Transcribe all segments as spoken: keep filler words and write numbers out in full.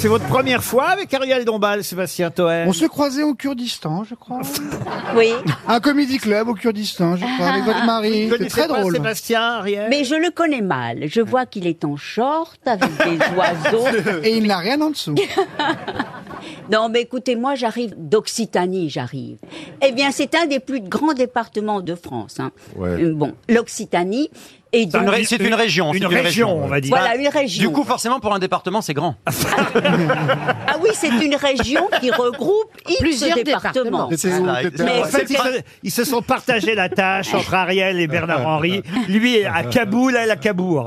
C'est votre première fois avec Ariel Dombal, Sébastien Toen? On se croisait au Kurdistan, je crois. Oui. Un comédie club au Kurdistan, je crois, avec votre mari. Vous C'est très connaissez pas drôle. Sébastien, Ariel? Mais je le connais mal. Je vois qu'il est en short avec des oiseaux. Et il n'a rien en dessous. Non, mais écoutez, moi, j'arrive d'Occitanie, j'arrive. Eh bien, c'est un des plus grands départements de France. Hein. Ouais. Euh, Bon, l'Occitanie. Et C'est une, donc- ré- c'est une région. Une c'est région, on va dire. Voilà, une région. Du coup, forcément, pour un département, c'est grand. Ah oui, c'est une région qui regroupe X Plusieurs départements. départements. C'était où, Ah, t'étais En à- fait, ils se, ils se sont partagés la tâche entre Ariel et Bernard Henry. Lui à Kaboul, elle à Cabourg.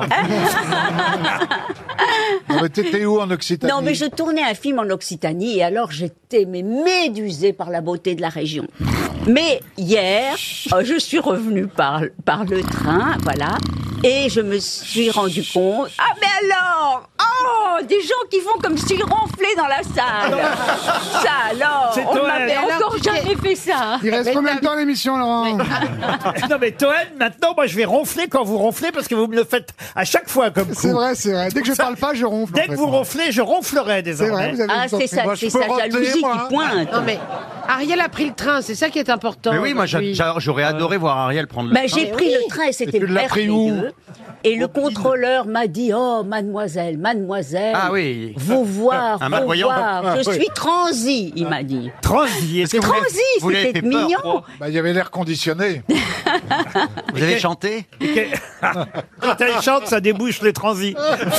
Non, mais t'étais où en Occitanie? Non, mais je tournais un film en Occitanie et alors j'étais mais médusée par la beauté de la région. Mais hier, euh, je suis revenue par, par le train, voilà, et je me suis rendu compte. Ah, mais alors Oh, des gens qui font comme s'ils ronflaient dans la salle. Ça alors, C'est on toi, m'avait alors, encore tu jamais fait ça. Il reste combien de temps à l'émission, Laurent? Non mais Toen, maintenant, moi je vais ronfler quand vous ronflez parce que vous me le faites à chaque fois comme C'est coup. vrai, c'est vrai. Dès que je parle pas, je ronfle. Dès en que fait. vous ronflez, je ronflerai C'est vrai, désormais. vous avez Ah, raison. c'est ça, Moi, je c'est peux sa roter, jalousie moi, qui hein. pointe. Non mais Ariel a pris le train, c'est ça qui est important. Mais oui, moi, j'a- aujourd'hui. j'a- j'aurais adoré voir Ariel prendre le Ben, train. j'ai pris le train et c'était Et tu l'as pris où? merveilleux. Et le contrôleur m'a dit, oh, mademoiselle, mademoiselle. Ah oui. Vous voir, Un vous malvoyant. voir. Ah, Je oui. suis transi, il m'a dit. Transi. Est-ce que vous- Transi, vous l'avez c'était fait peur, mignon. quoi. Bah, il y avait l'air conditionné. Vous avez chanté? Quand elle chante, ça débouche les transis.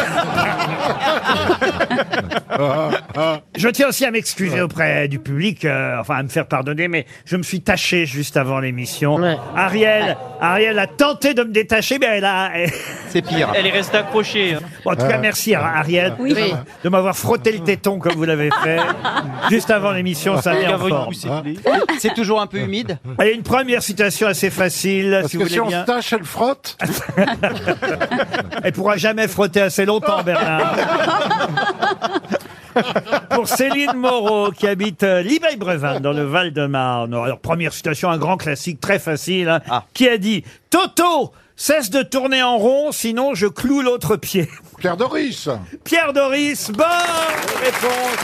Je tiens aussi à m'excuser auprès du public, euh, enfin à me faire pardonner, mais je me suis taché juste avant l'émission. Ouais. Ariel, Ariel a tenté de me détacher, mais elle a. elle- C'est pire. Elle est restée accrochée. Bon, en tout cas, merci à Ariel Oui. Oui. de m'avoir frotté le téton comme vous l'avez fait juste avant l'émission. Ça vient fort. C'est toujours un peu humide. Allez, une première citation assez facile, Parce si que vous si voulez on bien. se tâche, elle frotte. Elle pourra jamais frotter assez longtemps, Bernard. Pour Céline Moreau, qui habite euh, Limeil-Brevin, dans le Val-de-Marne. Alors, première citation, un grand classique, très facile, hein, Ah. qui a dit « Toto, cesse de tourner en rond, sinon je cloue l'autre pied. Pierre Doris. » Pierre Doris, bonne réponse.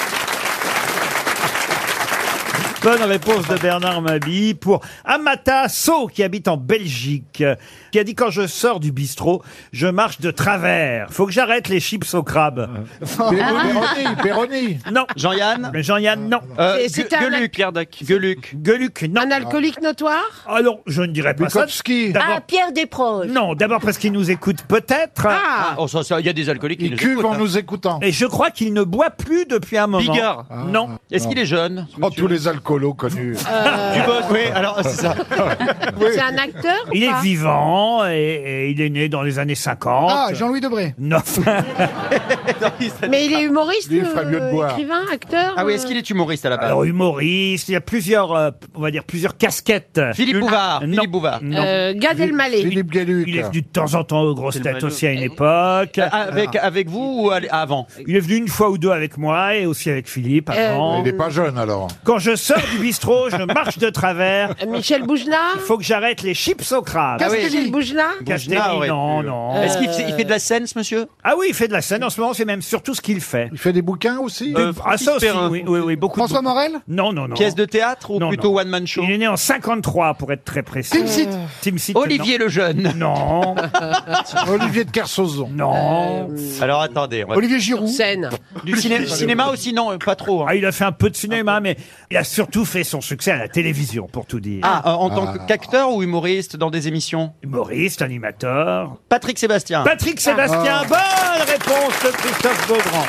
Bonne réponse de Bernard Mabille pour Amata So, qui habite en Belgique, qui a dit « Quand je sors du bistrot, je marche de travers. Faut que j'arrête les chips au crabe. Péroni, Péroni. » Non. Jean-Yann? Mais Jean-Yann, non. Euh, C'est- Gu- c'était un Gueluc. Pierre Dac. Gueluc. Gueluc, non. Un alcoolique notoire. Ah non, je ne dirais pas ça. Bukowski. Ah, D'abord, Pierre Desproges. non, d'abord parce qu'il nous écoute peut-être. Ah, Oh, ça, ça, il y a des alcooliques qui Il nous cuve écoutent, en hein. nous écoutant. Et je crois qu'il ne boit plus depuis un moment. Bigard. Non. Est-ce qu'il est jeune? Oh, tous les alcoolos connus. Du boss, oui, alors c'est ça. c'est un acteur ou Il est pas vivant et, et il est né dans les années cinquante. Ah, Jean-Louis Debré. Non. Mais il est humoriste, Lui, il ferait mieux de euh, boire. écrivain, acteur. Ah oui, euh, est-ce qu'il est humoriste à la base? Alors humoriste, il y a plusieurs, euh, on va dire plusieurs casquettes. Philippe Une- Bouvard. Non. Philippe Bouvard. Non. euh, Gad Elmaleh. Philippe Gueluc. Il est venu de temps en temps aux grosses C'est le têtes Malo. aussi à une époque. Euh, Avec, avec vous ou à- avant? Il est venu une fois ou deux avec moi et aussi avec Philippe avant. Il n'est pas jeune alors. Quand je sors du bistrot, je marche de travers. Euh, Michel Boujna. Il faut que j'arrête les chips au crabe. Ah oui. Michel Boujna. Castelli, Boujna aurait non, pu. non. Est-ce qu'il fait, il fait de la scène, ce monsieur? Ah oui, il fait de la scène en ce moment, c'est même surtout ce qu'il fait. Il fait des bouquins aussi. Euh, Ah ça aussi, Perrin. oui, oui, oui, beaucoup François de... Morel. Non, non, non. Pièce de théâtre ou Non, plutôt non. one-man show? Il est né en cinquante-trois, pour être très précis. Tim Sit. Tim Sit, Olivier le Jeune. Non, Olivier de Kersauzon. non. non. Alors attendez. on va- Olivier Giroud. Scène. Du ciné- cinéma aussi, non, pas trop. hein. Ah, il a fait un peu de cinéma, mais il a surtout fait son succès à la télévision, pour tout dire. Ah, euh, en tant qu'acteur ou humoriste dans des émissions? Humoriste, animateur. Patrick Sébastien. Patrick Sébastien, bonne réponse de Christophe Beaugrand.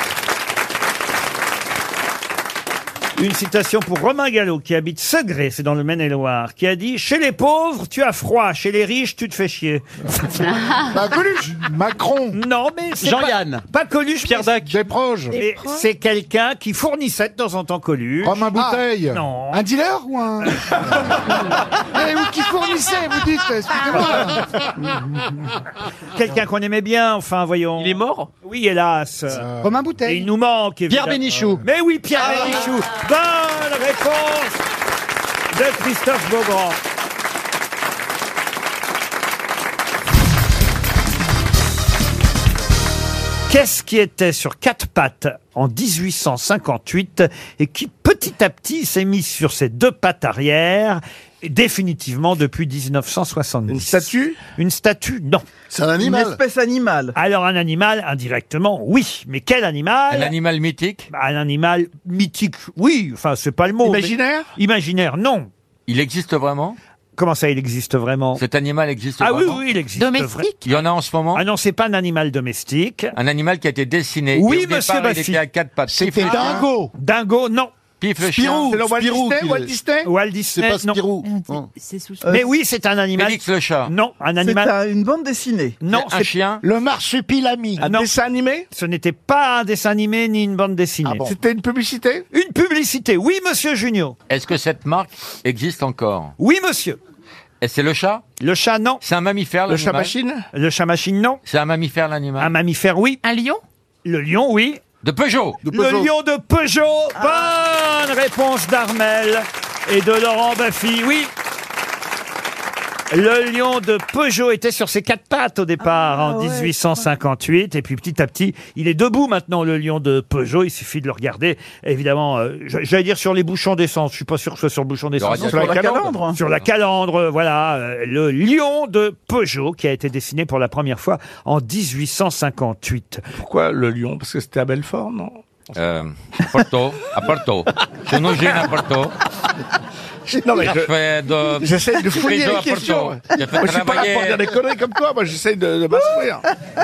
Une citation pour Romain Gallo, qui habite Segré, c'est dans le Maine-et-Loire, qui a dit « Chez les pauvres, tu as froid. Chez les riches, tu te fais chier. Bah, Coluche. Macron. » Non, mais c'est Jean-Yann. Pas, pas Coluche. Pierre mais- Dac. Des proches. mais c'est quelqu'un qui fournissait de temps en temps Coluche. Romain Bouteille. Non. Un dealer ou un... Eh, ou qui fournissait, vous dites, excusez-moi. Quelqu'un qu'on aimait bien, enfin, voyons. Il est mort? Oui, hélas. Romain Et Bouteille. il nous manque, Pierre évidemment. Bénichou. Mais oui, Pierre Bénichou. Bonne réponse de Christophe Beaugrand. Qu'est-ce qui était sur quatre pattes en dix-huit cent cinquante-huit et qui petit à petit s'est mis sur ses deux pattes arrière et définitivement depuis dix-neuf cent soixante-dix. Une statue? Une statue, non. C'est un Une animal. espèce animale. Alors un animal, indirectement, oui. Mais quel animal? Un animal mythique. Bah, un animal mythique, oui. Enfin, c'est pas le mot. mais- Imaginaire? Imaginaire, non. Il existe vraiment? Comment ça, il existe vraiment? Cet animal existe Ah oui, vraiment? oui, il existe. vrai- Domestique. Il y en a en ce moment? Ah non, c'est pas un animal domestique. Un animal qui a été dessiné. Oui, et au monsieur départ, il Baffy. était à quatre pattes. C'était Pif le chien. Dingo. Dingo, non. Pif le Spirou. chien. C'est le Walt Spirou Disney? qui Walt est- Disney? Walt C'est Disney, pas non. Spirou. Non. C'est sous Mais oui, c'est un animal. Félix le chat. Non, un C'est animal. un- une bande dessinée. Non, un c'est- chien. Le marsupilami. Ah, non. Dessin animé? ce n'était pas un dessin animé ni une bande dessinée. Ah bon. C'était une publicité? Une publicité, oui, monsieur Junio. Est-ce que cette marque existe encore? Oui, monsieur. Et c'est le chat? Le chat, non. C'est un mammifère, Le chat l'animal? machine? Le chat machine, non. C'est un mammifère, Un l'animal? mammifère, oui. Un lion. Le lion, oui. De Peugeot. De Le Peugeot. lion de Peugeot. Bonne réponse d'Armel et de Laurent Baffy, oui. Le lion de Peugeot était sur ses quatre pattes au départ Ah, en ouais. dix-huit cent cinquante-huit et puis petit à petit, il est debout maintenant le lion de Peugeot, il suffit de le regarder. Évidemment, euh, j'allais dire sur les bouchons d'essence, je suis pas sûr que ce soit sur le bouchon d'essence. radiateur. Sur la calandre. calandre. Sur la calandre, voilà, euh, le lion de Peugeot qui a été dessiné pour la première fois en dix-huit cent cinquante-huit. Pourquoi le lion? Parce que c'était à Belfort, non? Euh, à Porto. À Porto. Je nous gêne à Porto. Non, mais J'ai je- fait de... j'essaie de fouiller Peugeot les à Porto. questions. J'ai fait Moi, je suis pas là travailler- pour dire des conneries comme toi. Moi, j'essaie de, de m'instruire.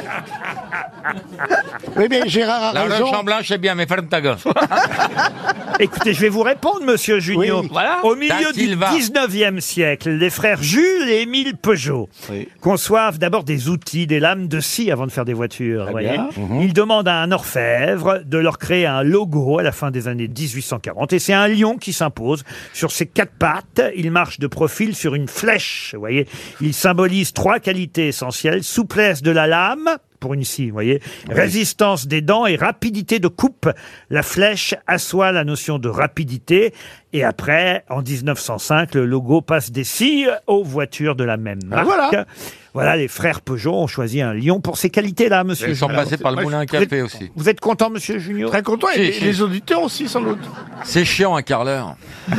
Oui, mais Gérard a La raison. roche en blanche, c'est bien, mais ferme ta gueule. Écoutez, je vais vous répondre, monsieur Junio. Oui, voilà. Au milieu Da du Silva. dix-neuvième siècle, les frères Jules et Émile Peugeot Oui. conçoivent d'abord des outils, des lames de scie avant de faire des voitures. vous voyez. bien. Ils demandent à un orfèvre de leur créer un logo à la fin des années dix-huit cent quarante. Et c'est un lion qui s'impose sur ses quatre pattes. Il marche de profil sur une flèche. Vous voyez, il symbolise trois qualités essentielles. Souplesse de la lame, pour une scie, vous voyez. Résistance des dents et rapidité de coupe. La flèche assoit la notion de rapidité. Et après, en dix-neuf cent cinq, le logo passe des scies aux voitures de la même marque. voilà. Voilà, les frères Peugeot ont choisi un lion pour ces qualités-là, monsieur. Ils sont Junio. passés par le moi, moulin à je- café aussi. Vous êtes content, monsieur Junio? Très content. Si, Et les, si. les auditeurs aussi, sans doute. C'est chiant un quart d'heure.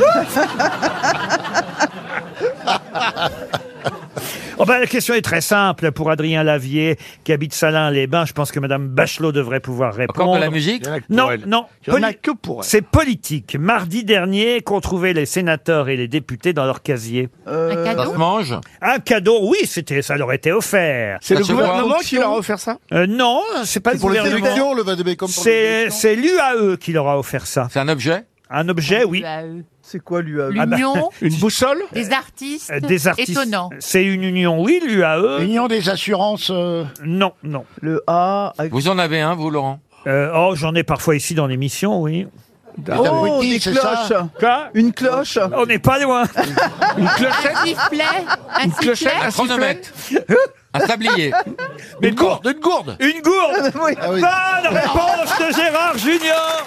Oh ben, la question est très simple pour Adrien Lavier, qui habite Salins-les-Bains. Je pense que madame Bachelot devrait pouvoir répondre. Encore de la musique? Il y en a que pour Non, elle. non. Il y en a Poli- que pour elle. C'est politique. Mardi dernier, qu'ont trouvé les sénateurs et les députés dans leur casier? Euh, Un Ça cadeau. se mange? Un cadeau, oui, c'était, ça leur était offert. C'est Ça le se voit. gouvernement qui leur a offert ça? Euh, non, c'est pas le Pour les gouvernement. élections, le Vadébé comme pour les C'est, élections. c'est l'U A E qui leur a offert ça. C'est un objet? Un objet, oui. Bah, euh, C'est quoi l'U A E? L'union Une boussole? des artistes. Euh, Des artistes. Étonnant. C'est une union, oui, l'U A E. L'Union des assurances. euh, Non, non. Le A. avec- Vous en avez un, vous, Laurent? Euh, oh, j'en ai parfois ici dans l'émission, oui. Oh, abrutis, des c'est ça cloches. Quoi? Une cloche. On n'est pas loin. Une clochette? Un sifflet. Un Une clochette? sifflet. Un Un sifflet? chronomètre? Un sablier? Mais Une gourde? Une gourde? Une gourde. Oui. Ah oui. Bonne réponse de Gérard Junior.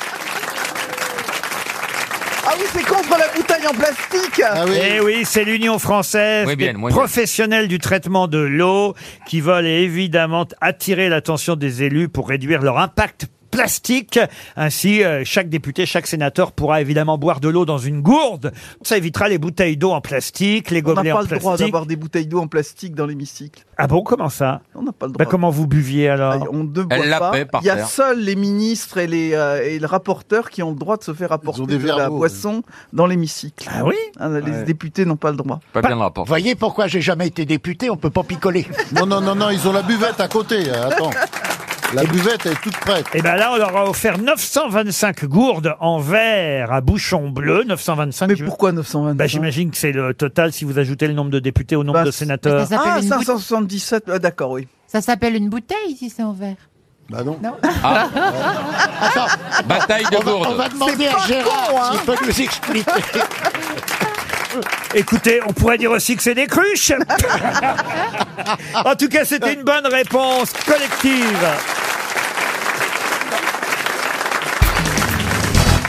Ah oui, c'est contre la bouteille en plastique. Ah oui. Eh oui, c'est l'Union française Oui, bien, des moi, bien. professionnels du traitement de l'eau qui veulent évidemment attirer l'attention des élus pour réduire leur impact plastique. Ainsi, euh, chaque député, chaque sénateur pourra évidemment boire de l'eau dans une gourde. Ça évitera les bouteilles d'eau en plastique, les On n'a gobelets pas en le droit plastique. d'avoir des bouteilles d'eau en plastique dans l'hémicycle. Ah bon, comment ça? On n'a pas le Bah, droit. comment vous buviez alors? Ah, on ne boit Elle l'a pas. fait par Il y a terre. seuls les ministres et les euh, et le rapporteur qui ont le droit de se faire apporter des de la verres d'eau, boisson dans l'hémicycle. Ah oui? Ah, les députés n'ont pas le droit. Pas bien le rapport. Voyez pourquoi j'ai jamais été député, on peut pas picoler. Non, non, non, non, ils ont la buvette à côté. hein, Attends. La buvette est toute prête. Et ben là, on leur a offert neuf cent vingt-cinq gourdes en verre à bouchon bleu. neuf cent vingt-cinq. Mais je- pourquoi neuf cent vingt? Bah, j'imagine que c'est le total si vous ajoutez le nombre de députés au nombre Bah, de c'est- sénateurs. Ça s'appelle Ah, une cinq bouteille. cent soixante-dix-sept. Ah, d'accord, oui. Ça s'appelle une bouteille si c'est en verre. Bah non. Ah, Attends, bataille de on va, on gourdes. va demander à Gérard con, hein. s'il peut nous expliquer. Écoutez, on pourrait dire aussi que c'est des cruches. En tout cas, c'était une bonne réponse collective.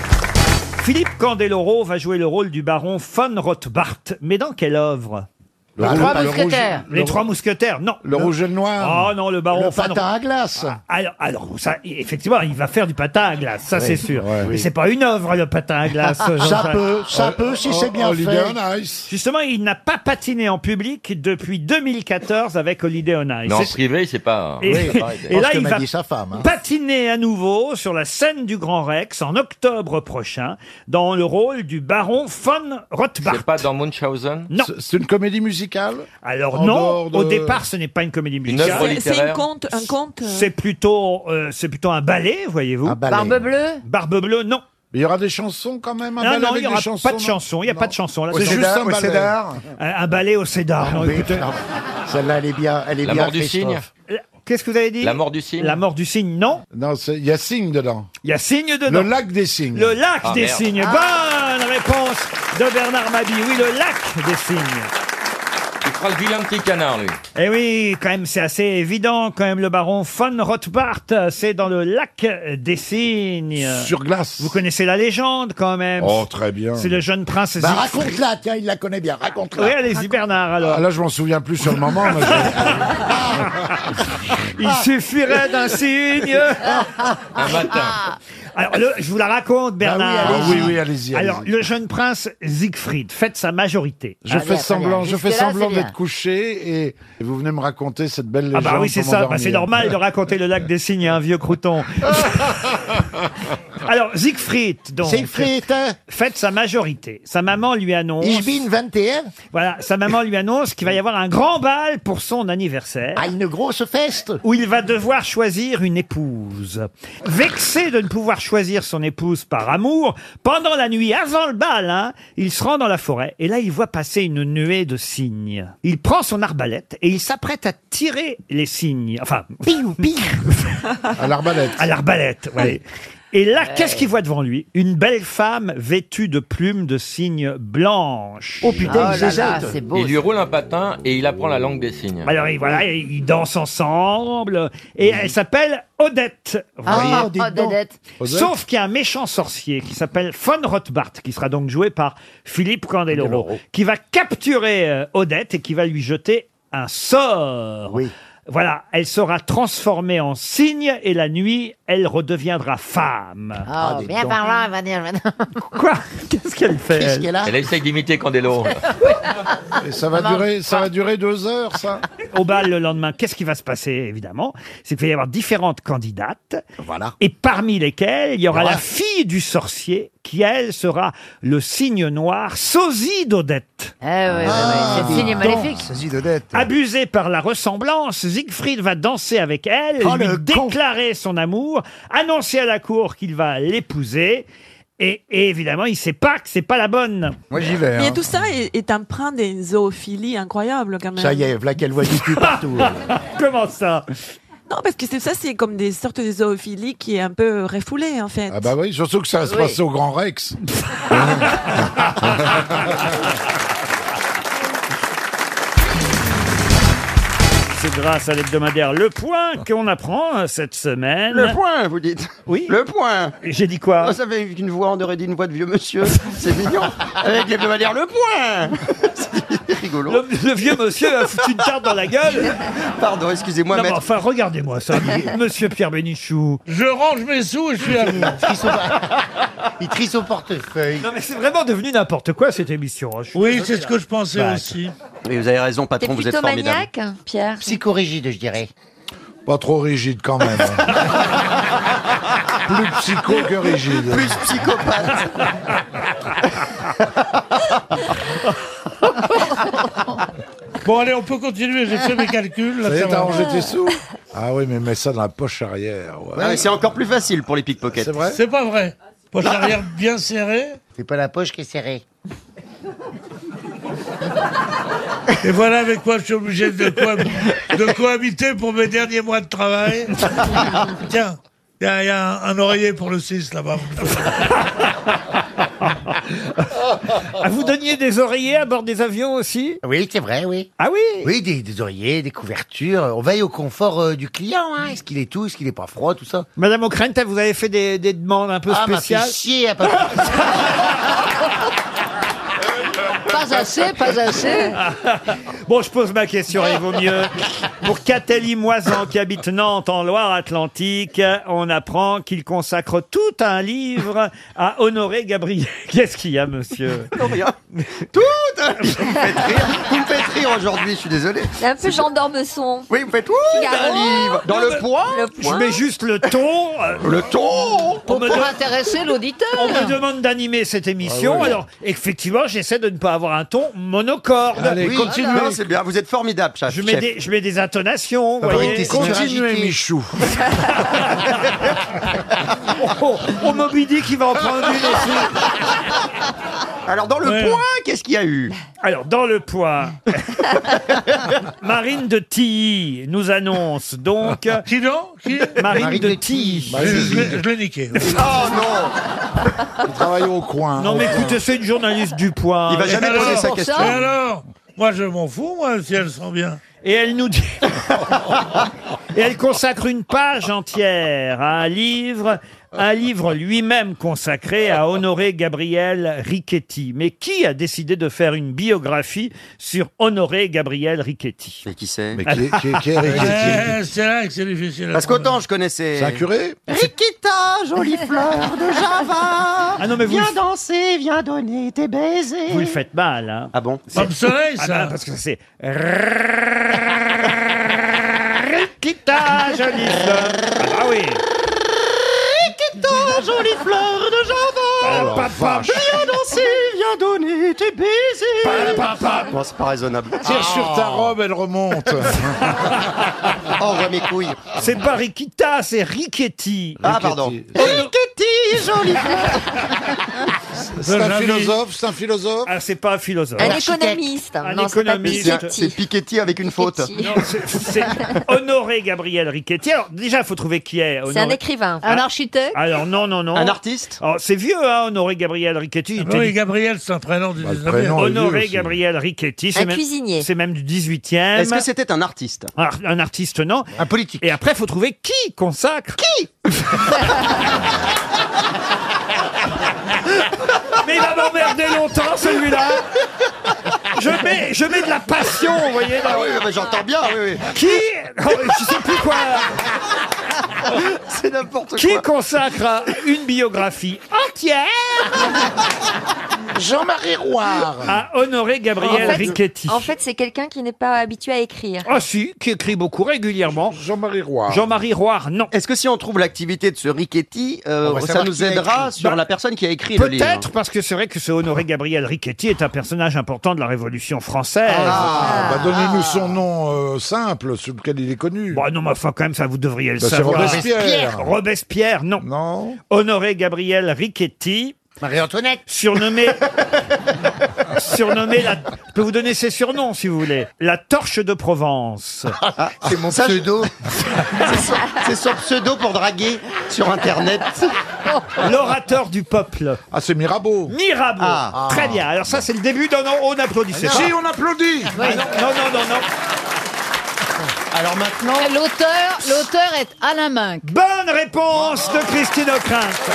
Philippe Candeloro va jouer le rôle du baron von Rothbart. Mais dans quelle œuvre? Le Ah, rouge- le le rouge- mousquetaires. Les trois mousquetaires, non. Le rouge et le noir. Oh non, le baron Le Von- patin à glace. Alors, alors ça, effectivement, il va faire du patin à glace, ça c'est sûr. ouais, Mais oui. c'est pas une œuvre, le patin à glace. Ça Jean-Jacques. peut, ça peut si c'est bien Holiday fait. on Ice. Justement, il n'a pas patiné en public depuis deux mille quatorze avec Holiday on Ice. Mais en C'est- privé, c'est pas. Et, c'est pareil. et là, ce que il m'a va dit sa femme, hein. patiner à nouveau sur la scène du Grand Rex en octobre prochain dans le rôle du baron von Rothbart. C'est pas dans Munchausen. Non. C'est- C'est une comédie musicale. Alors En non, dehors de- au départ, ce n'est pas une comédie Une musicale. œuvre C'est c'est littéraire. un conte, un conte. euh, C'est plutôt, euh, c'est plutôt un ballet, voyez-vous. Un ballet. Barbe bleue. Barbe bleue, non. Mais il y aura des chansons quand même. Un Non, ballet non, avec il n'y aura des chansons, pas de non chansons. Il n'y a Non. pas de chansons. Là, C'est c'est juste juste un ballet. un, un ballet au cédar. Non, Oui, écoutez, non. Celle-là, elle est bien, elle est La bien. mort du Christophe. cygne. euh, qu'est-ce que vous avez dit? La mort du cygne. La mort du cygne, non. Non, c'est- il y a Cygne dedans. Il y a cygne dedans. Le lac des Cygnes. Le lac Ah, des merde. cygnes. Bonne réponse de Bernard Mabie. Oui, le lac des cygnes. Il fera le vilain petit canard, lui. Eh oui, quand même, c'est assez évident. Quand même, le baron von Rothbart, c'est dans le lac des cygnes. Sur glace. Vous connaissez la légende, quand même. Oh, très bien. C'est le jeune prince Bah, Siegfried. raconte-la, tiens, il la connaît bien, raconte-la. Oui, allez-y, Bernard, alors. Ah, là, je m'en souviens plus sur le moment. là, Il suffirait d'un signe. Un matin. Alors, le- je vous la raconte, Bernard. Ah oui, oui, allez-y. Alors, allez-y. le jeune prince Siegfried fête sa majorité. Je Ah, fais bien, très semblant, bien. je fais Jusque-là, semblant c'est bien. d'être couché et et vous venez me raconter cette belle Ah légende. bah oui, c'est pour ça. Bah, m'endormir. c'est normal de raconter le lac des cygnes à un vieux crouton. Alors, Siegfried, donc, Siegfried, hein, fête sa majorité. Sa maman lui annonce... ich bin vingt et un. Voilà, sa maman lui annonce qu'il va y avoir un grand bal pour son anniversaire. Ah, une grosse feste. Où il va devoir choisir une épouse. Vexé de ne pouvoir choisir son épouse par amour, pendant la nuit, avant le bal, hein, il se rend dans la forêt et là il voit passer une nuée de cygnes. Il prend son arbalète et il s'apprête à tirer les cygnes. Enfin, Piou, piou. À l'arbalète. à l'arbalète, ouais. Et là, qu'est-ce qu'il voit devant lui? Une belle femme vêtue de plumes de cygnes blanches. Oh Oh putain, il là là, zézette. c'est beau. Il lui roule un patin et il apprend la langue des signes. Alors, et voilà, ils dansent ensemble. Et elle s'appelle Odette. Vous voyez. Ah, dites oh, donc. Dédette. Sauf qu'il y a un méchant sorcier qui s'appelle von Rothbart, qui sera donc joué par Philippe Candeloro, qui va capturer euh, Odette et qui va lui jeter un sort. Oui. Voilà, elle sera transformée en cygne et la nuit, elle redeviendra femme. Oh, dites viens donc. par là, va dire maintenant. Quoi? Qu'est-ce qu'elle fait Qu'est-ce elle qu'elle a? Elle essaye d'imiter Candelo. Et ça va durer, ça va durer deux heures, ça. Au bal le lendemain, qu'est-ce qui va se passer, évidemment? C'est qu'il va y avoir différentes candidates. Voilà. Et parmi lesquelles, il y aura Voilà. la fille du sorcier, qui, elle, sera le cygne noir, sosie d'Odette. Eh oui, oui, oui, Ah, c'est le signe dis donc. maléfique. Saisie d'Odette. Abusé par la ressemblance, Siegfried va danser avec elle, Oh, lui le con. déclarer son amour, annoncer à la cour qu'il va l'épouser. Et, et évidemment, il sait pas que c'est pas la bonne. Moi, j'y vais. Mais hein. tout ça est, est empreint d'une zoophilie incroyable quand même. Ça y est, voilà qu'elle voit du cul partout. Comment ça? Non, parce que c'est ça, c'est comme des sortes de zoophilie qui est un peu refoulée en fait. Ah bah oui, surtout que ça va se Oui. passer au Grand Rex. C'est grâce à l'hebdomadaire Le Point qu'on apprend euh, cette semaine. Le point, vous dites. Oui. Le point. J'ai dit quoi? Ah, ça fait une voix, on aurait dit une voix de vieux monsieur. C'est mignon. Avec l'hebdomadaire Le point. C'est rigolo. Le, le vieux monsieur a foutu une tarte dans la gueule. Pardon, excusez-moi, Non, mais maître. enfin, regardez-moi ça, monsieur Pierre Bénichou. Je range mes sous et je suis à vous. Il trisse au portefeuille. Non, mais c'est vraiment devenu n'importe quoi cette émission. hein. Je suis Oui, désolé, c'est ce là. que je pensais Bah, aussi. Mais vous avez raison, T'es patron, vous êtes plutôt formidable. maniaque, Pierre? Psychorigide, je dirais. Pas trop rigide quand même. hein. Plus psycho que rigide. Plus psychopathe. Bon, allez, on peut continuer. J'ai fait mes calculs. Là, Ça y est, ça t'as va. rangé tes sous? Ah oui, mais mets ça dans la poche arrière. ouais. Ah, mais c'est encore plus facile pour les pickpockets. C'est vrai? C'est pas vrai. Poche arrière bien serrée. C'est pas la poche qui est serrée. Et voilà avec quoi je suis obligé de, cohab- de cohabiter pour mes derniers mois de travail. Tiens, il y, a- il y a un, un oreiller pour le six là-bas. Ah, vous donniez des oreillers à bord des avions aussi? Oui, c'est vrai, oui. Ah oui? Oui, des, des oreillers, des couvertures. On veille au confort euh, du client. Hein. Est-ce qu'il est tout? Est-ce qu'il est pas froid? Tout ça. Madame O'Krent, vous avez fait des, des demandes un peu Ah, m'a fait spéciales? chier. à pas- Pas assez, pas assez. Bon, je pose ma question, il vaut mieux. Pour Catelli Moisan, qui habite Nantes, en Loire-Atlantique, on apprend qu'il consacre tout un livre à Honoré Gabriel. Qu'est-ce qu'il y a, monsieur? Non, rien. Tout un livre. Vous me faites rire, vous me faites rire aujourd'hui, je suis désolé. C'est un peu Jean d'Ormesson. Oui, vous faites tout Figaro. un livre. Dans le point. Le Je point. mets juste le ton. Le ton. Pour, me pour de- intéresser l'auditeur. On me demande d'animer cette émission, Ah oui. alors effectivement, j'essaie de ne pas avoir un ton monocorde. Allez, Oui, continuez. non, c'est bien, vous êtes formidable, chef. Je mets, des, je mets des intonations, vous voyez. Continuez, Michou. Oh, oh, Moby Dick, il va en prendre une aussi. Alors, dans le Ouais. point, qu'est-ce qu'il y a eu? Alors, dans le poids, Marine de Tilly nous annonce donc... Qui donc Qui Marine, Marine de de Tilly. je, je l'ai- je l'ai niqué. oui. Oh non. Il travaille au coin. Non, mais écoutez, c'est une journaliste du poids. Il va Et jamais alors, poser sa pour question. ça Et alors Moi, je m'en fous, moi, si elles sont bien. Et elle nous dit... Et elle consacre une page entière à un livre, un livre lui-même consacré à Honoré Gabriel Richetti. Mais qui a décidé de faire une biographie sur Honoré Gabriel Richetti? Mais qui c'est? Mais qui est, qui est, qui est Riquetti? Eh, c'est là que c'est difficile. à Parce trouver. qu'autant je connaissais. C'est un curé? Rikita, jolie fleur de Java. Ah non, mais vous, Viens danser, viens donner tes baisers. vous le faites mal, hein. Ah bon? Pomme soleil, Ah ça. ben, parce que c'est... Rikita, jolie fleur. Ah oui. Rikita, jolie fleur de Java. Oh, la Papa. vache. Viens danser, viens donner tes baisers. Papa. Bon, c'est pas raisonnable. Tire sur ta robe, elle remonte. Oh, on voit mes couilles. C'est pas Rikita, c'est Richetti. Ah, pardon. Riquetti. Rikiti, jolie fleur. C'est un Joli. philosophe, c'est un philosophe. Ah, c'est pas un philosophe. Un Architecte. économiste. Un non, c'est pas économiste. C'est un- Piketty. C'est Piketty avec une faute. Piketty. Non, c'est- c'est Honoré Gabriel Richetti. Alors, déjà, il faut trouver qui est Honoré. C'est un écrivain. Un architecte. Alors, non, non, non. Un artiste? Alors, c'est vieux, hein, Honoré Gabriel Richetti. Il Ah était oui, Gabriel, c'est un prénom du Bah, le dix-neuvième. prénom. est Honoré vieux aussi. Gabriel Richetti. c'est Un même- cuisinier. C'est même du dix-huitième. Est-ce que c'était un artiste? Alors, un artiste, non. Un politique. Et après, il faut trouver qui consacre. Qui Mais il va m'emmerder longtemps, celui-là. Je mets, je mets de la passion, vous voyez. Ah dans- oui, bah, j'entends bien, oui, oui. Qui oh, je sais plus quoi. C'est n'importe Qui quoi. consacre une biographie entière Jean-Marie Roire. à Honoré Gabriel En fait- Richetti? En fait, c'est quelqu'un qui n'est pas habitué à écrire. Ah si, qui écrit beaucoup régulièrement. Jean-Marie Roire. Jean-Marie Roire, non. Est-ce que si on trouve l'activité de ce Riquetti, euh, On va ça savoir nous qui a aidera écrit. sur Bah, la personne qui a écrit le livre? Peut-être parce que c'est vrai que ce Honoré Gabriel Richetti est un personnage important de la Révolution française. Ah, bah donnez-nous son nom euh, simple, sur lequel il est connu. Bon, non, mais enfin, quand même, ça, vous devriez le Bah, c'est savoir. Robespierre. Robespierre, non. Non. Honoré Gabriel Richetti, Marie-Antoinette. surnommé... surnommé la... Je peux vous donner ses surnoms, si vous voulez. La torche de Provence. C'est mon Ça, je- pseudo. C'est son, c'est son pseudo pour draguer sur Internet. L'orateur du peuple. Ah, c'est Mirabeau. Mirabeau. Ah. Très bien. Alors ça, c'est le début. Non, non, on applaudissait. Si, on applaudit. Ah non, non, non, non, non. Alors maintenant, L'auteur, l'auteur est Alain Minck. Bonne réponse de Christine O'Krent.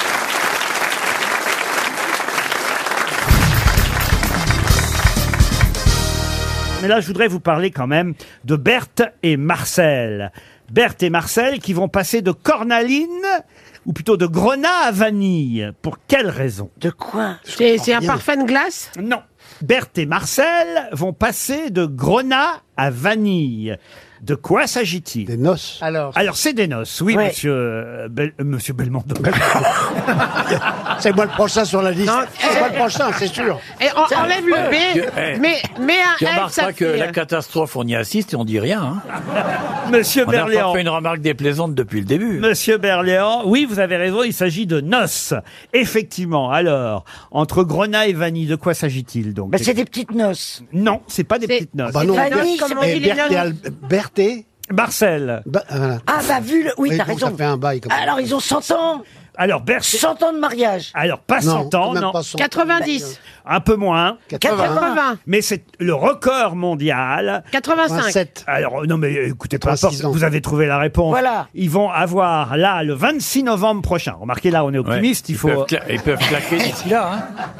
Mais là, je voudrais vous parler quand même de Berthe et Marcel. Berthe et Marcel qui vont passer de cornaline, ou plutôt de grenat à vanille. Pour quelle raison? De quoi? C'est c'est un parfum de glace? Non. Berthe et Marcel vont passer de grenat à vanille. De quoi s'agit-il? Des noces. Alors, Alors, c'est des noces, oui, Ouais. monsieur, euh, Bel- euh, monsieur Belmondo. C'est moi le prochain sur la liste. Non, C'est moi le prochain, c'est sûr. et on enlève le B, eh, mais, mais Tu un L, remarques ça pas que fait... la catastrophe, on y assiste et on dit rien. Hein. Monsieur On n'a pas Berléand. fait une remarque déplaisante depuis le début. Monsieur Berléand, oui, vous avez raison, il s'agit de noces. Effectivement. Alors, entre grenat et vanille, de quoi s'agit-il donc? Bah, c'est des petites noces. Non, c'est pas des C'est- petites noces. Bah non. Vanille, comme on Eh, dit les Berthe et Al- Berthe et- Marcel. Bah, voilà. Ah bah vu le... Oui, Oui, t'as bon, raison. ça fait un bail, comme ça. Alors ils ont cent ans. Alors, Berthe. cent ans de mariage. Alors, pas Non, cent ans, même non. pas cent. quatre-vingt-dix, Un peu moins. quatre-vingts, Mais c'est le record mondial. quatre-vingt-cinq. vingt-sept. Alors, non, mais écoutez, peu quatre-vingt-six importe, ans. vous avez trouvé la réponse. Voilà. Ils vont avoir, là, le vingt-six novembre prochain. Remarquez, là, on est Ouais. optimiste, il Ils faut... peuvent, cla- ils peuvent claquer d'ici là. Hein.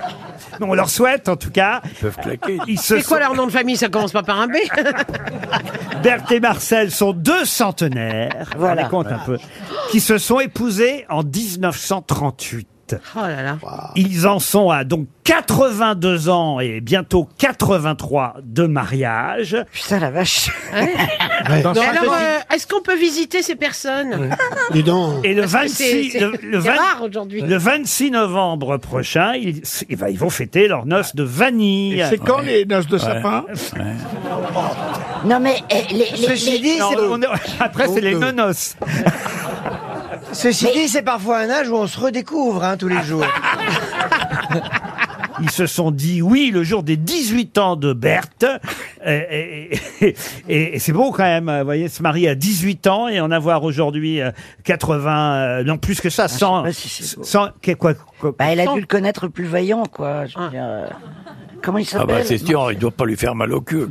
On leur souhaite, en tout cas. Ils peuvent claquer. Ils se C'est quoi sont- leur nom de famille? Ça commence pas par un B. Berthe et Marcel sont deux centenaires, vous vous rendez compte un peu, qui se sont épousés en dix-neuf cent trente-huit. Oh là là. Ils en sont à donc quatre-vingt-deux ans et bientôt quatre-vingt-trois de mariage. Putain, la vache. Ouais. Ouais. Mais alors, euh, est-ce qu'on peut visiter ces personnes? Dis donc. Et le Parce que vingt-six, c'est- le, le c'est vingt- rare aujourd'hui. le vingt-six novembre prochain, ils, ils va- ils vont fêter leurs noces de vanille. Et c'est quand les noces de sapin? Non, mais eh, les, les, Ceci les- dit, Non, c'est- on est- après, c'est les nonos. Ceci dit, c'est parfois un âge où on se redécouvre hein, tous les jours. Ils se sont dit oui le jour des dix-huit ans de Berthe. Et, et- et- et- et c'est beau quand même, vous voyez, se marier à dix-huit ans et en avoir aujourd'hui euh, quatre-vingts, euh, non plus que ça, cent. cent qu'est- quoi, quoi- Bah, elle a cent. dû le connaître le plus vaillant, quoi. Je veux dire, euh, comment il Ah s'appelle? bah c'est sûr, il doit pas lui faire mal au cul.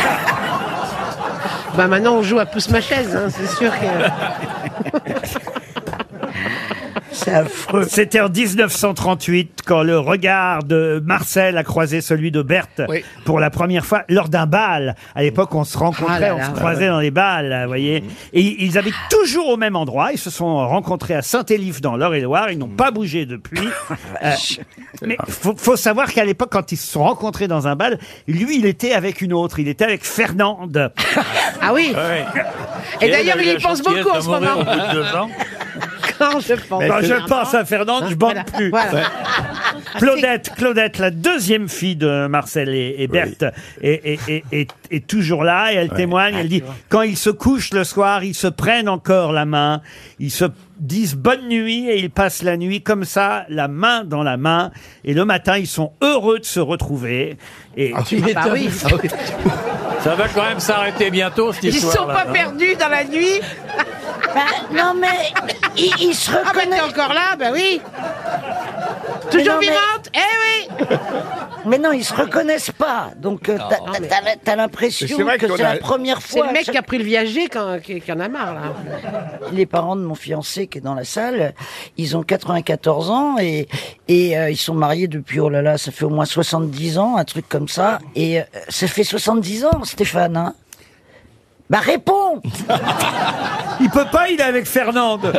Bah maintenant on joue à pousse ma chaise, hein, c'est sûr que. C'est affreux. C'était en dix-neuf cent trente-huit quand le regard de Marcel a croisé celui de Berthe Oui. pour la première fois lors d'un bal. À l'époque, on se rencontrait, Ah là on là, se ouais, croisait dans les bals, vous voyez. Et ils habitent toujours au même endroit. Ils se sont rencontrés à Saint-Élif dans l'Eure-et-Loire. Ils n'ont pas bougé depuis. Euh, mais faut, faut savoir qu'à l'époque, quand ils se sont rencontrés dans un bal, lui, il était avec une autre. Il était avec Fernande. Ah oui. Ouais. Et elle d'ailleurs a eu il y la pense gentillesse beaucoup en de ce mourir moment. au bout de deux ans. Quand je pense. Quand je pense à Fernande, je bande Voilà. plus. Voilà. Ouais. Claudette, Claudette, la deuxième fille de Marcel et, et Berthe, est, est- est- est- est toujours là et elle témoigne. Elle dit quand ils se couchent le soir, ils se prennent encore la main, ils se disent bonne nuit et ils passent la nuit comme ça, la main dans la main. Et le matin, ils sont heureux de se retrouver. Et Ah bah oui. Ça va quand même s'arrêter bientôt cette Ils histoire. sont pas perdus dans la nuit. Bah, non, mais ils, ils se Ah bah t'es reconnaissent. encore là, bah oui. Mais Toujours non, mais- vivante. Eh oui. Mais non, ils se reconnaissent pas. Donc, euh, t'as- Non, mais- t'as t'as l'impression Mais c'est vrai que qu'on c'est a- la première C'est fois. le mec Chaque- qui a pris le viager quand, qui, qui en a marre là. Les parents de mon fiancé qui est dans la salle, ils ont quatre-vingt-quatorze ans et, et euh, ils sont mariés depuis, oh là là, ça fait au moins soixante-dix ans, un truc comme ça. Et euh, ça fait soixante-dix ans, Stéphane, hein. Bah réponds. il peut pas, il est avec Fernande.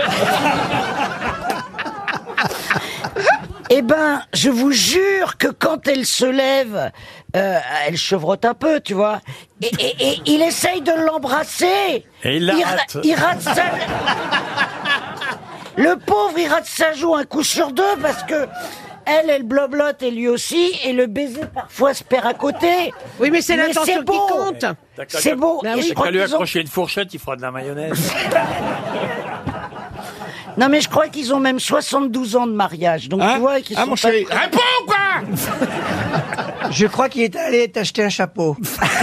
Eh ben, je vous jure que quand elle se lève, euh, elle chevrotte un peu, tu vois. Et, et- et il essaye de l'embrasser. Et il la ra- rate. il rate sa... Le pauvre, il rate sa joue un coup sur deux parce que elle, elle bloblote et lui aussi, et le baiser parfois se perd à côté. Oui, mais c'est l'intention c'est qui beau. compte. T'as qu'à- C'est beau. Bah Et oui. je T'as crois qu'à lui qu'ils ont- accrocher une fourchette, il fera de la mayonnaise. Non, mais je crois qu'ils ont même soixante-douze ans de mariage. Donc Hein tu vois qu'ils Ah, sont mon pas- chéri, réponds, quoi. Je crois qu'il est allé t'acheter un chapeau.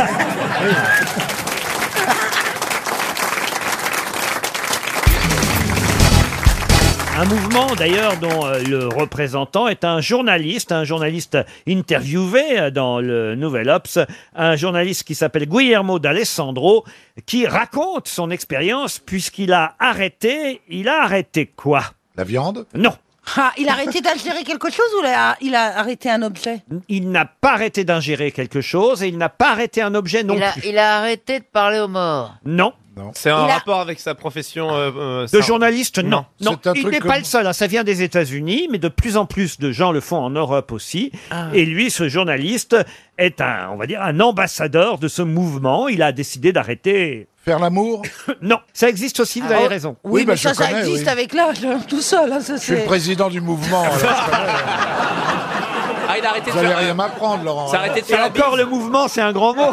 Un mouvement d'ailleurs dont euh, le représentant est un journaliste, un journaliste interviewé euh, dans le Nouvel Obs, un journaliste qui s'appelle Guillermo d'Alessandro, qui raconte son expérience puisqu'il a arrêté, il a arrêté quoi? La viande? Non. Ah, il a arrêté d'ingérer quelque chose ou il a, il a arrêté un objet? Il n'a pas arrêté d'ingérer quelque chose et il n'a pas arrêté un objet non Il a, plus. il a arrêté de parler aux morts. Non. C'est un Il a- rapport avec sa profession euh, euh, De ça- journaliste, non. Non, C'est un il truc n'est comme- pas le seul. hein. Ça vient des États-Unis, mais de plus en plus de gens le font en Europe aussi. Ah. Et lui, ce journaliste, est un, on va dire, un ambassadeur de ce mouvement. Il a décidé d'arrêter. Faire l'amour? Non, ça existe aussi. Vous avez Ah, raison. Oui, Oui, bah, mais ça, je ça connais, existe oui. avec l'âge, hein, tout seul. Hein, ça, Je suis le c'est- président du mouvement. alors je connais. Ah, il a arrêté de Vous allez faire. rien m'apprendre, Laurent. C'est arrêté de Et faire la encore, bise. le mouvement, c'est un grand mot.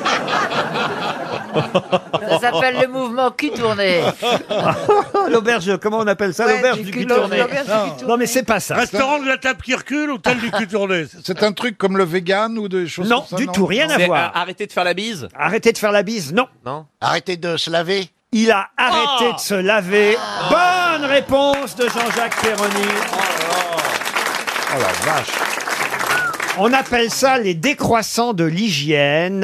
Ça s'appelle le mouvement cul tourné. L'auberge, comment on appelle ça? Ouais, L'auberge du du cul cul tourné. tourné. L'auberge du Non. cul tourné. Non, mais c'est pas ça. Restaurant de la table qui recule, hôtel du cul tourné. C'est un truc comme le vegan ou des choses Non, comme ça? du tout, rien à C'est, voir. euh, arrêter de faire la bise. Arrêtez de faire la bise, non. Non. Arrêtez de se laver? Il a arrêté de se laver. Bonne réponse de Jean-Jacques Perroni. Oh la vache. On appelle ça les décroissants de l'hygiène.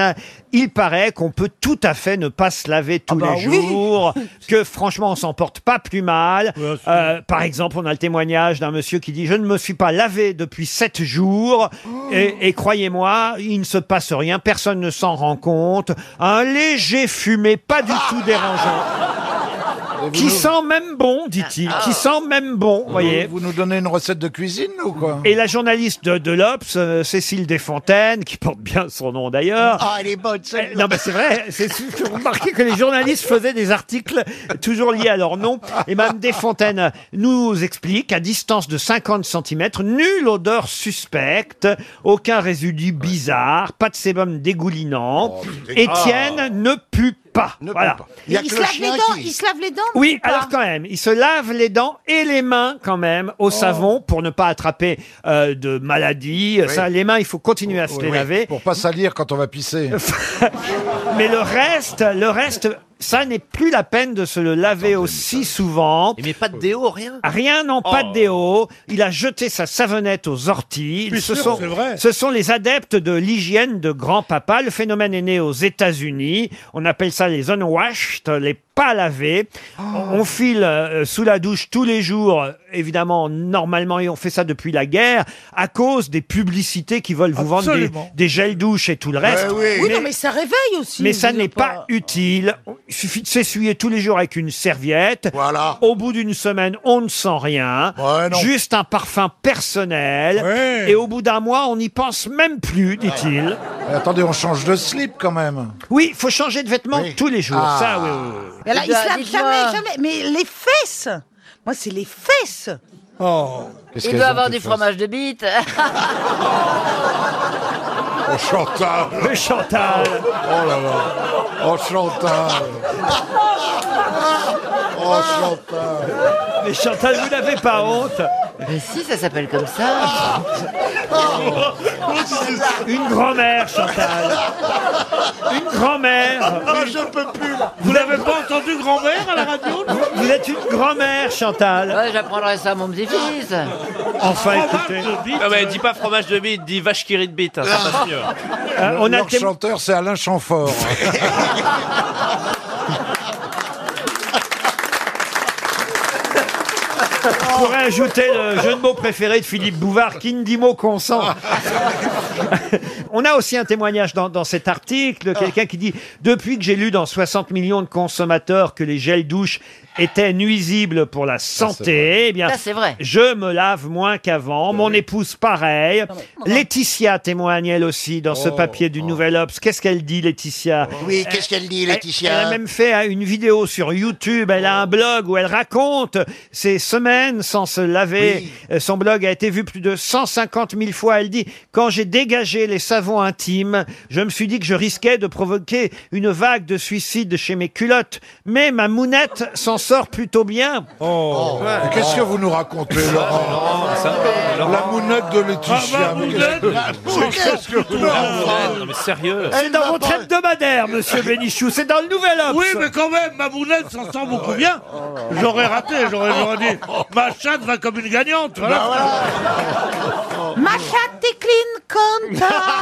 il paraît qu'on peut tout à fait ne pas se laver tous Ah bah les oui. jours, que franchement on s'en porte pas plus mal. Euh, par exemple, on a le témoignage d'un monsieur qui dit « Je ne me suis pas lavé depuis sept jours et, et croyez-moi, il ne se passe rien, personne ne s'en rend compte. Un léger fumé, pas du tout dérangeant. » Qui sent même bon, dit-il, qui sent même bon, vous voyez. Vous nous donnez une recette de cuisine ou quoi? Et la journaliste de, de l'Obs, euh, Cécile Desfontaines, qui porte bien son nom d'ailleurs. Ah, elle est bonne, Euh, celle-là. Non, mais c'est vrai. C'est, vous remarquez que les journalistes faisaient des articles toujours liés à leur nom. Et Mme Desfontaines nous explique, à distance de cinquante centimètres, nulle odeur suspecte, aucun résidu bizarre, pas de sébum dégoulinant. Étienne ne pue pas. Voilà. Il, se lave les dents, il se lave les dents Oui, ou pas alors quand même, il se lave les dents et les mains quand même au savon pour ne pas attraper euh, de maladies. Oui. Ça, les mains, il faut continuer à se Oui, les oui. laver. Pour pas salir quand on va pisser. Mais le reste, le reste, ça n'est plus la peine de se le laver aussi souvent. Il met pas de déo, rien. Rien, non, pas Oh. de déo. Il a jeté sa savonnette aux orties. Puis Ce sûr, sont, c'est vrai. ce sont les adeptes de l'hygiène de grand-papa. Le phénomène est né aux États-Unis. On appelle ça les unwashed, les pas lavés. On file euh, sous la douche tous les jours, évidemment, normalement, et on fait ça depuis la guerre, à cause des publicités qui veulent vous vendre des, Absolument. des gels douche et tout le reste. oui. Oui, non, mais ça réveille aussi. Mais ça je veux n'est pas utile. Il suffit de s'essuyer tous les jours avec une serviette. Voilà. Au bout d'une semaine, on ne sent rien. Ouais, non. Juste un parfum personnel. Ouais. Et au bout d'un mois, on n'y pense même plus, dit-il. Mais attendez, on change de slip quand même. Oui, il faut changer de vêtements Oui. tous les jours. Ah. Ça, oui, oui, oui. Mais là, il Dites-moi, se lave dites-moi. jamais, jamais. Mais les fesses. Moi, c'est les fesses. Oh. Qu'est-ce Il qu'elles doit ont, avoir tes du fesses fromage de bite. Oh Chantal. Le Chantal. Oh là là. Oh Chantal. Oh Chantal. Mais Chantal, vous n'avez pas honte. Mais si, ça s'appelle comme ça. Une grand-mère, Chantal. Une grand-mère. Ah, je peux plus. Vous n'avez pas entendu grand-mère à la radio? non? Vous êtes une grand-mère, Chantal. Ouais, j'apprendrai ça à mon petit-fils. Enfin, Fromage écoutez. de bite. Non, mais dis pas fromage de bite, dis vache qui rit de bite, hein, ça passe mieux. Euh, on a Leur le témo- chanteur, c'est Alain Chamfort. On pourrait ajouter le jeu de mots préféré de Philippe Bouvard, qui ne dit mot consent. On a aussi un témoignage dans, dans cet article, quelqu'un qui dit « Depuis que j'ai lu dans soixante millions de consommateurs que les gels douches étaient nuisibles pour la santé, eh bien, Ça, c'est vrai. je me lave moins qu'avant. Mon épouse, pareil. Laetitia témoigne, elle aussi, dans ce papier du Nouvel Obs. Qu'est-ce qu'elle dit, Laetitia? Oui, qu'est-ce qu'elle dit, Elle, Laetitia? elle a même fait hein, une vidéo sur YouTube. Elle a un blog où elle raconte ses semaines sans se laver. Euh, Son blog a été vu plus de cent cinquante mille fois. Elle dit « Quand j'ai dégagé les savons intimes, je me suis dit que je risquais de provoquer une vague de suicides chez mes culottes. Mais ma mounette s'en sort plutôt bien. Oh. Mais qu'est-ce que vous nous racontez, Laurent? La mounette de Laetitia. Ah, ma mais mounette. qu'est-ce- Qu'est-ce que vous nous racontez? Non, mais sérieux. C'est dans votre hebdomadaire, monsieur Bénichou. C'est dans le Nouvel Obs. Oui, mais quand même, ma mounette s'en sort beaucoup bien. J'aurais raté, j'aurais j'aurais dit, ma chatte va comme une gagnante. Voilà. Ma chatte est clean comme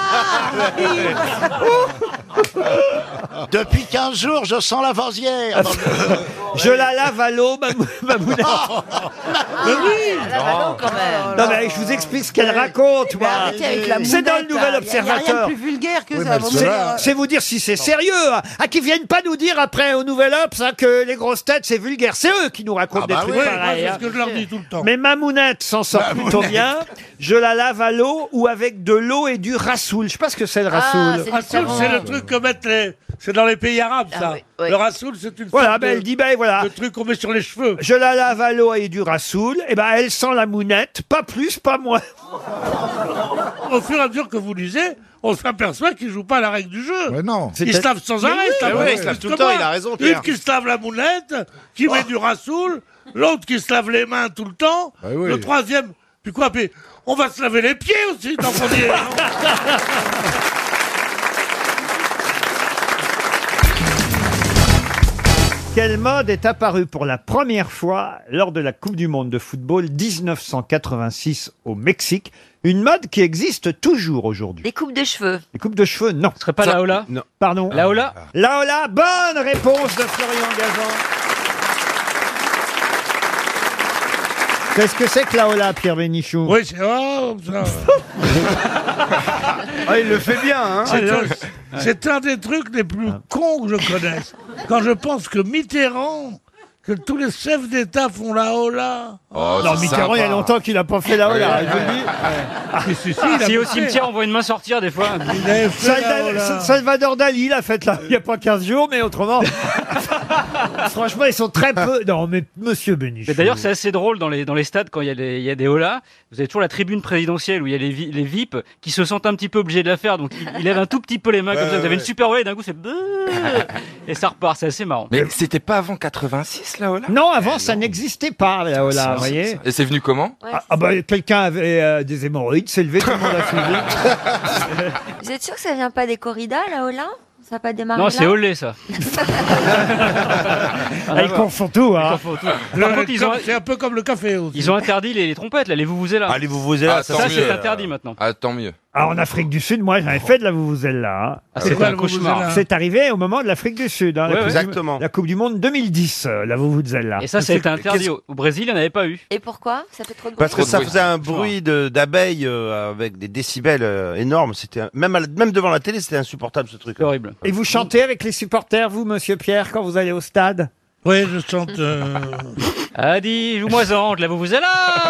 ça. Depuis quinze jours, je sens la vanzière. dans le- Je la lave à l'eau, ma, mou- ma mounette. Mais oui. Ah, bah non, quand même. Non, mais je vous explique ce qu'elle raconte, moi. Arrêtez avec la C'est dans le mounette, Nouvel là. Il y a- il y a rien Observateur. de plus vulgaire que Oui, ça. mais Vous c'est me là. dites, C'est vous dire si c'est sérieux, hein. Ah, qu'ils viennent pas nous dire après au Nouvel Obs hein, que les grosses têtes c'est vulgaire. C'est eux qui nous racontent Ah des bah trucs Oui, moi, pareils. c'est hein. ce que je leur dis tout le temps. Mais ma mounette s'en sort Ma plutôt mounette. bien. Je la lave à l'eau ou avec de l'eau et du rassoul. Je sais pas ce que c'est le Ah, rassoul. c'est Rassoul, différent. c'est le truc que mettent les... C'est dans les pays arabes, Ah ça. oui, oui. Le rassoul, c'est une Voilà, sorte ben de, elle dit ben voilà. de truc qu'on met sur les cheveux. Je la lave à l'eau et du rassoul. Et ben elle sent la mounette, pas plus, pas moins. Au fur et à mesure que vous lisez, on s'aperçoit qu'il joue pas la règle du jeu. Mais non. Il se lave sans Mais arrêt. oui, ça mais va, oui, plus il se lave tout que le temps, moi. il a raison, Une Pierre. qui se lave la mounette, qui met du rassoul, l'autre qui se lave les mains tout le temps, Bah oui. le troisième, puis quoi, puis on va se laver les pieds aussi, tant qu'on y est. Quelle mode est apparue pour la première fois lors de la Coupe du Monde de football mille neuf cent quatre-vingt-six au Mexique? Une mode qui existe toujours aujourd'hui. Les coupes de cheveux. Les coupes de cheveux, non. Ce serait pas la Ola? Non. Pardon? La Ola? La Ola, bonne réponse de Florian Gazan. Qu'est-ce que c'est que la Ola, Pierre Bénichou? Oui, c'est... Oh, ça... Ah, il le fait bien, hein. C'est un, c'est un des trucs les plus cons que je connaisse. Quand je pense que Mitterrand, que tous les chefs d'État font la Ola. Oh, non, Mitterrand, il y a longtemps qu'il n'a pas fait la Ola. Je vous le dis. Ah, si, si, si, il a Si au fait. cimetière on voit une main sortir des fois. Il avait fait la Salda- Ola. Salvador Dali l'a fait là, il n'y a pas quinze jours, mais autrement. Franchement, ils sont très peu. Non, mais monsieur Bénichou. Mais d'ailleurs, c'est assez drôle dans les, dans les stades quand il y, a des- il y a des Ola. Vous avez toujours la tribune présidentielle où il y a les, vi- les V I P qui se sentent un petit peu obligés de la faire. Donc ils, ils lèvent un tout petit peu les mains comme ça. Vous avez une super Ola et d'un coup c'est beuh et ça repart. C'est assez marrant. Mais c'était pas avant quatre-vingt-six, la Ola? Non, avant, ça n'existait pas, la Ola, vous voyez. Et c'est venu comment? Ah, ah bah, quelqu'un avait euh, des hémorroïdes, s'est levé, tout le monde a suivi. Vous êtes sûr que ça vient pas des corridas, la Ola? Ça n'a pas démarré Non, là c'est Olé ça. Ah, ils confondent tout, hein. Ils confondent tout. Le- Par contre, ils ont, C'est un peu comme le café aussi. ils ont interdit les, les trompettes, là, les vuvuzelas. Ah, les vuvuzelas, Ah, ça, tant Ça, mieux. c'est interdit maintenant. Ah, tant mieux. Ah, en Afrique du Sud, moi, j'avais fait de la vuvuzela. Hein. Ah, C'est c'est quoi un le cauchemar. vuvuzela? C'est arrivé au moment de l'Afrique du Sud, hein, la, Ouais, coupe ouais. du, Exactement. la Coupe du Monde deux mille dix, euh, la vuvuzela. Et ça, ça a été interdit. Au, au Brésil, il n'y en avait pas eu. Et pourquoi? Ça fait trop de bruit. Parce que Trop de ça bruit. faisait un bruit de- d'abeilles euh, avec des décibels euh, énormes. C'était un- même, à la- même devant la télé, c'était insupportable ce truc. C'est horrible. Et vous chantez avec les supporters, vous, monsieur Pierre, quand vous allez au stade? Oui, je chante. euh, Adi, joue-moi-en, de la vuvuzela.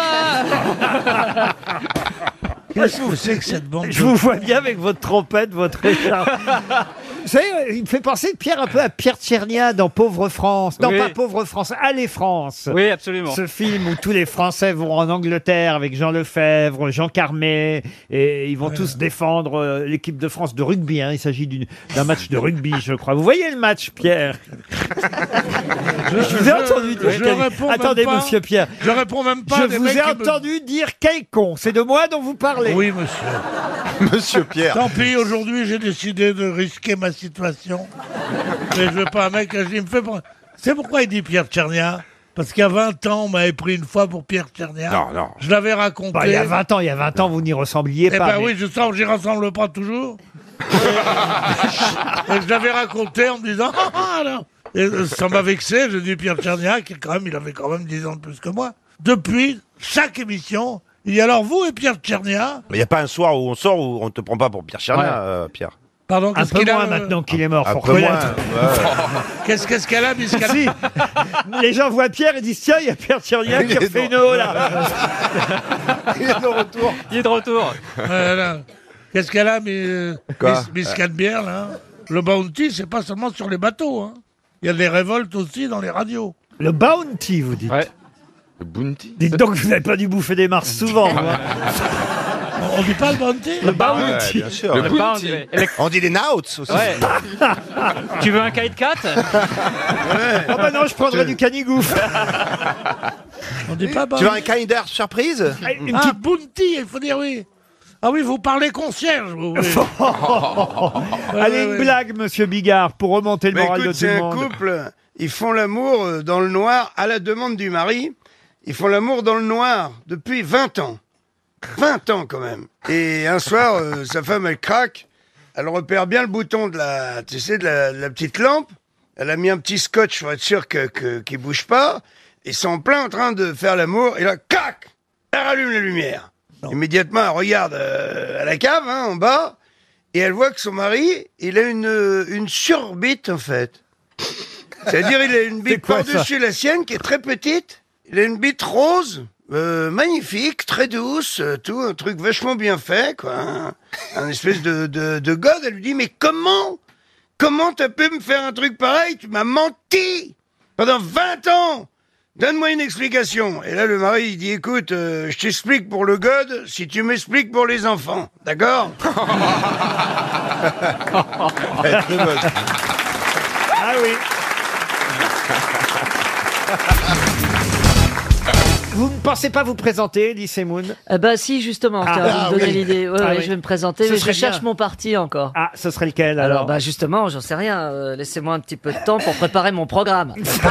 Qu'est-ce que c'est que cette bande? Je vous vois bien avec votre trompette, votre écharpe. Vous savez, il me fait penser, Pierre, un peu à Pierre Tchernia dans Pauvre France. Non, Oui. pas Pauvre France, Allez France. Oui, absolument. Ce film où tous les Français vont en Angleterre avec Jean Lefebvre, Jean Carmet, et ils vont tous défendre euh, l'équipe de France de rugby. Hein. Il s'agit d'une- d'un match de rugby, je crois. Vous voyez le match, Pierre? Je, vous ai entendu dire. je quel- réponds même Attendez, pas. monsieur Pierre. Je réponds même pas. Je à des vous mecs ai qui me- entendu dire quel con. C'est de moi dont vous parlez. Oui, monsieur. Monsieur Pierre. Tant pis, aujourd'hui, j'ai décidé de risquer ma situation. Mais je veux pas un mec, il me fait... C'est pourquoi il dit Pierre Tchernia? Parce qu'il y a vingt ans, on m'avait pris une fois pour Pierre Tchernia. Non, non. Je l'avais raconté. Bah, il y a vingt ans, il y a vingt ans, vous n'y ressembliez Eh pas. ben mais- oui, je sens que j'y ressemble pas toujours. Et je l'avais raconté en me disant ah, ah, là. Et ça m'a vexé, j'ai dit Pierre Tchernia, qui quand même, il avait quand même dix ans de plus que moi. Depuis, chaque émission, il dit alors vous et Pierre Tchernia. Il n'y a pas un soir où on sort où on te prend pas pour Pierre Tchernia, Ouais. euh, Pierre. Pardon, Un qu'est-ce peu qu'il moins a euh, maintenant qu'il est mort, Un faut peu moins. reconnaître. ouais. Qu'est-ce qu'est-ce qu'elle a, Biscala Si. Les gens voient Pierre et disent tiens, il y a Pierre Tchernia qui a fait une eau là. Il est de retour. Il est de retour. Voilà. Qu'est-ce qu'elle a, mais euh, Quoi Miss, Miss Canbière, là? Le bounty, c'est pas seulement sur les bateaux. Hein. Il y a des révoltes aussi dans les radios. Le bounty, vous dites. Ouais. Le bounty? Dites donc, vous n'avez pas dû bouffer des mars souvent. vous, hein. On dit pas le bounty? Le Ouais, bounty. bien sûr. Le ouais. bounty. On dit les nauts aussi. Ouais. Tu veux un kite cat? Oh bah non, je prendrais du canigouf. On dit pas Tu veux bounty. un Kinder surprise? Une Ah, petite- bounty, il faut dire oui. Ah oui, vous parlez concierge, vous. Oui. Allez, ouais, une ouais. blague, monsieur Bigard, pour remonter le Mais moral écoute, de tout c'est le un monde. couple, ils font l'amour euh, dans le noir à la demande du mari. Ils font l'amour dans le noir depuis vingt ans. vingt ans quand même. Et un soir, euh, sa femme, elle craque. Elle repère bien le bouton de la, tu sais, de la, de la petite lampe. Elle a mis un petit scotch pour être sûr que, que, qu'il bouge pas. Ils sont en plein en train de faire l'amour. Et là, clac! Elle rallume la lumière. Immédiatement, elle regarde euh, à la cave, hein, en bas. Et elle voit que son mari, il a une, une surbite, en fait. C'est-à-dire, il a une bite quoi, ça par-dessus la sienne qui est très petite. Il a une bite rose, euh, magnifique, très douce, euh, tout, un truc vachement bien fait, quoi. Un, un espèce de, de, de god. Elle lui dit, mais comment, comment t'as pu me faire un truc pareil? Tu m'as menti pendant vingt ans. Donne-moi une explication. Et là, le mari, il dit, écoute, euh, je t'explique pour le god si tu m'expliques pour les enfants. D'accord? Elle est très bonne. Ah oui. vous ne pensez pas vous présenter, Elise Moon? Eh ben si, justement, Ah. tiens, vous Ah me donnez oui. l'idée. Ouais, Ah ouais, oui. je vais me présenter, Ce mais je serait cherche bien. mon parti encore. Ah, ce serait lequel alors? Alors, bah justement, j'en sais rien. euh, Laissez-moi un petit peu de temps pour préparer mon programme.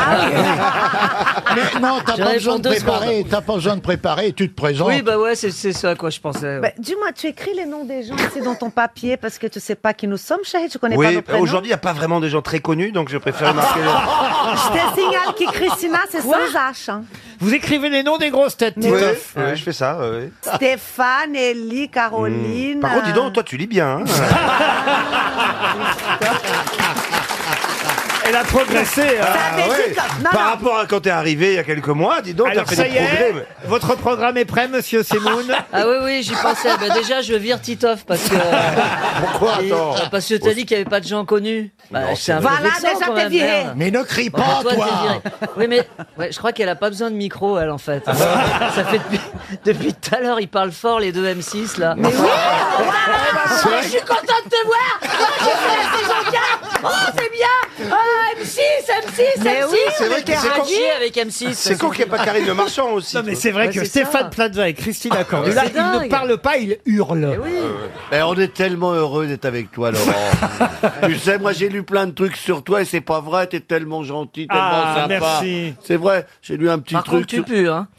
Mais non, t'as Je pas réponds besoin de deux préparer, secondes. t'as pas besoin de préparer, tu te présentes. Oui, bah ouais, c'est c'est ça à quoi je pensais. ouais. Bah, dis-moi, tu écris les noms des gens ici dans ton papier parce que tu sais pas qui nous sommes, chérie, tu connais pas Oui, nos prénoms. aujourd'hui, il n'y a pas vraiment de gens très connus, donc je préfère marquer. Je te signale que Christina, c'est sans H. Hein. Vous écrivez les noms des grosses têtes, Oui, Titoff. oui, je fais ça. oui. Stéphane, Ellie, Caroline. Par contre, dis donc, toi, tu lis bien. Hein. Elle a progressé. hein. Ah, ouais. Non, Par non. rapport à quand t'es arrivé il y a quelques mois, dis donc, t'as Alors fait ça des y est, progrès. mais- votre programme est prêt, monsieur Semoun? Ah oui, oui, j'y pensais. Bah, déjà, je vire Titoff parce que. Pourquoi, Et- attends euh, Parce que t'as dit qu'il n'y avait pas de gens connus. Bah, c'est un peu Voilà, vexant, déjà, quand t'es même, viré. merde. Mais ne crie Bah, pas, toi, toi, t'es viré. Oui, mais ouais, je crois qu'elle a pas besoin de micro, elle, en fait. Ça fait depuis, depuis tout à l'heure, ils parlent fort, les deux M six, là. Mais oui, Je suis contente de te voir. Moi, j'ai fait la saison quatre. Oh, c'est bien. Oh, M six, M six, Mais M six. oui, c'est vrai que c'est con- chier avec M six. C'est con qu'il n'y ait pas Karine Le Marchand aussi. Non mais c'est vrai Ouais, que c'est Stéphane ça. Plaza et Christina Cordula, c'est ils ne dingue. parlent pas, ils hurlent. Oui. Eh, on est tellement heureux d'être avec toi, Laurent. Tu sais, moi j'ai lu plein de trucs sur toi et c'est pas vrai, t'es tellement gentil, tellement Ah, sympa. merci. C'est vrai, j'ai lu un petit Par truc. contre, tu sur- pues, hein.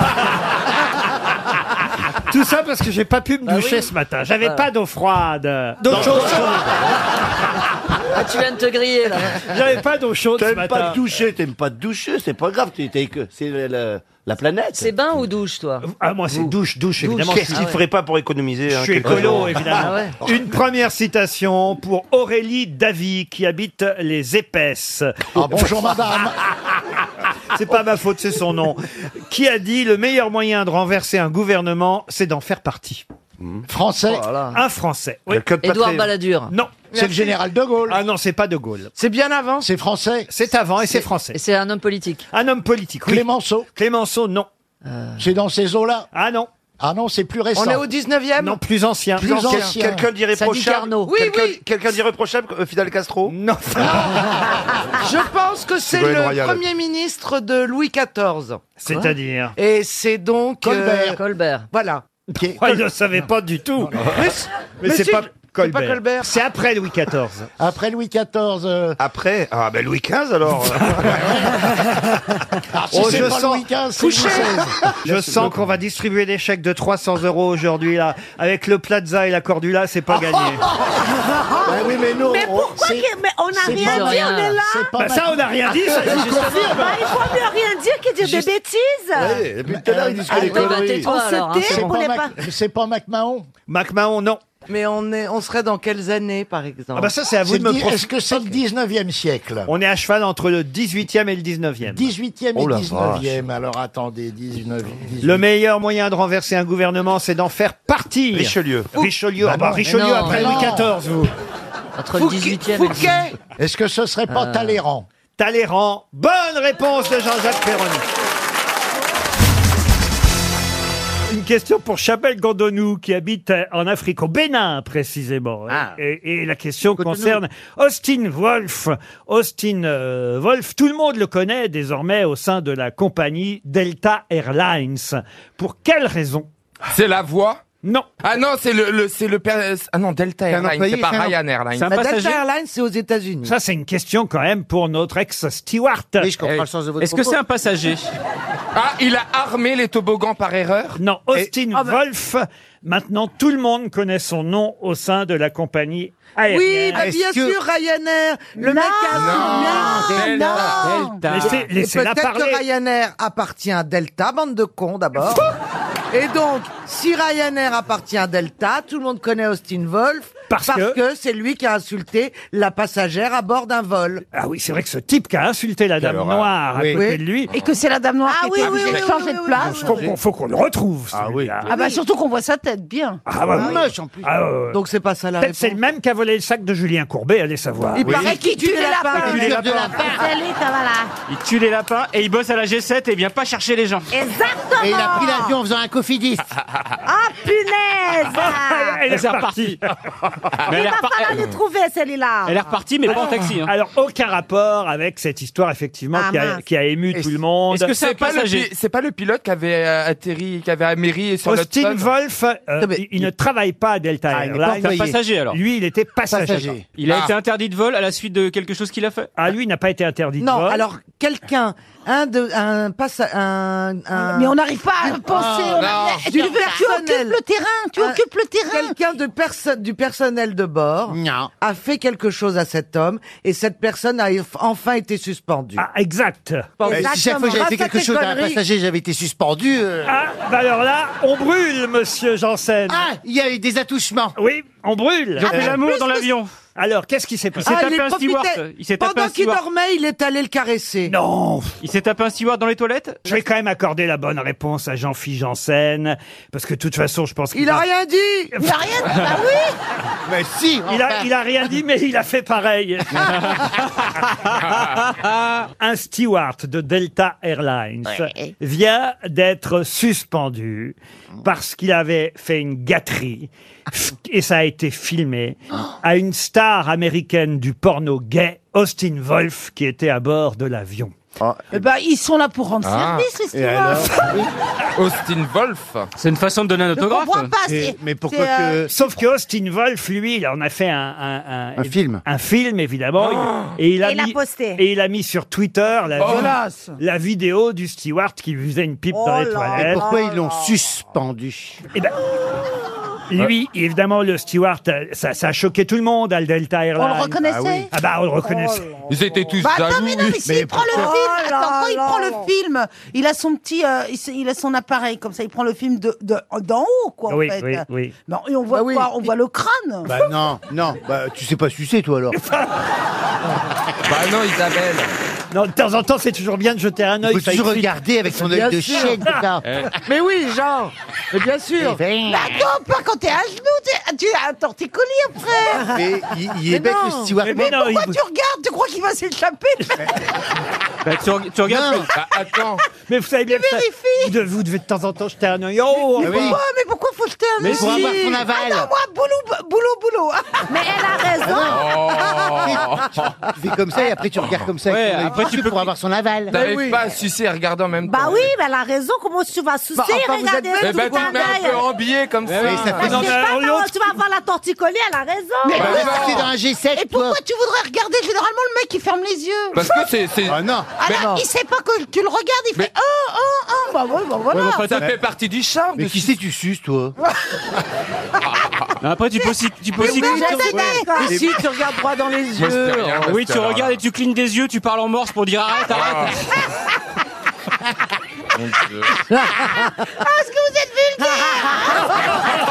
Tout ça parce que j'ai pas pu me Bah doucher oui. ce matin. J'avais Ah. pas d'eau froide. D'eau chaude. Ah, tu viens de te griller, là. J'avais pas d'eau chaude ce T'aimes matin. pas te doucher, t'aimes pas te doucher, c'est pas grave, t'es- t'es que- c'est la, la- la planète. C'est bain ou douche, toi? Ah moi c'est douche, douche évidemment. Qu'est-ce Je qu'il suis- ferait pas pour économiser Je hein, suis quelques écolo, euros évidemment. Ah ouais. Une première citation pour Aurélie Davy, qui habite les Épaisses. Ah, bonjour madame. C'est pas ma faute, c'est son nom. Qui a dit le meilleur moyen de renverser un gouvernement, c'est d'en faire partie. Français, Voilà. Un Français. Oui. Quelqu'un de pas Édouard très- Balladur. Non. c'est le général de Gaulle. Ah non, c'est pas De Gaulle. C'est bien avant. C'est français. C'est avant et c'est français. Et c'est un homme politique. Un homme politique. Oui. Clémenceau. Clémenceau, non. C'est dans ces eaux-là. Ah non. Ah non, c'est plus récent. dix-neuvième. Non, plus ancien. Plus Quel- ancien. Quelqu'un d'irréprochable. Sadi Carnot. Oui, Quelqu'un oui. quelqu'un d'irréprochable, euh, Fidel Castro. Non. Je pense que c'est Ségolène le Royal. premier ministre de Louis quatorze. C'est-à-dire. Et c'est donc... Colbert. Colbert. Voilà. Oh, il ne savait pas du tout. Mais, Mais, mais c'est si, pas c'est Colbert. pas Colbert. C'est après Louis quatorze. Après Louis quatorze. euh, Après, ah ben Louis quinze alors. Ah, si Oh, c'est je pas sens- Louis quinze, c'est Louis seize. Je sens qu'on va distribuer des chèques de trois cents euros aujourd'hui là. Avec le Plaza et la Cordula, c'est pas gagné. Bah oui, mais non. Mais on- pourquoi c'est- que- Mais on n'a c'est rien pas dit, rien, on est là. C'est pas Bah, ça, on n'a rien dit. Ça, je vous confirme. Bah, il faut mieux rien dire que dire des bêtises. Ouais, depuis tout à l'heure, ils disent que Ah, les oui, bah, conneries. tais-toi, On se alors, hein, tait, c'est C'est bon. on pas, n'est Mac- pas... c'est pas MacMahon. MacMahon, non. Mais on, est, on serait dans quelles années, par exemple Ah bah ça, c'est à vous C'est de me le dix- pro- Est-ce que c'est le dix-neuvième siècle? On est à cheval entre le dix-huitième et le dix-neuvième. dix-huitième Oh et la dix-neuvième. Alors attendez, dix-neuf. Le meilleur moyen de renverser un gouvernement, c'est d'en faire partir. Richelieu. Richelieu, Bah ah bah, non. Richelieu Mais non, après mais Louis non. quatorze, vous. Entre le dix-huitième et le Fouquet. Est-ce que ce serait pas Euh. Talleyrand? Talleyrand. Bonne réponse de Jean-Jacques Perroni. Une question pour Chabel Gandonou qui habite en Afrique, au Bénin précisément. Ah. Et, et la question concerne Austin Wolf. Austin euh, Wolf, tout le monde le connaît désormais au sein de la compagnie Delta Airlines. Pour quelle raison? C'est la voix? Non. Ah non, c'est le, le c'est le père- ah non, Delta un Airlines, employé, c'est pas c'est un- Ryan Airlines. c'est un La passager. Delta Airlines, c'est aux États-Unis. Ça, c'est une question quand même pour notre ex-steward. Oui, je comprends le sens de votre Est-ce que propos. c'est un passager? Ah, il a armé les toboggans par erreur? Non, Austin Ah bah- Wolf. Maintenant, tout le monde connaît son nom au sein de la compagnie aérienne. Oui, bah, Est-ce bien que- sûr, Ryanair. Le mec a... Non, Delta, non. Delta. Laissez- Et Laissez-la peut-être parler. que Ryanair appartient à Delta, bande de cons d'abord. Et donc, si Ryanair appartient à Delta, tout le monde connaît Austin Wolf. Parce que- c'est lui qui a insulté la passagère à bord d'un vol. Ah oui, c'est vrai que ce type qui a insulté la dame horreur. noire à Oui. côté Oui. de lui, Et que c'est la dame noire Ah qui oui, était oui, obligée oui, de oui, changer oui, de oui, place. faut qu'on faut qu'on le retrouve. Ah celui-là. Ah bah surtout qu'on voit sa tête bien. Ah bah, oui. Moche en plus. Ah, ouais, ouais. Donc c'est pas ça la Peut-être c'est réponse. le même qui a volé le sac de Julien Courbet, allez savoir. Il paraît qu'il tue les lapins. Il tue les lapins. C'est lui, ça va là. Il tue les lapins et il bosse à la G sept et il vient pas chercher les gens. Exactement. Et il a pris l'avion en faisant un cofidis. Ah, Oh, punaise. Elle est C'est repartie. Mais elle Il est, va repar- falloir elle- les trouver, celle-là. elle est repartie, mais pas en taxi. hein. Alors, aucun rapport avec cette histoire, effectivement, Ah, qui, a, mince. qui a ému tout le monde. Est-ce que c'est un C'est pas, le, passager pi- c'est pas le pilote qui avait euh, atterri, qui avait améri sur Austin l'Hudson Wolf, euh, Non, mais- il, il ne travaille pas à Delta Ah, il n'est Airlines. pas C'est un employé. passager alors. Lui, il était passager. Passager. Il a Ah. été interdit de vol à la suite de quelque chose qu'il a fait. Ah, lui, il n'a pas été interdit de Non, vol. alors quelqu'un, un de, un passa, un, un- Mais on n'arrive pas à penser. on a- non. Tu, Du tu personnel. occupes le terrain. Tu Un- occupes le terrain. quelqu'un de perso- du personnel de bord Non. a fait quelque chose à cet homme et cette personne a eff- enfin été suspendue. Ah, exact. Mais si chaque fois que j'avais fait quelque chose à un passager, j'avais été suspendu. euh. Ah, bah alors là, on brûle, monsieur Janssen. Ah, il y a eu des attouchements. Oui, on brûle. Ils ont fait l'amour dans l'avion. Alors, qu'est-ce qui s'est Il passé s'est Ah, tapé il un steward. profitait- Il s'est tapé Pendant un qu'il steward. dormait, il est allé le caresser. Non. Il s'est tapé un steward dans les toilettes. Je vais quand même accorder la bonne réponse à Jean-Philippe Janssen, parce que de toute façon, je pense qu'il Il a va- rien dit. Il a rien. Bah oui. Mais si, Il a, enfin. il a rien dit, mais il a fait pareil. Un steward de Delta Airlines Ouais. vient d'être suspendu parce qu'il avait fait une gâterie, et ça a été filmé, à une star américaine du porno gay, Austin Wolf, qui était à bord de l'avion. Eh ben, ils sont là pour rendre Ah. service, les Et stewards. Austin Wolf. C'est une façon de donner un Je autographe. comprends pas. Mais, c'est- mais pourquoi c'est, euh, que... Sauf que Austin Wolf, lui, il en a fait un, un, un, Un film. un film, évidemment, Il- et il a Et il l'a mis posté. et il a mis sur Twitter la, Oh. Hélas. la vidéo du steward qui faisait une pipe dans Oh les là Et toilettes. pourquoi ils l'ont suspendu? Eh ben, lui, évidemment, le steward, euh, ça, ça a choqué tout le monde à le Delta On Airlines. le reconnaissait. Ah bah, on le reconnaissait. Ils étaient tous Bah attends, jaloux. mais non, mais s'il Mais prend le pourquoi film, Oh là attends, quand il là. prend le film, il a son petit, euh, il, se- il a son appareil, comme ça, il prend le film de, de, d'en haut, quoi, en Oui, fait. oui, oui. Non, et on voit Bah oui. quoi? On voit le crâne. Bah non, non, bah tu sais pas sucer toi alors. Bah non, Isabelle. Non, de temps en temps, c'est toujours bien de jeter un Il œil. faut ça toujours excite. regarder avec son Bien œil de sûr. chienne, putain. Mais oui, genre. Mais bien sûr. Mais attends, pas quand t'es à genoux, t'es- tu as un torticolis après. Mais il, il Mais est bête non. le steward. Mais non, Pourquoi il- tu regardes? Tu crois qu'il va s'échapper? Bah, tu, reg- tu regardes. Non. Bah attends. Mais vous savez bien que ça- vérifie. vous, devez, vous devez de temps en temps jeter un œil. Oh, Ah oui. Pourquoi? Mais pourquoi faut jeter un Mais œil? pour avoir son aval. Ah non, moi, boulot, boulot, boulot. Mais elle a raison. Oh. Tu fais comme ça et après tu regardes comme ça Ouais, avec ton œil après, dessus tu peux- pour avoir son aval. T'arrives oui. pas à sucer et regarder en même temps. Bah oui, mais elle a raison. Comment tu vas sucer Bah, enfin, et vous regarder êtes un Eh ben, truc tu te mets un peu en biais comme ça. oui, ça fait- Bah, Non, je sais mais pas alors, comment l'autre- tu vas avoir la torticolis, elle a raison. Mais Bah, ouais, non. c'est dans un G sept Et toi. pourquoi tu voudrais regarder? Généralement, le mec, il ferme les yeux. Parce que c'est. c'est- Ah non. Ah là, il sait pas que tu le regardes, il Mais- fait oh, oh, oh, bah ouais, bah voilà. Ouais, mais Ça fait partie du charme. Mais de qui sucer. c'est tu suces toi? Après, tu peux aussi, tu peux aussi. Mais vous êtes d'accord. Ici, tu regardes droit dans les Moi, je yeux. fais rien, Oui, parce tu que, regardes et tu clignes des yeux, tu parles en morse pour dire arrête, arrête. Mon Dieu. Ah, est-ce que vous êtes vulgaire?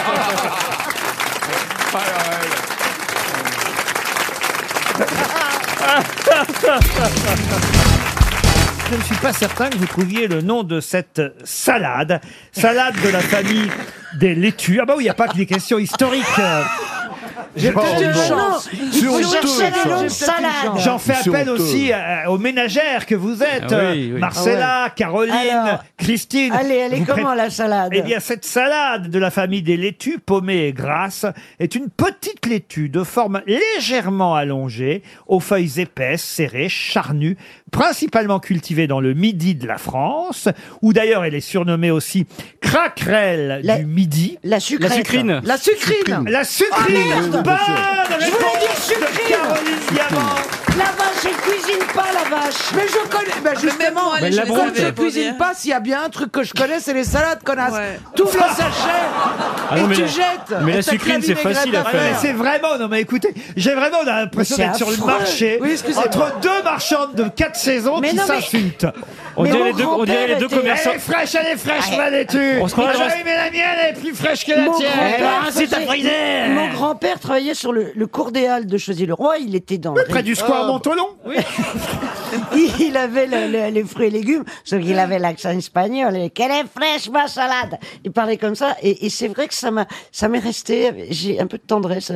Je ne suis pas certain que vous trouviez le nom de cette salade. Salade de la famille des laitues. Ah bah oui, il n'y a pas que des questions historiques. J'ai peut-être une chance. Il faut chercher les noms de salade. J'en fais C'est appel honteux. aussi euh, aux ménagères que vous êtes. Ah oui, oui. Marcella, Caroline, Alors, Christine. Allez, elle est Vous comment pré- la salade? Eh bien, cette salade de la famille des laitues, pommée et grasse, est une petite laitue de forme légèrement allongée, aux feuilles épaisses, serrées, charnues, principalement cultivée dans le midi de la France, où d'ailleurs elle est surnommée aussi craquerelle La- du midi. La sucrète. La sucrine. La sucrine. La sucrine. merde. Bonne Je voulais dire réponse sucrine. de Caroline Diamant. La vache, elle cuisine pas, la vache. Mais je connais. Ben justement, moi, allez, je les comme savais, je faut cuisine pas, s'il y a bien un truc que je connais, c'est les salades, connasse. T'ouvres le sachet Ah et non, mais tu la- jettes. mais la Et t'as sucrine, que c'est vinaigrette facile à faire. Ah ouais, c'est vraiment, non mais écoutez, j'ai vraiment l'impression Mais c'est d'être sur le affreux. marché Oui, excusez-moi. entre deux marchandes de quatre saisons Mais qui non, mais- s'insultent. On Mais dirait mon les deux, on dirait les deux grand-père commerçants. Elle est fraîche, elle est fraîche, Ah, ma laitue. on se croirait Ah, dans- oui, mais la mienne, elle est plus fraîche que la Mon tienne. grand-père Ah, c'est ta faisait- frisée. Mon grand-père travaillait sur le, le cours des Halles de Choisy-le-Roi. Il était dans. Près du square Oh. Montolon. Oui. Il avait le- le- les fruits et légumes, sauf qu'il avait l'accent espagnol. Et, quelle est fraîche ma salade. Il parlait comme ça, et, et c'est vrai que ça m'a, ça m'est resté. J'ai un peu de tendresse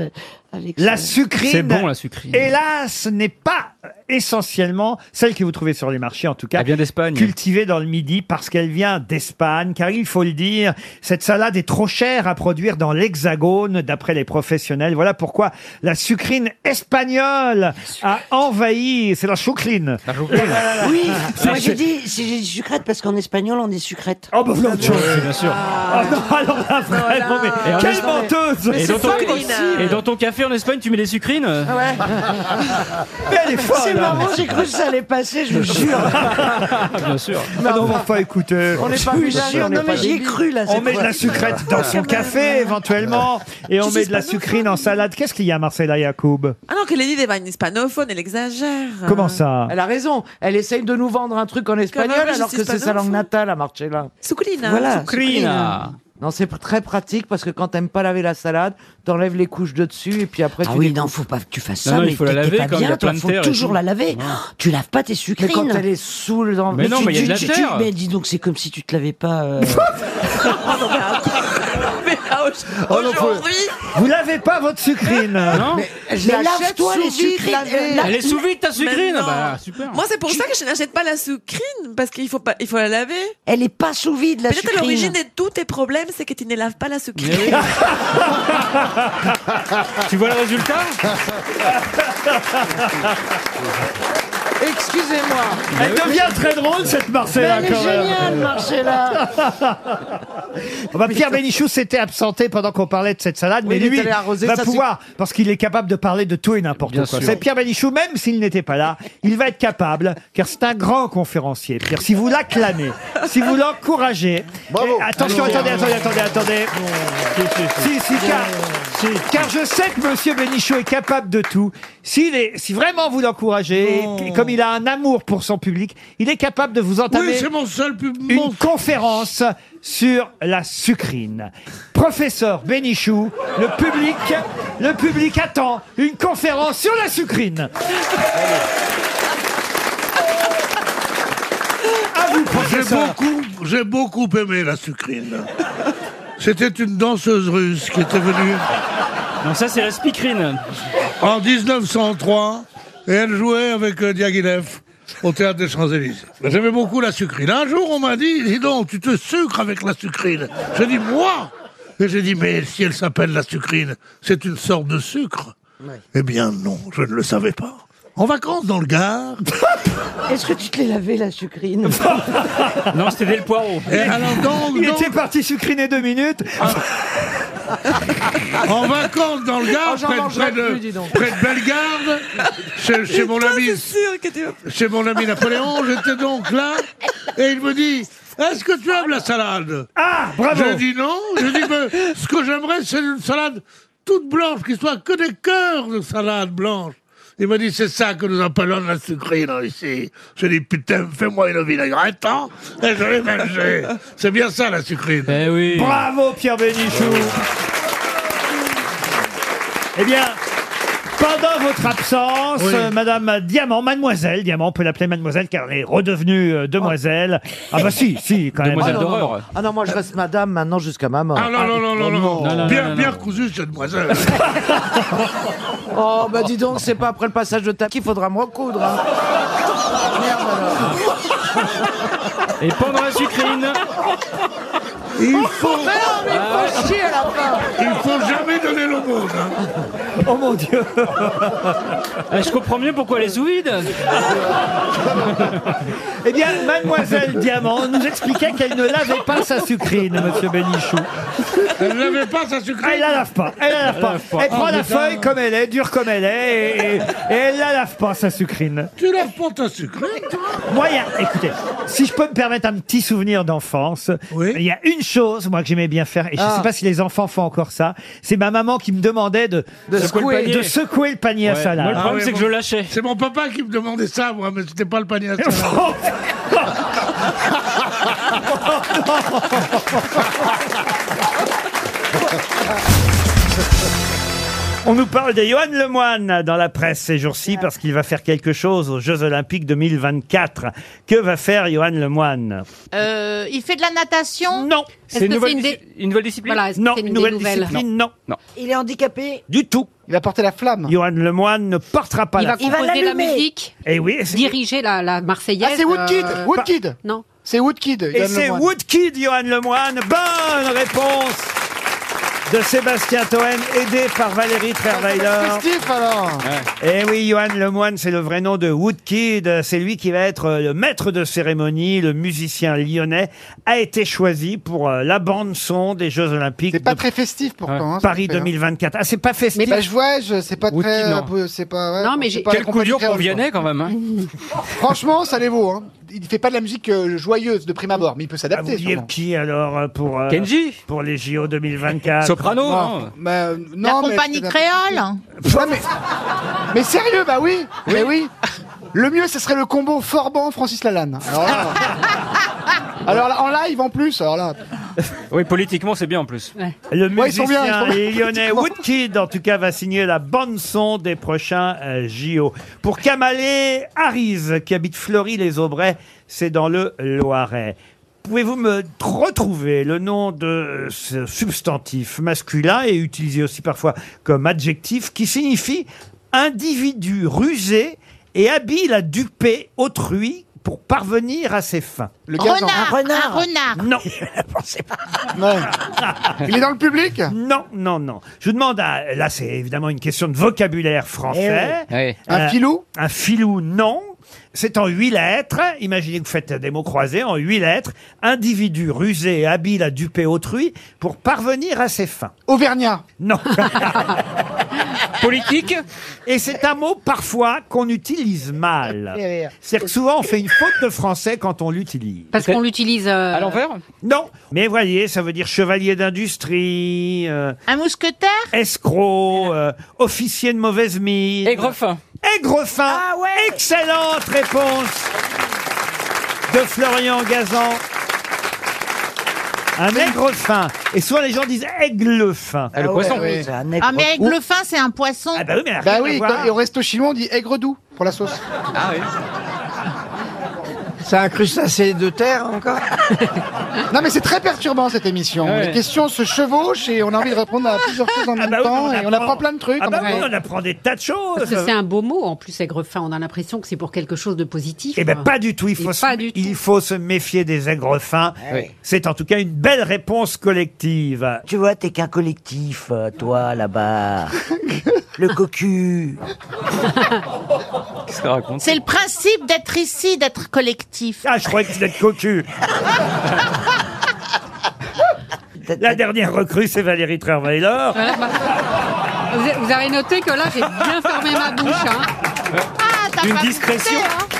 La sucrine. C'est bon, la sucrine. Hélas, ce n'est pas essentiellement celle que vous trouvez sur les marchés, en tout cas. Elle vient d'Espagne. Cultivée dans le Midi, parce qu'elle vient d'Espagne. Car il faut le dire, cette salade est trop chère à produire dans l'Hexagone, d'après les professionnels. Voilà pourquoi la sucrine espagnole a envahi. C'est la choucline. La choucline. Oui, C'est- moi j'ai dit, si j'ai dit sucrète, parce qu'en espagnol, on dit sucrète. Oh, bah, voilà autre chose. Oui, bien sûr. Oh non, alors là, vraiment, mais Et en quelle Espagne- menteuse. Et dans, ton... et dans ton café en Espagne, tu mets des sucrines? Ouais. Mais elle est folle. C'est hein. marrant, j'ai cru que ça allait passer, je vous jure. Bien sûr. Ah non, enfin, écoutez. On n'est pas Je plus vous jure, non mais j'y ai cru là. On cette met de fois. la sucrète dans son café, éventuellement, et on met de la sucrine en salade. Qu'est-ce qu'il y a, Marcella Yacoub? Ah non, qu'elle est dit, une hispanophone, elle exagère. Comment ça? Elle a raison. Elle essaye de nous vendre un truc en espagnol Quand même, alors je que suis c'est sa langue hispanophone. natale à Marcella. Sucrina. Voilà. Sucrina. Non, c'est très pratique parce que quand t'aimes pas laver la salade, t'enlèves les couches de dessus et puis après Ah tu oui, découpes. non, faut pas que tu fasses Non, ça, non, mais il faut la t'es- t'es laver pas comme il y a bien, plein toi, de faut terre et toujours tout. la laver. Oh, tu laves pas tes Mais sucrines. quand elle est saoule dans Mais non, tu- mais il y a de la tu- tu- terre. Mais dis donc, c'est comme si tu te lavais pas. euh, Mais là, au- Oh non, faut- aujourd'hui, Vous lavez pas votre sucrine? Non. Mais je Mais l'achète lave-toi sous les vide, sucrines, lavée. euh, la- Elle est sous vide ta sucrine? Mais non. Bah, super. moi, c'est pour ça que je n'achète pas la sucrine, parce qu'il faut pas, il faut la laver. Elle est pas sous vide, la Peut-être sucrine. l'origine de tous tes problèmes, c'est que tu ne laves pas la sucrine. Mais oui. Tu vois le résultat? Excusez-moi. Elle devient très drôle, cette Mais Marcella, elle est quand même. géniale, Marcella. Oh bah, Pierre Bénichou s'était absenté pendant qu'on parlait de cette salade, Oui, mais il est lui allé arroser, va ça, pouvoir, parce qu'il est capable de parler de tout et n'importe Bien quoi. sûr. C'est Pierre Bénichou, même s'il n'était pas là, il va être capable, car c'est un grand conférencier. Pierre, si vous l'acclamez, si vous l'encouragez, Bravo. et attention, Allez, attendez, bravo. attendez, attendez, attendez. Si, si, car, car je sais que Monsieur Bénichou est capable de tout. S'il est, si vraiment vous l'encouragez, et comme il a un amour pour son public, il est capable de vous entamer Oui, c'est mon seul pub. une mon- conférence sur la sucrine. Professeur Bénichou, le public, le public attend une conférence sur la sucrine. À vous, J'ai professeur. beaucoup, j'ai beaucoup aimé la sucrine. C'était une danseuse russe qui était venue Non, ça, c'est la spicrine. en dix-neuf cent trois et elle jouait avec euh, Diaghilev au théâtre des Champs-Élysées. J'aimais beaucoup la sucrine. Un jour, on m'a dit, dis donc, tu te sucres avec la sucrine. J'ai dit, moi? Et j'ai dit, mais si elle s'appelle la sucrine, c'est une sorte de sucre? Eh bien, non, je ne le savais pas. En vacances dans le Gard. Est-ce que tu te l'es lavé, la sucrine? Non, c'était le poireau. Et alors, donc, Il donc, était parti sucriner deux minutes. en vacances dans le Gard, Oh, j'en près, de- mangerai près de, plus, dis donc. près de Bellegarde, chez, chez mon ami, C'est sûr que tu chez mon ami Napoléon, j'étais donc là, et il me dit, est-ce que tu aimes la salade? Ah, bravo. J'ai dit non, j'ai dit, mais ce que j'aimerais, c'est une salade toute blanche, qui soit que des cœurs de salade blanche. Il m'a dit, c'est ça que nous appelons la sucrine ici. J'ai dit, putain, fais-moi une vinaigrette, hein, et je l'ai mangé. C'est bien ça, la sucrine. Eh oui. Bravo, Pierre Bénichou. Eh bien, pendant votre absence, Oui. euh, Madame Diamant, Mademoiselle Diamant, on peut l'appeler Mademoiselle car elle est redevenue euh, demoiselle. Ah bah si, si, quand même. Demoiselle Ah, non, non, non. d'horreur. Ah non, moi je reste madame maintenant jusqu'à ma mort. Ah non, non, non, non, non, non, non, bien, non, non, bien non. cousu, cette demoiselle. Oh bah dis donc, c'est pas après le passage de ta qu'il faudra me recoudre. Hein. Merde alors. Et pendant la sucrine, Il faut, Mais non, mais il faut chier à la fin. il faut jamais donner l'aumône. Hein. Oh mon Dieu. eh, je comprends mieux pourquoi elle est sous vide. Eh bien, Mademoiselle Diamant nous expliquait qu'elle ne lavait pas sa sucrine, Monsieur Bénichou. Elle n'avait pas sa sucrine. Elle la lave pas. Elle la lave pas. lave pas. Elle prend Oh, la putain. feuille comme elle est, dure comme elle est, et, et- et elle la lave pas sa sucrine. Tu laves pas ta sucrine, toi? Moi, il y a- écoutez, si je peux me permettre un petit souvenir d'enfance, Oui. il y a une chose, moi, que j'aimais bien faire, et je ne Ah. sais pas si les enfants font encore ça, c'est ma maman qui me demandait de, De secouer. de secouer le panier à Ouais. salade. Moi, le Ah problème, oui, c'est que bon. je lâchais. C'est mon papa qui me demandait ça, moi, mais c'était pas le panier à salade. On nous parle de Johan Lemoine dans la presse ces jours-ci parce qu'il va faire quelque chose aux Jeux Olympiques deux mille vingt-quatre. Que va faire Johan Lemoine? Euh, il fait de la natation? Non. Est-ce que c'est une, dé- une nouvelle discipline? Voilà, est-ce que Non, c'est une, une des nouvelle nouvelles discipline, non. Non. Il est handicapé? Du tout. Il va porter la flamme. Johan Lemoine ne portera pas Il la va Il va composer la l'allumer. musique, Eh oui, c'est- diriger la, la Marseillaise. Ah, c'est Woodkid euh, Woodkid Non. C'est Woodkid. Et Yann c'est Lemoine. Woodkid, Johan Lemoine. Bonne réponse de Sébastien Toen, aidé par Valérie Trierweiler. Festif alors. Eh oui, Johan Lemoine, c'est le vrai nom de Woodkid. C'est lui qui va être le maître de cérémonie. Le musicien lyonnais a été choisi pour euh, la bande-son des Jeux Olympiques C'est pas de très festif pourtant. hein, ce Paris qu'il fait, hein. deux mille vingt-quatre. Ah, c'est pas festif. Bah, je vois, je, c'est pas Woodkid, très. non. un peu- C'est pas. ouais, Non, mais c'est j'ai- pas la Quel coup compagnie dur pour créole, Vianney quand même. Hein. quoi. Franchement, ça les vaut. Hein. Il fait pas de la musique euh, joyeuse de prime abord, mais il peut Ah, vous s'adapter. vouliez sûrement. qui alors euh, pour euh, Kenji. pour les J O deux mille vingt-quatre? Soprano. Non, hein. mais, euh, La non, mais compagnie c'est- créole? Ouais, mais... mais sérieux, bah oui, mais oui. Le mieux, ce serait le combo Forban Francis Lalanne. Alors là, alors là, en live en plus. Alors là, Oui, politiquement, c'est bien en plus. Le Ouais, ils sont bien, ils musicien sont bien. et lyonnais Woodkid, en tout cas, va signer la bande-son des prochains euh, J O. Pour Kamalé Hariz, qui habite Fleury-les-Aubrais, c'est dans le Loiret. Pouvez-vous me retrouver le nom de ce substantif masculin et utilisé aussi parfois comme adjectif qui signifie individu rusé et habile à duper autrui pour parvenir à ses fins? le gazan. Renard, Un renard. un renard. Non. Ouais. Il est dans le public. Non, non, non. Je vous demande, à- là c'est évidemment une question de vocabulaire français. Ouais. Un Euh, filou. Un filou, non. C'est en huit lettres. Imaginez que vous faites des mots croisés en huit lettres. Individu rusé et habile à duper autrui pour parvenir à ses fins. Auvergnat. Non. Politique. Et c'est un mot parfois qu'on utilise mal. C'est-à-dire que souvent on fait une faute de français quand on l'utilise. Parce qu'on l'utilise. euh, À l'envers. Non. Mais voyez, ça veut dire chevalier d'industrie, euh, Un mousquetaire? escroc, euh, officier de mauvaise mine. Aigrefin. Aigrefin. Ah ouais. Excellente réponse de Florian Gazan. Un aigrefin. Et souvent les gens disent aiglefin. Ah, le Ah poisson. ouais, ouais, c'est un aigle. Ah, mais aiglefin, c'est un poisson. Ah bah oui, mais rien Bah à oui, voir. quand- et au resto chinois, on dit aigre doux pour la sauce. Ah oui. C'est un crustacé de terre encore? Non, mais c'est très perturbant cette émission. Ouais. Les questions se chevauchent et on a envie de répondre à plusieurs choses en Ah même bah oui, temps et on apprend plein de trucs. Ah en bah même oui, temps. on apprend des tas de choses. Parce que c'est un beau mot, en plus, aigrefin. On a l'impression que c'est pour quelque chose de positif. Eh ben pas du tout. Il faut, Et se, pas du tout. il faut se méfier des aigrefins. Oui. C'est en tout cas une belle réponse collective. Tu vois, t'es qu'un collectif, euh, toi, là-bas. Le cocu. Qu'est-ce qu'elle raconte? C'est le principe d'être ici, d'être collectif. Ah, je croyais que c'était cocu. La dernière recrue, c'est Valérie Trierweiler. Voilà, bah, vous, vous avez noté que là, j'ai bien fermé ma bouche. Hein. Ah, t'as D'une pas discrétion. goûté, hein.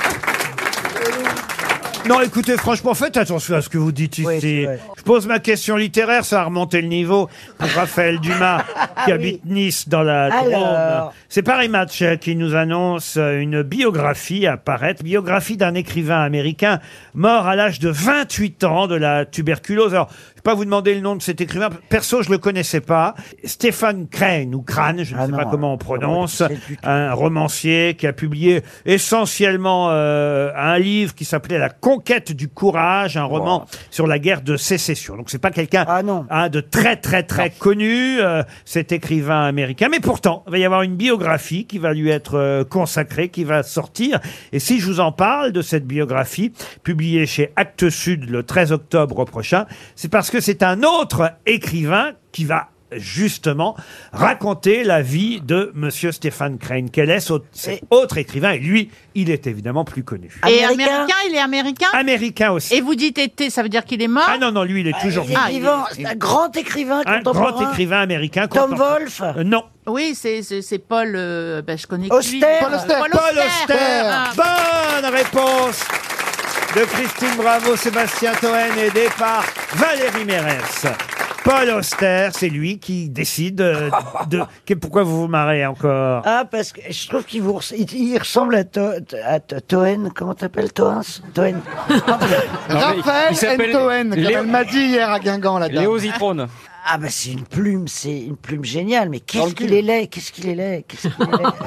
Non, écoutez, franchement, faites attention à ce que vous dites ici. Oui, c'est vrai. Je pose ma question littéraire, ça a remonté le niveau pour Raphaël Dumas, qui habite Nice dans la Drôme. Alors. C'est Paris Match euh, qui nous annonce euh, une biographie à paraître, biographie d'un écrivain américain mort à l'âge de vingt-huit ans de la tuberculose. Alors, je vais pas vous demander le nom de cet écrivain. Perso, je le connaissais pas. Stephen Crane, ou Crane, je ne Ah sais non, pas comment on prononce. je sais du tout. Un romancier qui a publié essentiellement euh, un livre qui s'appelait La conquête du courage, un roman sur la guerre de sécession. Donc c'est pas quelqu'un hein, de très très très connu, euh, cet écrivain américain. Mais pourtant, il va y avoir une biographie qui va lui être euh, consacrée, qui va sortir. Et si je vous en parle de cette biographie, publiée chez Actes Sud le treize octobre prochain, c'est parce que c'est un autre écrivain qui va justement raconter la vie de Monsieur Stephen Crane. Quel est ce- cet autre écrivain? Et lui, il est évidemment plus connu. Et américain, il est américain? Américain aussi. Et vous dites été, ça veut dire qu'il est mort? Ah non, non, lui, il est toujours Il est vivant. vivant. C'est un grand écrivain Un contemporain. grand écrivain américain. Tom contemporain. Wolfe. Euh, non. Oui, c'est c'est c'est Paul. euh, ben, je connais que Auster. lui. Paul Auster. Paul Paul Auster. Auster. Ah. Bonne réponse de Christine Bravo, Sébastien Toen, aidé par Valérie Mérès. Paul Auster, c'est lui qui décide euh, de... que- Pourquoi vous vous marrez encore? Ah, parce que je trouve qu'il vous res- il, il ressemble à, To- à To- Toen. Comment t'appelles Toen Toen. Raphaël il s'appelle Ntoen, comme Léo- elle m'a dit hier à Guingamp, la dame. Léo Zitrone. Ah bah c'est une plume, c'est une plume géniale, mais Dans qu'est-ce le qu'il cul. est laid, qu'est-ce qu'il est laid, qu'est-ce qu'il est laid.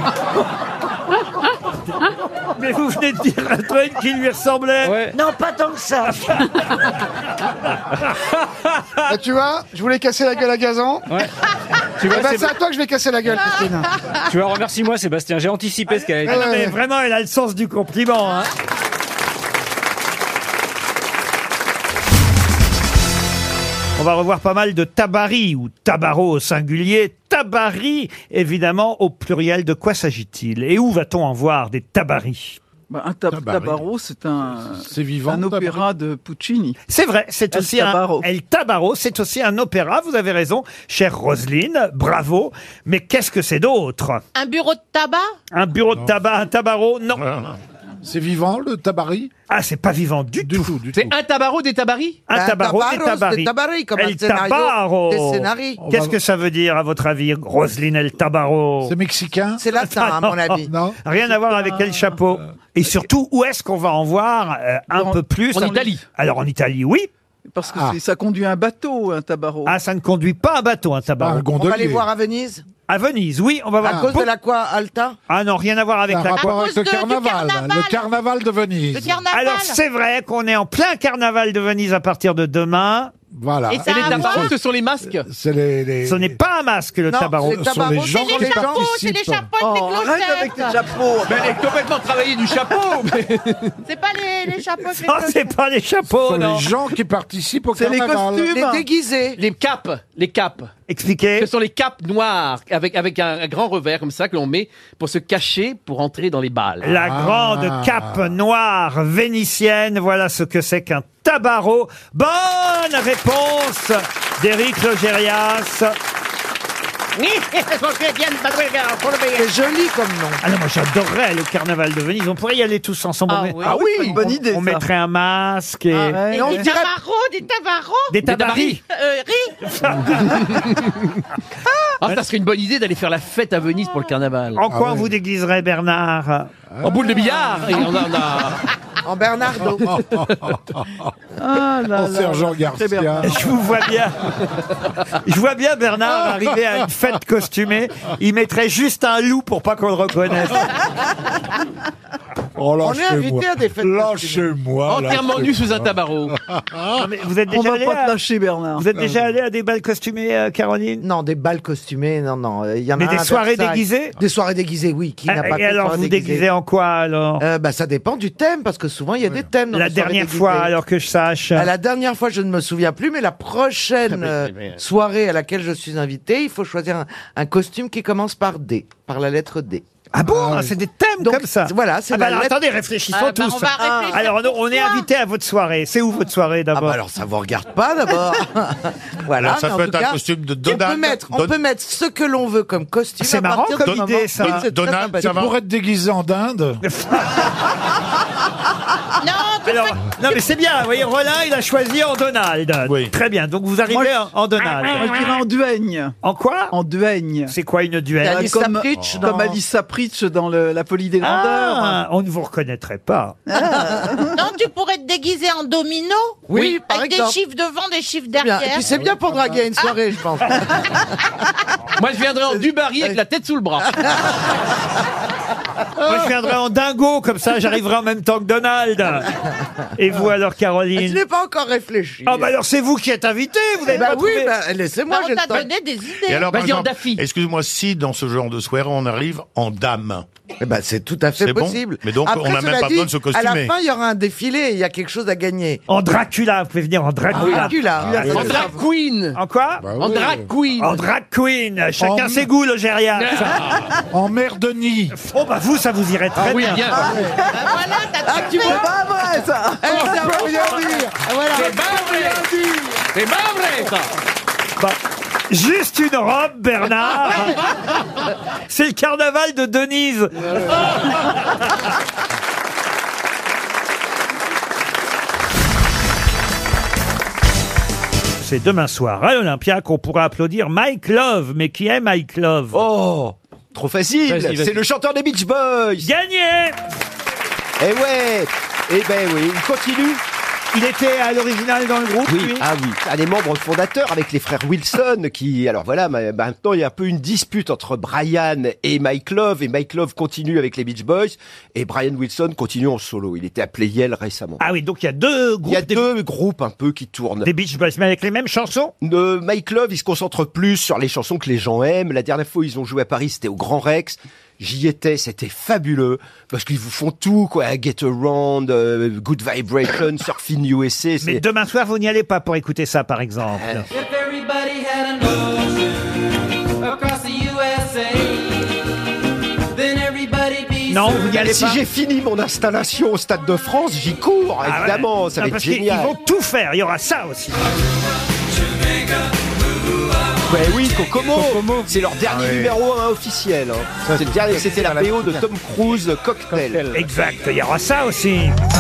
Mais vous venez de dire à Toen qui lui ressemblait. Non, pas tant que ça. Ah, tu vois, je voulais casser la gueule à Gazan. Ouais. Tu vois, vois, c'est- c'est à toi que je vais casser la gueule, Christine. Tu vois, remercie-moi Sébastien, j'ai anticipé ce qu'elle Ah a non, dit. mais vraiment, elle a le sens du compliment. Hein. On va revoir pas mal de tabari ou tabaro au singulier. Tabari, évidemment, au pluriel. De quoi s'agit-il? Et où va-t-on en voir des tabaris? Bah, un tab- Tabaré. Tabaro, c'est un, C'est vivant. un opéra de Puccini. C'est vrai, c'est El aussi un Tabaro. El Tabaro, c'est aussi un opéra. Vous avez raison, chère Roselyne, bravo. Mais qu'est-ce que c'est d'autre? Un bureau de tabac? Un bureau de tabac, un tabaro? Non. C'est vivant, le tabari? Ah, c'est pas vivant du, Du tout. tout, du tout. C'est un tabaro des tabaris? Un Un tabaro, des tabaros, tabaris. des tabaris, comme El un scénario Tabaro. des scénarii. Qu'est-ce que ça veut dire, à votre avis, Roselyne El Tabaro? C'est mexicain? C'est latin, à mon avis. Non. Rien à voir avec quel chapeau. Et surtout, où est-ce qu'on va en voir euh, un En- peu plus? en Italie. Alors, en Italie, oui. Parce que Ah. c'est- ça conduit un bateau, un Tabaro. Ah, ça ne conduit pas un bateau, un Pas tabaro. un On va gondolier. aller voir à Venise. À Venise, oui, on va voir. À cause de la quoi, Alta? Ah non, rien à voir avec Un la rapport À avec cause le de- du carnaval. carnaval. Le carnaval de Venise. Le carnaval? Alors, c'est vrai qu'on est en plein carnaval de Venise à partir de demain. Voilà. Et ça Et les a à tabaros, voir- ce sont les masques. C'est les, les- Ce n'est pas un masque, le Non, tabaro. c'est Ce sont les tabaros, gens C'est qui les chapeaux, c'est participent. les chapeaux avec Oh, les arrête avec tes clochettes. chapeaux. Mais elle est complètement travaillée du chapeau. mais- C'est pas les, les chapeaux avec les Non, clochettes. c'est pas les Ce chapeaux, sont non. les gens qui participent au C'est les carnaval. costumes. Les déguisés. Les capes, les capes. Expliquez. Ce sont les capes noires avec, avec un, un grand revers comme ça que l'on met pour se cacher pour entrer dans les balles. La Ah. grande cape noire vénitienne, voilà ce que c'est qu'un tabaro. Bonne réponse d'Éric Logérias. C'est joli comme nom. Ah non, moi j'adorerais le carnaval de Venise. On pourrait y aller tous ensemble. Ah on met- oui. Ah oui, une bonne on- idée. On ça. mettrait un masque et ouais. Et on Des dirait- tabaros, des tabaros. des tabaris. Euh, riz. Ah, ça serait une bonne idée d'aller faire la fête à Venise pour le carnaval. En quoi Ah on ouais. vous déguiserait, Bernard? En boule de billard. Et on a, on a- En Bernardo. Ah là Oh, là. Sergent Très bien. Garcia. Je vous vois bien. Je vois bien Bernard arriver à une fête costumée. Il mettrait juste un loup pour pas qu'on le reconnaisse. Oh, On est invité à des fêtes Lâchez-moi. entièrement nu sous un tabaro. Non, mais vous êtes On déjà va allé pas te à... lâcher, Bernard. Vous êtes déjà allé à des bals costumés, euh, Caroline? Non, des balles costumées, non, non. Il y en Mais a des un à soirées Versailles. déguisées? Des soirées déguisées, oui. Qui n'a Ah, pas Et fait de alors, soirée vous déguisée déguisez en quoi, alors? Euh, bah, ça dépend du thème, parce que souvent, il y a des thèmes dans La les soirées dernière déguisées. fois, alors que je sache. Euh, La dernière fois, je ne me souviens plus, mais la prochaine mais- euh, mais- soirée à laquelle je suis invité, il faut choisir un, un costume qui commence par D, par la lettre D. Ah bon? Ah, c'est des thèmes Donc, comme ça. voilà, c'est Ah bah la alors, lettre- attendez, réfléchissons Ah, bah, tous. on va réfléchir Alors, nous, on est pour toi. invité à votre soirée. C'est où votre soirée Ah d'abord? bah alors ça vous regarde pas d'abord. Voilà. Alors, ça mais en peut tout être un cas, costume de On peut Donald. mettre, on Don- peut mettre ce que l'on veut comme costume. C'est à marrant partir comme du idée, moment- ça. Oui, c'est très Donald, sympathique. ça pourrait être déguisé en dinde. Non, tu Alors, non mais c'est bien, vous voyez, Rollin, il a choisi en Donald. Oui. Très bien, donc vous arrivez Moi, en, en Donald. Moi, je dirais en duègne. En quoi? En duègne. C'est quoi une duel? Alice comme, Sapritch comme dans- Alice Sapritch dans le- La folie des grandeurs. Ah, on ne vous reconnaîtrait pas. non, tu pourrais te déguiser en domino. Oui, par avec exemple. des chiffres devant, des chiffres Bien. Et derrière. puis c'est bien pour draguer à une soirée, je pense. Moi, je viendrais en Dubarry avec la tête sous le bras. Moi, je viendrai en dingo, comme ça, j'arriverai en même temps que Donald. Et vous, alors, Je Caroline? n'ai pas encore réfléchi. Ah, bah alors, c'est vous qui êtes invité, vous n'avez bah pas oui, trouvé. bah, laissez-moi, Bah, j'ai on le t'a temps. donné des idées. Et alors, par Vas-y, en exemple, Daffy. excuse-moi, si dans ce genre de soirée, on arrive en dame. Eh ben, c'est tout à fait C'est bon. possible. Mais donc, on n'a cela même pas dit, besoin de se À la costumer. fin, il y aura un défilé, il y a quelque chose à gagner. En Dracula, vous pouvez venir en Dracula. Dracula. Ah, En drag queen. En quoi? Bah En oui. drag queen. En drag queen. Chacun En- ses goûts, le Géria. En mer de nid. Oh, bah vous, ça vous irait très Ah oui, bien. bien. Bah, voilà, t'as Ah, tu trouvé. peux pas vrai, ça. Elle On c'est un peut bon rien soir. dire. Ah, voilà. C'est pas vrai. C'est pas vrai, ça. Bah, juste une robe, Bernard. C'est le carnaval de Denise. C'est demain soir à l'Olympia qu'on pourra applaudir Mike Love. Mais qui est Mike Love? Oh, trop facile. Vas-y, vas-y. C'est le chanteur des Beach Boys. Gagné! Eh ouais. Eh ben oui, il continue. Il était à l'original dans le groupe, Oui, lui ah oui, un des membres fondateurs avec les frères Wilson qui, alors voilà, ma- maintenant il y a un peu une dispute entre Brian et Mike Love, et Mike Love continue avec les Beach Boys, et Brian Wilson continue en solo. Il était à Playel récemment. Ah oui, donc il y a deux groupes. Il y a deux groupes un peu qui tournent. Des Beach Boys, mais avec les mêmes chansons Euh, Mike Love, il se concentre plus sur les chansons que les gens aiment. La dernière fois où ils ont joué à Paris, c'était au Grand Rex. J'y étais, c'était fabuleux, parce qu'ils vous font tout, quoi. Get Around, euh, Good Vibration, Surfing U S A. Mais c'est- demain soir, vous n'y allez pas pour écouter ça, par exemple. If everybody had an ocean across the U S A, then everybody'd be Non, vous n'y allez Si pas. j'ai fini mon installation au Stade de France, j'y cours, Ah évidemment, ouais. ça Non, va être parce qu'ils- génial. Ils vont tout faire, il y aura ça aussi. Ouais, oui, Kokomo, c'est leur dernier Ah ouais. numéro un officiel. hein. C'est le dernier, c'était la B O de Tom Cruise, Cocktail. Exact, il y aura ça aussi.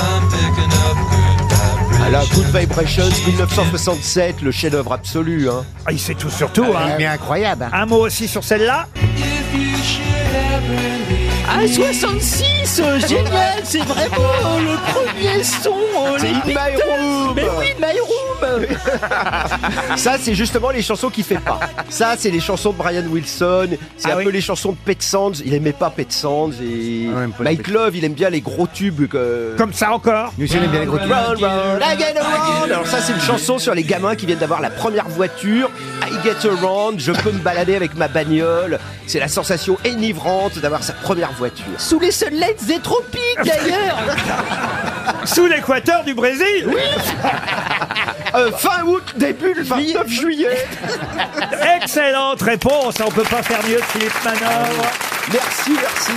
Ah là, Good Vibrations, dix-neuf cent soixante-sept, le chef-d'œuvre absolu. Hein. Ah, il sait tout sur tout. Hein. Mais incroyable. Un mot aussi sur celle-là. Ah, soixante-six, euh, génial, c'est vraiment le premier son. euh, C'est les In My Beatles. Room. Mais oui, My Room. Ça, c'est justement les chansons qu'il fait pas. Ça, c'est les chansons de Brian Wilson. C'est Ah un oui. peu les chansons de Pet Sounds. Il aimait pas Pet Sounds. Et Mike Love, il aime bien les gros tubes. Que... Comme ça encore. Nous aussi, on aime bien les gros trucs. Round, round, I get around. Alors ça, c'est une chanson sur les gamins qui viennent d'avoir la première voiture. I get around. Je peux me balader avec ma bagnole. C'est la sensation enivrante d'avoir sa première voiture. Sous les sunlights des tropiques, d'ailleurs. Sous l'équateur du Brésil. Oui. Euh, fin août, début le vingt-neuf juillet. Excellente réponse. On peut pas faire mieux que Philippe Manœuvre. Merci, merci.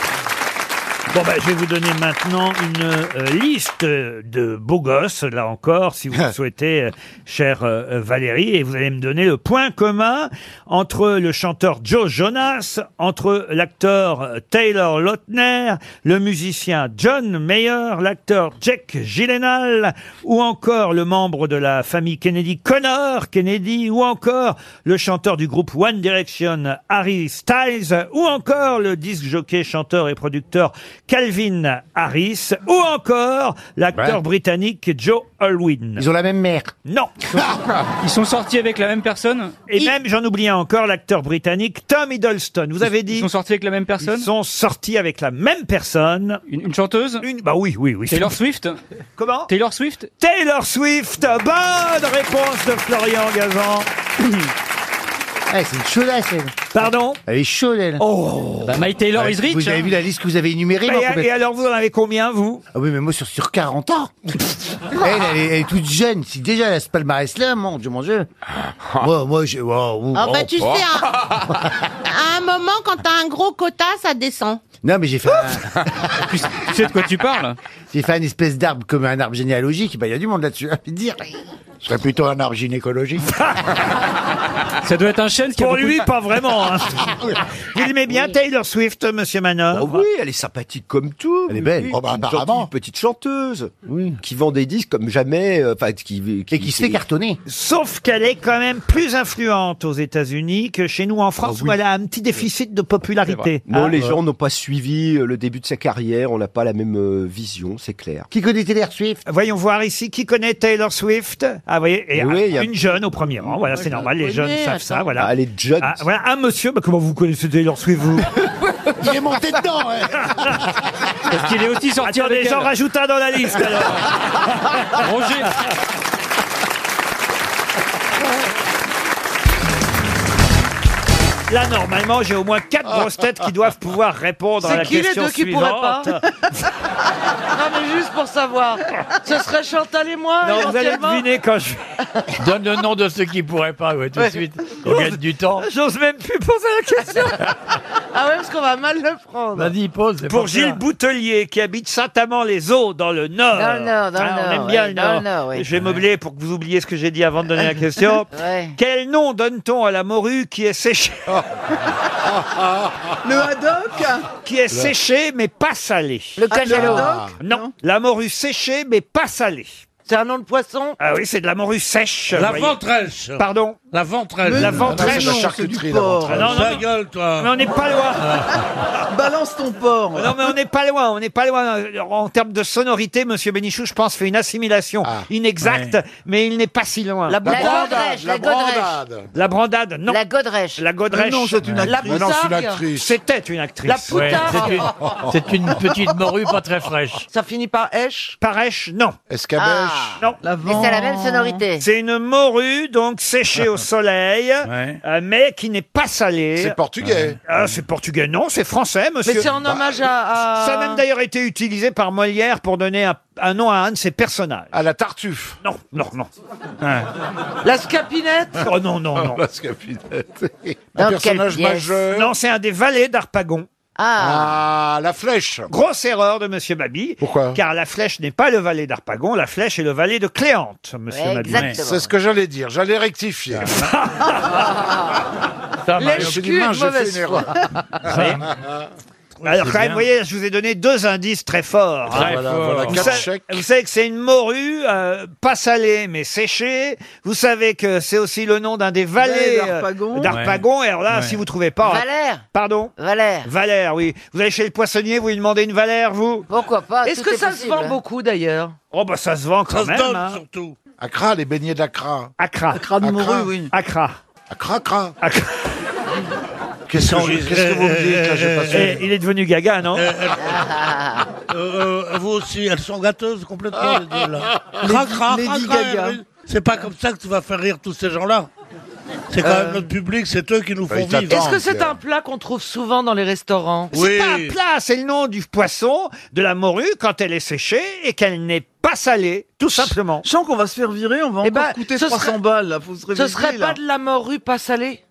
Bon, ben, je vais vous donner maintenant une euh, liste de beaux gosses, là encore, si vous le souhaitez, euh, chère euh, Valérie, et vous allez me donner le point commun entre le chanteur Joe Jonas, entre l'acteur euh, Taylor Lautner, le musicien John Mayer, l'acteur Jake Gyllenhaal, ou encore le membre de la famille Kennedy, Connor Kennedy, ou encore le chanteur du groupe One Direction, Harry Styles, ou encore le disc jockey, chanteur et producteur Calvin Harris, ou encore l'acteur Ouais. britannique Joe Alwyn. Ils ont la même mère. Non. Ils sont sortis avec la même personne. Et même, j'en oublie un encore, l'acteur britannique Tom Hiddleston. Vous avez dit Ils sont sortis avec la même personne. Ils sont sortis avec la même personne. Une, une chanteuse. Une, bah oui, oui, oui. Taylor Swift. Comment Taylor Swift. Taylor Swift. Bonne réponse de Florian Gazan. Eh, c'est une chaudasse, elle. Pardon Elle est chaude, elle. Oh. Bah, My Taylor is rich. Vous avez hein. vu la liste que vous avez énumérée Et, non, complète- et alors, vous en avez combien, vous Ah oui, mais moi, sur, sur quarante ans. elle, elle, est, elle est toute jeune. Si déjà, elle a ce palmarès-là, mon Dieu, mon Dieu. Moi, moi, je... Oh, oh, Ah bah oh. tu sais, à, à un moment, quand t'as un gros quota, ça descend. Non, mais j'ai fait un... Tu sais tu sais de quoi tu parles. J'ai fait une espèce d'arbre comme un arbre généalogique. Bah, il y a du monde là-dessus, à dire. Ce serait plutôt un arbre gynécologique. Ça doit être un chêne qui a Pour beaucoup lui, de... pas vraiment. Hein. Vous l'aimez bien, Taylor Swift, monsieur Manor? Oh oui, elle est sympathique comme tout. Elle est belle. Oui, Oh bah, une apparemment. gentille petite chanteuse. Oui. Qui vend des disques comme jamais. euh, Enfin, qui, Et qui se fait cartonner. Sauf qu'elle est quand même plus influente aux États-Unis que chez nous en France, Ah oui. où elle a un petit déficit de popularité. Non, Ah. les gens n'ont pas suivi euh, le début de sa carrière. On n'a pas la même euh, vision, c'est clair. Qui connaît Taylor Swift? Voyons voir ici, qui connaît Taylor Swift? Ah, vous voyez, et, Eh oui, il y a- une jeune au premier rang. Voilà, c'est normal, les connais, jeunes savent attends. ça, voilà. Ah, les jeunes. Ah, voilà, un monsieur, bah, comment vous connaissez Taylor Swift, vous? Il est monté dedans, ouais. Parce qu'il est aussi sorti Attendez, avec j'en elle. rajoute un dans la liste, alors. Roger. Là, normalement, j'ai au moins quatre grosses têtes qui doivent pouvoir répondre à C'est la qui les question deux qui pourraient pas suivante. Non, mais juste pour savoir. Ce serait Chantal et moi, Non, vous allez éventuellement. deviner quand je... Donne le nom de ceux qui pourraient pas, ouais, tout de suite. On gagne du temps. J'ose même plus poser la question. Ah ouais, parce qu'on va mal le prendre. Vas-y, pose. c'est Pour pas Gilles clair. Boutelier, qui habite Saint-Amand-les-Eaux, dans le Nord. Dans le Nord, dans le Ah, on Nord, aime bien ouais, le dans Nord. le Nord, oui. Je vais meubler pour que vous oubliez ce que j'ai dit avant de donner la question. Ouais. Quel nom donne-t-on à la morue qui est séchée Le haddock. Qui est séchée mais pas salée. Le cajalo. Ah, Non, la morue séchée mais pas salée. C'est un nom de poisson? Ah oui, c'est de la morue sèche. La vous voyez. ventrèche. Pardon? La ventrèche. La ventrèche. La charcuterie, la porc. ventrèche. Non, non, Ta non. gueule, toi. Mais on n'est pas loin. Balance ton porc. Non, mais on n'est pas loin, on n'est pas loin. En termes de sonorité, Monsieur Bénichou, je pense, fait une assimilation inexacte, Ouais. mais il n'est pas si loin. La La godrèche, la godrèche. La brandade, non. La godrèche. La godrèche. Non, c'est une La actrice. Mais non, c'est une poutargue. actrice. C'était une actrice. La Ouais, poutargue. c'est une, c'est une petite morue pas très fraîche. Ça finit par Esch. Parèche, non. Escabèche. Ah. Non. La Mais c'est la même sonorité. C'est une morue, donc séchée au soleil, Ouais. euh, mais qui n'est pas salée. C'est portugais. Ah, c'est portugais, non, c'est français, monsieur. Mais c'est en hommage à... à- Ça a même d'ailleurs été utilisé par Molière pour donner un, un nom à un de ses personnages. À la Tartuffe. Non, non, non. La scapinette. Oh non, non, non. La scapinette. Dans Un quelle personnage pièce majeur. Non, c'est un des valets d'Harpagon. Ah. Ah, la flèche. Grosse erreur de Monsieur Babi. Pourquoi Car la flèche n'est pas le valet d'Harpagon, la flèche est le valet de Cléante, Monsieur Ouais, Babi. exactement. C'est ce que j'allais dire. J'allais rectifier. Ça, Mario. J'ai dit, Lèche-cul mince, de j'ai fait mauvaise une foi. erreur. Alors c'est quand même, bien. vous voyez, je vous ai donné deux indices très forts. hein. Très Voilà, fort. voilà, Vous, quatre sa- chèques. vous savez que c'est une morue, euh, pas salée, mais séchée. Vous savez que c'est aussi le nom d'un des valets Valet euh, d'Harpagon. d'Harpagon. Et alors là, Ouais. si vous trouvez pas... Valère. Pardon Valère. Valère, oui. Vous allez chez le poissonnier, vous lui demandez une valère, vous Pourquoi pas? Est-ce tout que est ça se possible. vend beaucoup d'ailleurs? Oh bah ça se vend quand Ça se même. donne hein. surtout. Accra, les beignets d'Accra. Accra. Accra de Accra. morue, oui. Accra. Accra, Accra. Accra. Qu'est-ce que, je- qu'est-ce que vous me dites là, j'ai pas Eh, suivi. il est devenu gaga, non Euh, euh, vous aussi, elles sont gâteuses complètement, les deux, là. Cra, cra, Lady cra, cra, Gaga. oui. C'est pas comme ça que tu vas faire rire tous ces gens-là. C'est quand même notre public, c'est eux qui nous Bah, font ils t'attendent. vivre. Est-ce que c'est Pierre. un plat qu'on trouve souvent dans les restaurants? C'est pas un plat, c'est le nom du poisson, de la morue, quand elle est séchée et qu'elle n'est pas salée, tout simplement. Je sens qu'on va se faire virer, on va Eh encore ben, coûter ce trois cents serait- balles, là. Faut se Ce réveiller, serait là. pas de la morue pas salée?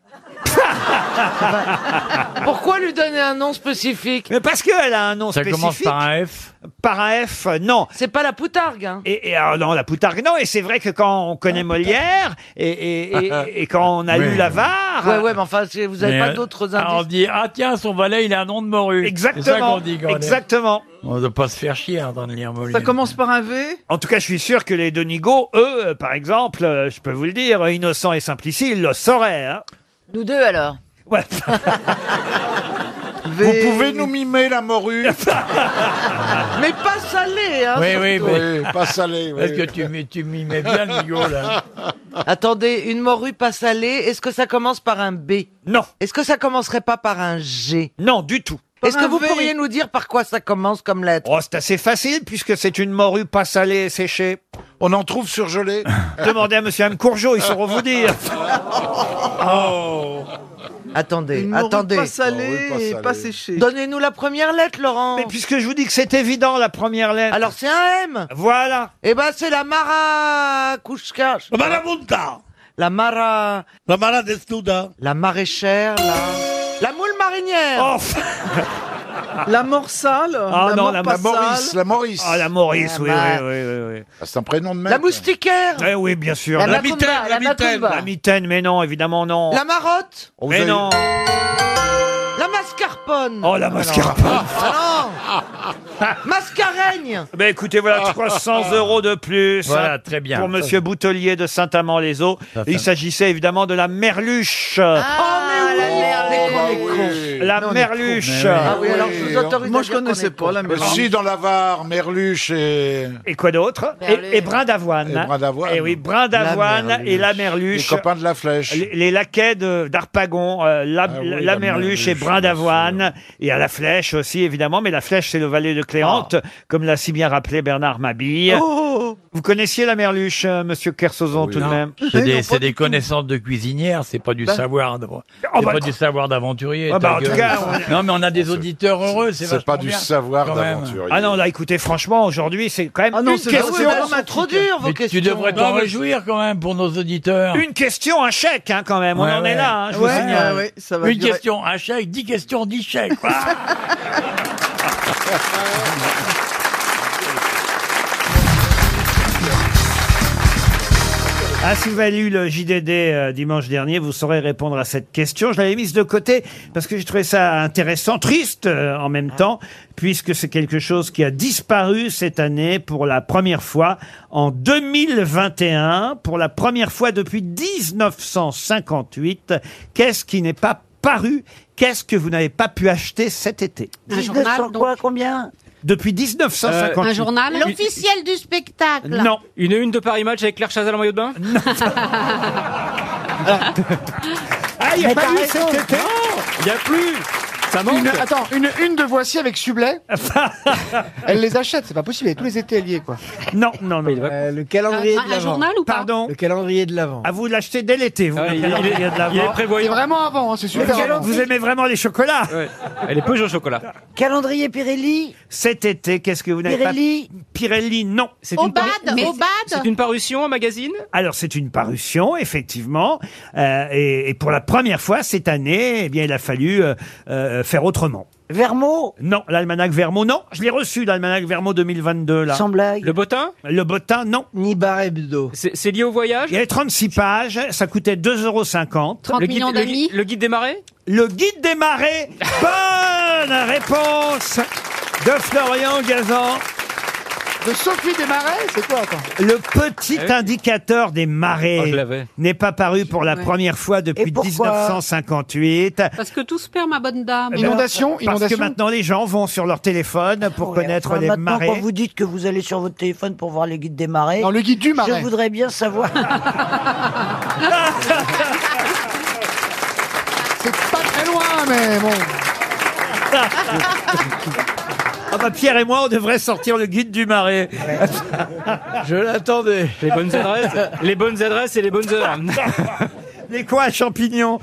Pourquoi lui donner un nom spécifique? Mais parce qu'elle a un nom Ça spécifique. commence par un F. Par un F, euh, non. C'est pas la poutargue, hein? Et, et alors, non, la poutargue, non. Et c'est vrai que quand on connaît Molière et, et, et, et quand on a Oui. lu l'avare. Ouais, ouais, mais enfin, c'est- vous avez Mais, pas euh, d'autres ah, on indices? dit, ah tiens, son valet, il a un nom de morue. C'est ça Exactement. qu'on dit quand on est- Exactement. On ne doit pas se faire chier en train de lire Molière. Ça commence par un V. En tout cas, je suis sûr que les Donigo, eux, euh, par exemple, euh, je peux vous le dire, euh, innocents et simpliciés, ils le sauraient. Hein. Nous deux alors. Ouais. Vous pouvez nous mimer la morue. Mais pas salée, hein? Oui, oui, surtout. mais... Oui, pas salé. Parce Oui. que tu, m'y- tu m'y mets bien, Nigo, là. Attendez, une morue pas salée, est-ce que ça commence par un B? Non. Est-ce que ça commencerait pas par un G? Non, du tout. Est-ce que un vous V. pourriez nous dire par quoi ça commence comme lettre? Oh, c'est assez facile puisque c'est une morue pas salée et séchée. On en trouve surgelé. Demandez à monsieur et madame Courgeot, ils sauront vous dire. Oh. Attendez, Une morue attendez. pas salée Morue pas et salée. pas séchée. Donnez-nous la première lettre, Laurent. Mais puisque je vous dis que c'est évident, la première lettre. Alors c'est un M. Voilà. Eh ben c'est la Maracushka. La Marabunta, La Mara... la Mara Desnuda. La maraîchère, la... La moule marinière. Oh, La morsale. Ah la non, mort la pas Maurice, sale. la Maurice. ah, la Maurice, Ah, oui, bah. oui, oui, oui, oui. Ah, c'est un prénom de mec. La moustiquaire. Eh oui, bien sûr. La, La, macumba, mitaine, la la mitaine. macumba. la mitaine, mais non, évidemment non. La marotte. On vous Mais a- non. La mascarpone. Oh, la mascarpone. Ah non. Mascareigne. Ben écoutez, voilà trois cents euros de plus. Voilà, hein, très bien. Pour monsieur Boutelier de Saint-Amand-les-Eaux. Ça, ça. Il s'agissait évidemment de la merluche. Oh Ah, mais la oui. merde. Oh, bah oui. La Mais on est merluche. con. Mais oui. Ah oui, alors je vous autorise Moi, à je dire qu'on connaissais est pas con. la merluche. Aussi dans la Var, merluche et... Et quoi d'autre? Merluche. Et, et brin d'avoine. Et brin d'avoine. Et oui, brin d'avoine La et la Les merluche. copains de la flèche. Les, les laquais de- d'Harpagon, euh, la, Ah oui, la- la la merluche et merluche, brin bien d'avoine, et à la flèche aussi évidemment, mais la flèche c'est le valet de Cléante, comme l'a si bien rappelé Bernard Mabille. Oh. Vous connaissiez la merluche, euh, monsieur Kersozon, Oui. tout de Non. même? C'est Non, des, pas c'est du des tout. connaissances de cuisinière, c'est pas du Bah. savoir. de- Oh, C'est bah, pas du savoir d'aventurier. Ah, bah, ta en tout gueule. cas, on- Non, mais on a des auditeurs heureux, c'est C'est vachement pas du bien, savoir quand même. d'aventurier. Ah non, là écoutez, franchement, aujourd'hui c'est quand même Ah non, une c'est question. vraiment- Elles sont trop dures vos Mais questions. tu devrais t'en réjouir quand même pour nos auditeurs. Une question, un chèque, hein, quand même. On Ouais, en ouais. est là, hein, je vous Ouais, signale. ouais, ouais, ça va Une durer. question, un chèque, dix questions, dix chèques. Ah. Ah, si vous avez lu le J D D euh, dimanche dernier, vous saurez répondre à cette question. Je l'avais mise de côté parce que j'ai trouvé ça intéressant, triste euh, en même temps, puisque c'est quelque chose qui a disparu cette année pour la première fois en deux mille vingt et un, pour la première fois depuis dix-neuf cent cinquante-huit. Qu'est-ce qui n'est pas paru? Qu'est-ce que vous n'avez pas pu acheter cet été? Un journal, quoi, combien? Depuis dix-neuf cent cinquante-huit. Un journal. L'officiel du spectacle. Non. Une une de Paris Match avec Claire Chazal en maillot de bain. Ah, il n'y a Mais pas t'as eu raison. cet été? Il n'y a plus. Ça manque. Une, attends, une, une de Voici avec Sublet. Elle les achète, c'est pas possible. Il y a tous les étés liés, quoi. Non, non, non. Euh, le calendrier Un- de un l'Avent. journal ou pas Pardon. Le calendrier de l'Avent. Ah, vous l'achetez dès l'été, vous. Ah, le il- calendrier il est- de l'Avent. il est C'est prévoyant. vraiment avant, hein, c'est super avant. Vous aimez vraiment les chocolats? Ouais. Elle est peu au chocolat. Calendrier Pirelli. Cet été, qu'est-ce que vous n'avez pas? Pirelli. Pirelli, non. C'est Au une, par- bad, Mais au bad. c'est une parution, un magazine. Alors, c'est une parution, effectivement. Euh, et, et pour la première fois cette année, eh bien, il a fallu euh, euh, faire autrement. Vermeau. Non, l'almanach Vermeau, non. Je l'ai reçu, l'almanach Vermeau deux mille vingt-deux, là. Sans blague. Le bottin. Le bottin, non. Nibar Hebdo. C'est c'est lié au voyage. Il y avait trente-six pages, ça coûtait deux euros cinquante. trente Le guide, millions le, d'amis. guide, le guide des marais. Le guide des marais. Bonne réponse de Florian Gazan. De Sophie Desmarais, c'est quoi, attends? Le petit Ah oui. indicateur des Oh, marées je l'avais. n'est pas paru pour la Ouais. première fois Et depuis pourquoi dix-neuf cent cinquante-huit. Parce que tout se perd, ma bonne dame. Eh ben, Inondation, Parce inondation. que maintenant les gens vont sur leur téléphone pour Ouais, connaître enfin, les maintenant, marées. quand vous dites que vous allez sur votre téléphone pour voir le guide des marais, Non, le guide du je marais. voudrais bien savoir. C'est pas très loin, mais bon. Ah bah Pierre et moi, on devrait sortir le guide du marais. Je l'attendais. Les bonnes adresses. Les bonnes adresses et les bonnes heures. Les coins à champignons.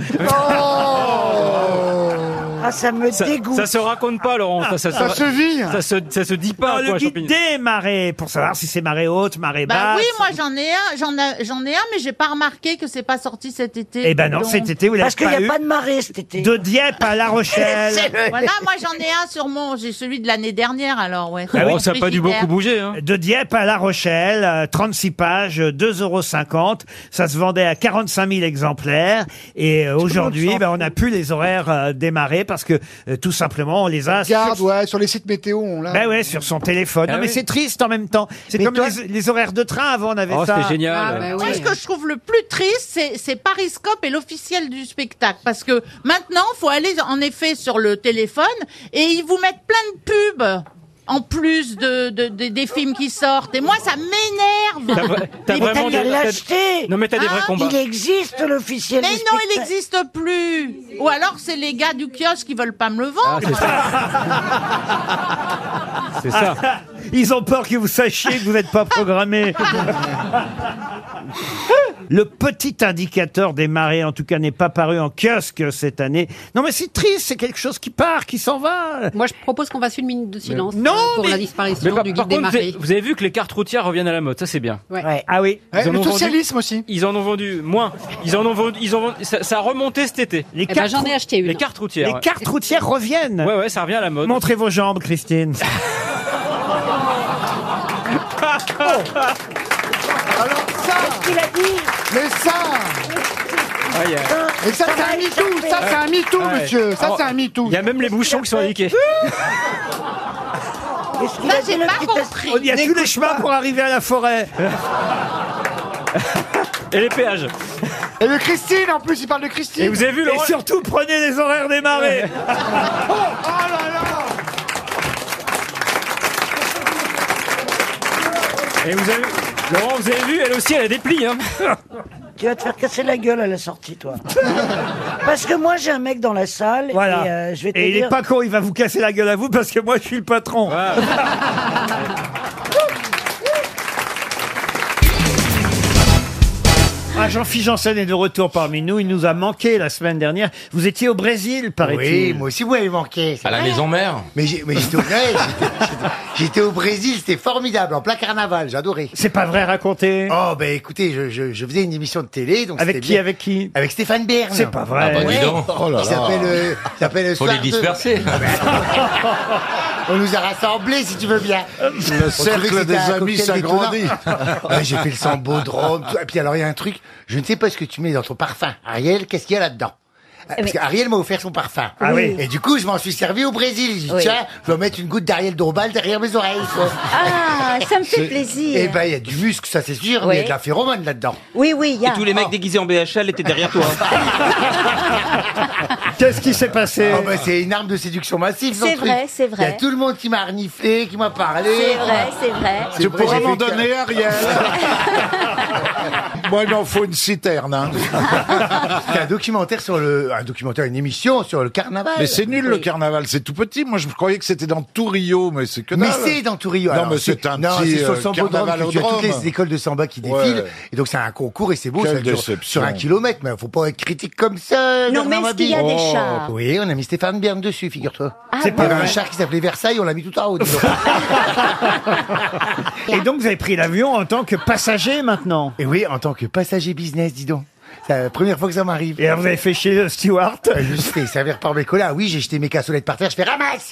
Ah, ça me Ça, dégoûte. ça se raconte pas, Laurent. Ça, ça, Ça se vit. Ça se, ça se dit pas. Non, le quoi, guide champignon. des marées, pour savoir si c'est marée haute, marée Bah basse. oui, moi j'en ai un, j'en ai, j'en ai un, mais j'ai pas remarqué que c'est pas sorti cet été. Eh ben non, Donc- cet été, vous l'avez Parce qu'il pas n'y eu. a pas de marée cet été. De Dieppe à La Rochelle. C'est le- Voilà, moi j'en ai un sur mon, j'ai celui de l'année dernière alors ouais. Ah oui, Oh, ça n'a pas dû beaucoup bouger. Hein. De Dieppe à La Rochelle, euh, trente-six pages, deux euros cinquante. Ça se vendait à quarante-cinq mille exemplaires. Et euh, aujourd'hui, s'en ben, on n'a plus les horaires euh, des marées parce que euh, tout simplement, on les a Regarde, sur... ouais, sur les sites météo, on l'a. Ben ouais, sur son téléphone. Ah non, mais oui. c'est triste en même temps. C'est Mais comme toi- les, les horaires de train avant, on avait Oh, ça. c'était génial. Ah, bah Moi, oui. ce que je trouve le plus triste, c'est, c'est Pariscope et l'officiel du spectacle. Parce que maintenant, faut aller en effet sur le téléphone et ils vous mettent plein de pubs. En plus de, de- de- des films qui sortent. Et moi, ça m'énerve. T'as vra- t'as Mais vraiment t'as qu'à des- t'as- l'acheter. Non, mais t'as des vrais Hein combats. Il existe l'officiel Mais du non, il spectacle. n'existe plus. Ou alors, c'est les gars du kiosque qui veulent pas me le vendre. C'est ça. Ils ont peur que vous sachiez que vous n'êtes pas programmé. Le petit indicateur des marées, en tout cas, n'est pas paru en kiosque cette année. Non, mais c'est triste, c'est quelque chose qui part, qui s'en va. Moi, je propose qu'on fasse une minute de silence Non, euh, pour mais- la Mais disparition par, du par guide des contre, vous avez, marées. vous avez vu que les cartes routières reviennent à la mode. Ça, c'est bien. Ouais. Ouais. Ah oui. Ouais, Ils en le ont vendu- socialisme aussi. Ils en ont vendu moins. Ils en ont vendu. Ils ont vendu. Ça, ça a remonté cet été. Les Eh ben, cartes, j'en ai acheté une. Les cartes routières. les ouais. cartes routières reviennent. Ouais, ouais, ça revient à la mode. Montrez vos jambes, Christine. Alors ça, Il a dit. mais ça, Ah, il y a- mais ça c'est un MeToo, ça c'est un MeToo, Ah ouais. monsieur, ça Oh, c'est un MeToo. Il y a même les bouchons qui sont indiqués. Qu'est-ce qu'il Ça, a dit, j'ai le pas petit compris. Il y a tous les chemins pour arriver à la forêt. Et les péages. Et le Christine, en plus, il parle de Christine. Et vous avez vu le. Et surtout, prenez les horaires des marées. Oh, oh là là. Et vous avez. Laurent, vous avez vu, elle aussi, elle a des plis. Hein. Tu vas te faire casser la gueule à la sortie, toi. Parce que moi, j'ai un mec dans la salle Voilà. et euh, je vais te Et il dire... est pas con, il va vous casser la gueule à vous parce que moi, je suis le patron. Ah, Jean-Philippe Janssen est de retour parmi nous. Il nous a manqué la semaine dernière. Vous étiez au Brésil, paraît-il. Oui, moi aussi, vous m'avez manqué. À la maison mère. Mais j'ai- mais j'étais au, ouais, j'étais- j'étais- j'étais au Brésil, c'était formidable, en plein carnaval, j'adorais. C'est pas vrai, racontez. Oh, ben écoutez, je, je, je faisais une émission de télé. Donc Avec c'était qui, bien. avec qui Avec Stéphane Bern. C'est pas vrai. Ah bah dis donc. Oh là Qui là. s'appelle... euh, qui s'appelle Faut Soir les de- disperser. On nous a rassemblés, si tu veux bien. Le cercle des amis s'agrandit. Ouais, j'ai fait le sambodrome. tout. Et puis alors, il y a un truc, je ne sais pas ce que tu mets dans ton parfum. Ariel, qu'est-ce qu'il y a là-dedans? Parce qu'Ariel m'a offert son parfum. Ah oui. Et du coup, je m'en suis servi au Brésil. J'ai dit, Oui. tiens, je vais mettre une goutte d'Ariel Dombal derrière mes oreilles. quoi. Ah, ça me fait C'est- plaisir. Eh ben, il y a du muscle, ça c'est sûr, Oui. mais il y a de la phéromone là-dedans. Oui, oui, il y a. Et tous les mecs déguisés en B H L étaient derrière toi. Qu'est-ce qui s'est passé? Oh, ben, c'est une arme de séduction massive. son C'est truc. vrai, c'est vrai. Il y a tout le monde qui m'a reniflé, qui m'a parlé. C'est vrai, c'est vrai. C'est Tu vrai, pourrais j'ai m'en fait qu'un- donner, Ariel. Moi, il m'en faut une citerne. Hein. C'est un documentaire sur le, un documentaire, une émission sur le carnaval. Mais c'est nul, le Oui. carnaval. C'est tout petit. Moi, je croyais que c'était dans tout Rio, mais c'est que Mais dalle. c'est dans tout Rio. Non, Alors, mais c'est un non, petit c'est sur le euh, sambodrome que tu as carnavalodrome. toutes les écoles de samba qui Ouais. défilent. Et donc, c'est un concours et c'est beau. Quelle ça dure déception. sur un kilomètre. Mais faut pas être critique comme ça. Non, mais Bernard est-ce qu'il y a Mabille. des chars? Oui, on a mis Stéphane Bern dessus, figure-toi. Ah C'est bon pas Il y avait un char qui s'appelait Versailles, on l'a mis tout en haut. dis donc. Et donc, vous avez pris l'avion en tant que passager maintenant? Et oui, en tant que passager business, dis donc. C'est la première fois que ça m'arrive. Et alors, vous avez fait chez le steward? Euh, Je me suis fait servir par mes collègues. Ah oui, j'ai jeté mes cassolettes par terre, je fais ramasse.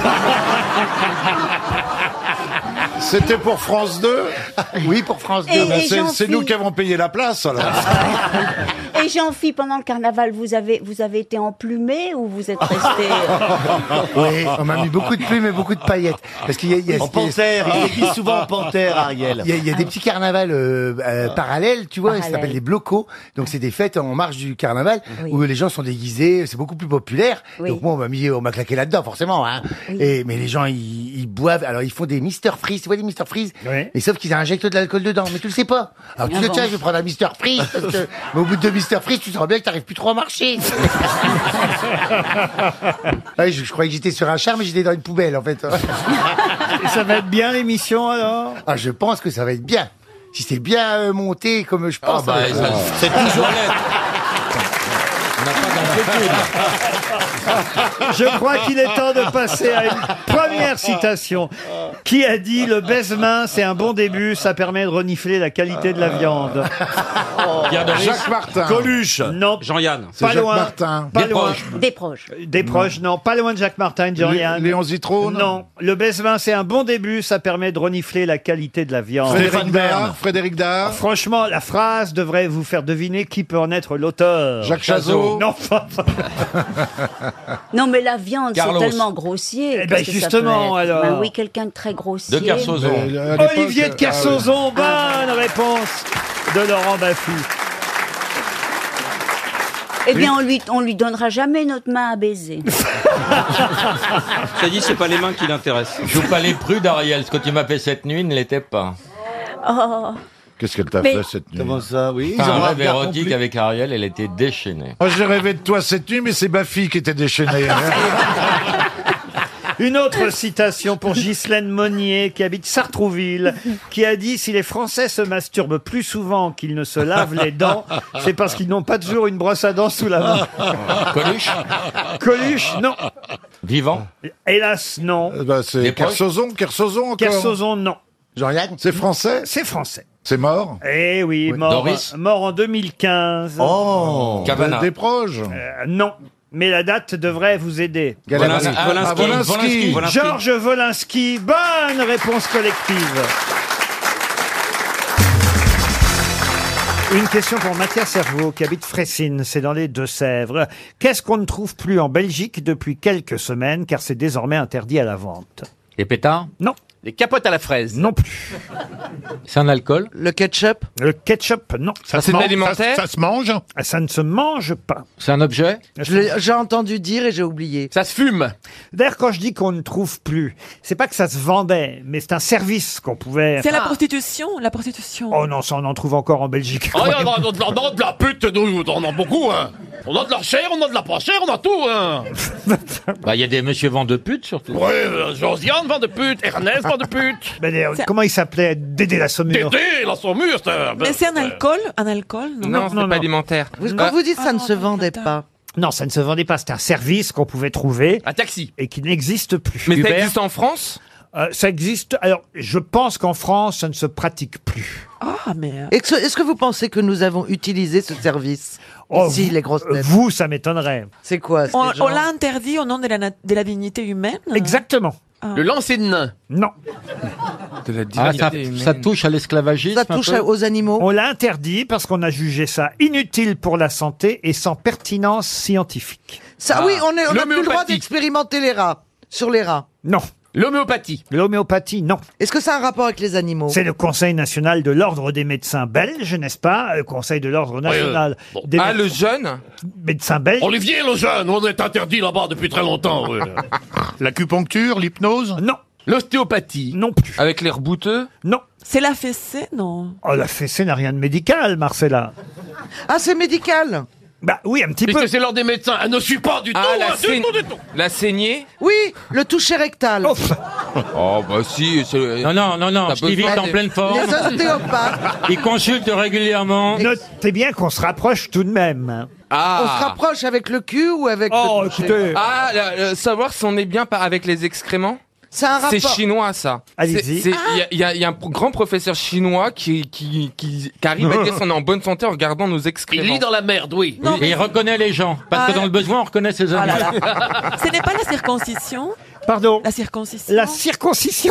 C'était pour France deux? Oui, pour France deux. Et- Ben, et c'est j'en c'est nous suis- qui avons payé la place, alors. Et Jean-Phi, pendant le carnaval, vous avez, vous avez été emplumé ou vous êtes resté... Oui, on m'a mis beaucoup de plumes et beaucoup de paillettes. Parce qu'il y a, il y a- En panthère, il est dit souvent en panthère, Ariel. Il y, a, il y a des petits carnavals euh, euh, parallèles, tu vois, ça Parallèles. s'appelle les blocos. Donc c'est des fêtes en marge du carnaval Oui. où les gens sont déguisés, c'est beaucoup plus populaire. Oui. Donc moi on m'a mis, on m'a claqué là-dedans forcément. Hein. Oui. Et mais les gens ils, ils boivent, alors ils font des Mister Freeze, tu vois des Mister Freeze. Oui. Et sauf qu'ils injectent de l'alcool dedans, mais tu le sais pas. Alors tu Ah dis bon. tiens je vais prendre un Mister Freeze, parce que mais au bout de deux Mister Freeze tu sens bien que t'arrives plus trop à marcher. Ouais, je, je croyais que j'étais sur un char mais j'étais dans une poubelle en fait. Et ça va être bien l'émission alors? Ah, je pense que ça va être bien. Si c'est bien euh, monté comme je pense. bah, ça va être ça- bien. c'est toujours On n'a pas d'inquiétude. Je crois qu'il est temps de passer à une première citation. Qui a dit le baise-main, c'est un bon début, ça permet de renifler la qualité de la viande? Pierre Doris. Jacques Martin. Coluche. Non, Jean-Yann. C'est pas Jacques loin. Martin. Pas Des loin. proches. Des proches. Des proches, non. Pas loin de Jacques Martin, Lé- Jean-Yann. Léon Zitrone. Non. Le baise-main, c'est un bon début, ça permet de renifler la qualité de la viande. Frédéric Stéphane Dard. Bern. Frédéric Dard. Franchement, la phrase devrait vous faire deviner qui peut en être l'auteur. Jacques Chazot. Non, pas- Non, mais la viande, Carlos. c'est tellement grossier. Eh ben, Qu'est-ce que ça justement, peut être alors. Ben oui, quelqu'un de très grossier. De Kersozon. Mais, à l'époque, Olivier de ah oui. Kersauzon, bonne réponse de Laurent Baffy. Eh bien, on lui, on lui donnera jamais notre main à baiser. Ça dit, c'est pas les mains qui l'intéressent. Joue pas les prudes, Ariel. Ce que tu m'as fait cette nuit ne l'était pas. Oh. Qu'est-ce qu'elle t'a Mais- fait cette nuit? Comment ça, oui Enfin, ils ont un un rêve regard érotique complet. avec Ariel, elle était déchaînée. Moi, j'ai rêvé de toi cette nuit, mais c'est Baffy qui était déchaînée. Une autre citation pour Ghislaine Monnier, qui habite Sartrouville, qui a dit « Si les Français se masturbent plus souvent qu'ils ne se lavent les dents, c'est parce qu'ils n'ont pas toujours une brosse à dents sous la main. Coluche » Coluche, non. Vivant Hélas, non. Eh ben, c'est Des proches. Kersozon, Kersozon encore. Kersozon, non. Jean-Yann. C'est français? C'est français. C'est mort? Eh oui, mort, Doris. mort en deux mille quinze. Oh Cavana. Des proches. Euh, non. Mais la date devrait vous aider. Volinsky. Ah, Volinsky. Volinsky. Volinsky. Georges Volinsky, bonne réponse collective. Une question pour Mathias Cerveau, qui habite Fressines, c'est dans les Deux-Sèvres. Qu'est-ce qu'on ne trouve plus en Belgique depuis quelques semaines, car c'est désormais interdit à la vente? Les pétards Non. Les capotes à la fraise. Non plus. C'est un alcool Le ketchup? Le ketchup, non. Ça c'est de l'alimentaire. Ça, ça se mange? Ah, ça ne se mange pas. C'est un objet Je l'ai- J'ai entendu dire et j'ai oublié. Ça se fume. D'ailleurs, quand je dis qu'on ne trouve plus, c'est pas que ça se vendait, mais c'est un service qu'on pouvait... C'est la prostitution, la prostitution. Oh non, ça on en trouve encore en Belgique. Ah, on a, on a de la, on a de la pute, nous, on en a beaucoup, hein. On a de la chair, on a de la pas chair, on a tout, hein. Bah, il y a des monsieur vend de putes, surtout. Ouais, euh, Josiane vend de pute, Ernest vend de pute. Mais d'ailleurs, comment il s'appelait? Dédé la Saumure. Dédé, la saumure, c'est un... Mais c'est un alcool, un alcool, non? Non, c'est non, pas non. alimentaire. Vous- Quand vous dites ça ne se vendait pas. Non, ça ne se vendait pas. C'était un service qu'on pouvait trouver Un taxi. et qui n'existe plus. Mais ça existe en France? Euh, ça existe. Alors, je pense qu'en France, ça ne se pratique plus. Ah, mais... euh, Est-ce est-ce que vous pensez que nous avons utilisé ce service Oh, ici, vous- les grosses têtes? Vous, ça m'étonnerait. C'est quoi? c'est On, genre- on l'a interdit au nom de la, nat- de la dignité humaine. Exactement. Ah. Le lancer de nain. Non. De la Ah, ça, dignité humaine. ça touche à l'esclavagisme. Ça un touche peu aux animaux? On l'a interdit parce qu'on a jugé ça inutile pour la santé et sans pertinence scientifique. Ça, Ah. oui, on est- on n'a plus le droit L'homéopathie. d'expérimenter les rats, sur les rats. Non. L'homéopathie. L'homéopathie, non. Est-ce que ça a un rapport avec les animaux? C'est le Conseil national de l'ordre des médecins belges, n'est-ce pas? Le Conseil de l'ordre national bon. des Ah, méde- le jeune médecins belges. Olivier le jeune, on est interdit là-bas depuis très longtemps. ouais. L'acupuncture, l'hypnose? Non. L'ostéopathie. Non plus. avec l'air bouteux. Non. C'est la fessée, non? Oh, la fessée n'a rien de médical, Marcella. Ah, c'est médical? Bah oui, un petit peu. Puisque c'est l'ordre des médecins. Elle ne suit pas du Ah, tout. la, hein, du saigne- tout, du tout. la saignée. Oui, le toucher rectal. Oh, Oh, bah si. c'est- Non, non, non, non. T'as Stevie besoin est en des- pleine forme. Les ostéopathes. Il consulte régulièrement. notez bien qu'on se rapproche tout de même. Ah. On se rapproche avec le cul ou avec Oh, le toucher? écoutez. Ah, la- la- savoir si on est bien par- avec les excréments. C'est un C'est rapport. chinois, ça. Allez-y. C'est- c'est- Il y a- il y, a- il y a un pro- grand professeur chinois qui, qui, qui, qui arrive à dire si on est en bonne santé en regardant nos Il excréments. lit dans la merde, oui. Non, Et il reconnaît les gens. Parce Ah. que dans le besoin, on reconnaît ses Ah amis. là là. Ce n'est pas la circoncision? Pardon. La circoncision? La circoncision.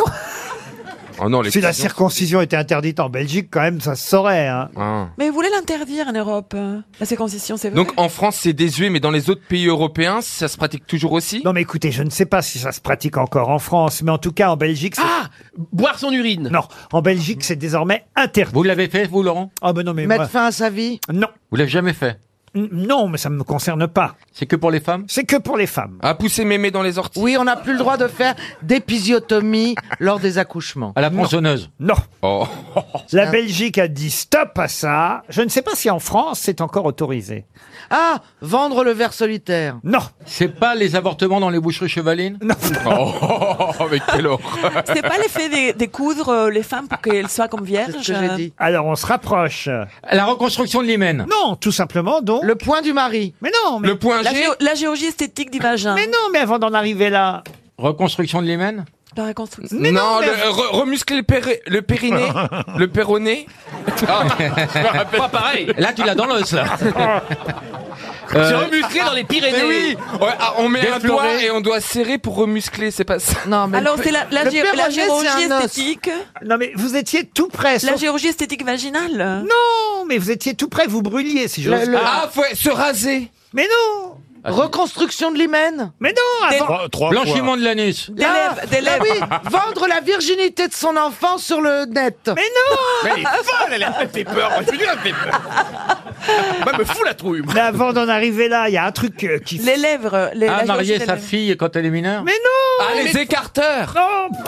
Oh non, les Si la excisions. circoncision était interdite en Belgique, quand même, ça se saurait. Hein. Ah. Mais vous voulez l'interdire en Europe, euh, la circoncision, c'est vrai? Donc en France, c'est désuet, mais dans les autres pays européens, ça se pratique toujours aussi. Non, mais écoutez, je ne sais pas si ça se pratique encore en France, mais en tout cas, en Belgique, c'est... Ah, boire son urine. Non, en Belgique, c'est désormais interdit. Vous l'avez fait, vous, Laurent? Ah ben non, mais Mettre moi... fin à sa vie? Non. Vous l'avez jamais fait? N- Non, mais ça ne me concerne pas. C'est que pour les femmes? C'est que pour les femmes. À pousser mémé dans les orties. Oui, on n'a plus le droit de faire d'épisiotomie lors des accouchements. À la tronçonneuse? Non. Oh. La Belgique a dit stop à ça. Je ne sais pas si en France, c'est encore autorisé. Ah, vendre le ver solitaire. Non. C'est pas les avortements dans les boucheries chevalines? Non. Oh, avec quelle horreur. C'est pas l'effet des, des coudre euh, les femmes pour qu'elles soient comme vierges? C'est ce que j'ai dit. Alors, on se rapproche. La reconstruction de l'hymen? Non, tout simplement, donc... Le point du mari. Mais non, mais... Le point La, G. géo- la géorgie esthétique du vagin. Mais non, mais avant d'en arriver là... Reconstruction de l'hymen? La reconstruction. Mais non, non, mais- le, re- remuscler le, péri- le périnée, le péroné. Ah, je me rappelle. Pas pareil. Là, tu l'as dans l'os, là. C'est Euh, remusclé dans les Pyrénées. Mais oui, ouais, ah, on met un Défloré. doigt et on doit serrer pour remuscler, c'est pas ça. Non, mais Alors, le- c'est la, la, le gé- la péroné, géorgie c'est un os. esthétique. Non, mais vous étiez tout près. La sauf- géorgie esthétique vaginale. Non, mais vous étiez tout près, vous brûliez, si j'ose. Le- le- Ah, faut se raser. Mais non. Reconstruction de l'hymen. Mais non, avant... Trois, trois Blanchiment fois. de l'anus? Des Ah, lèvres, des bah lèvres. oui, vendre la virginité de son enfant sur le net. Mais non. Mais elle est folle, elle, elle fait peur. Moi, je veux dire, elle fait peur. Moi, elle me fout la trouille. moi. Mais avant d'en arriver là, il y a un truc euh, qui... Les lèvres. Les, Ah, la marier géorgie des sa lèvres. fille quand elle est mineure? Mais non. Ah, les écarteurs. Non.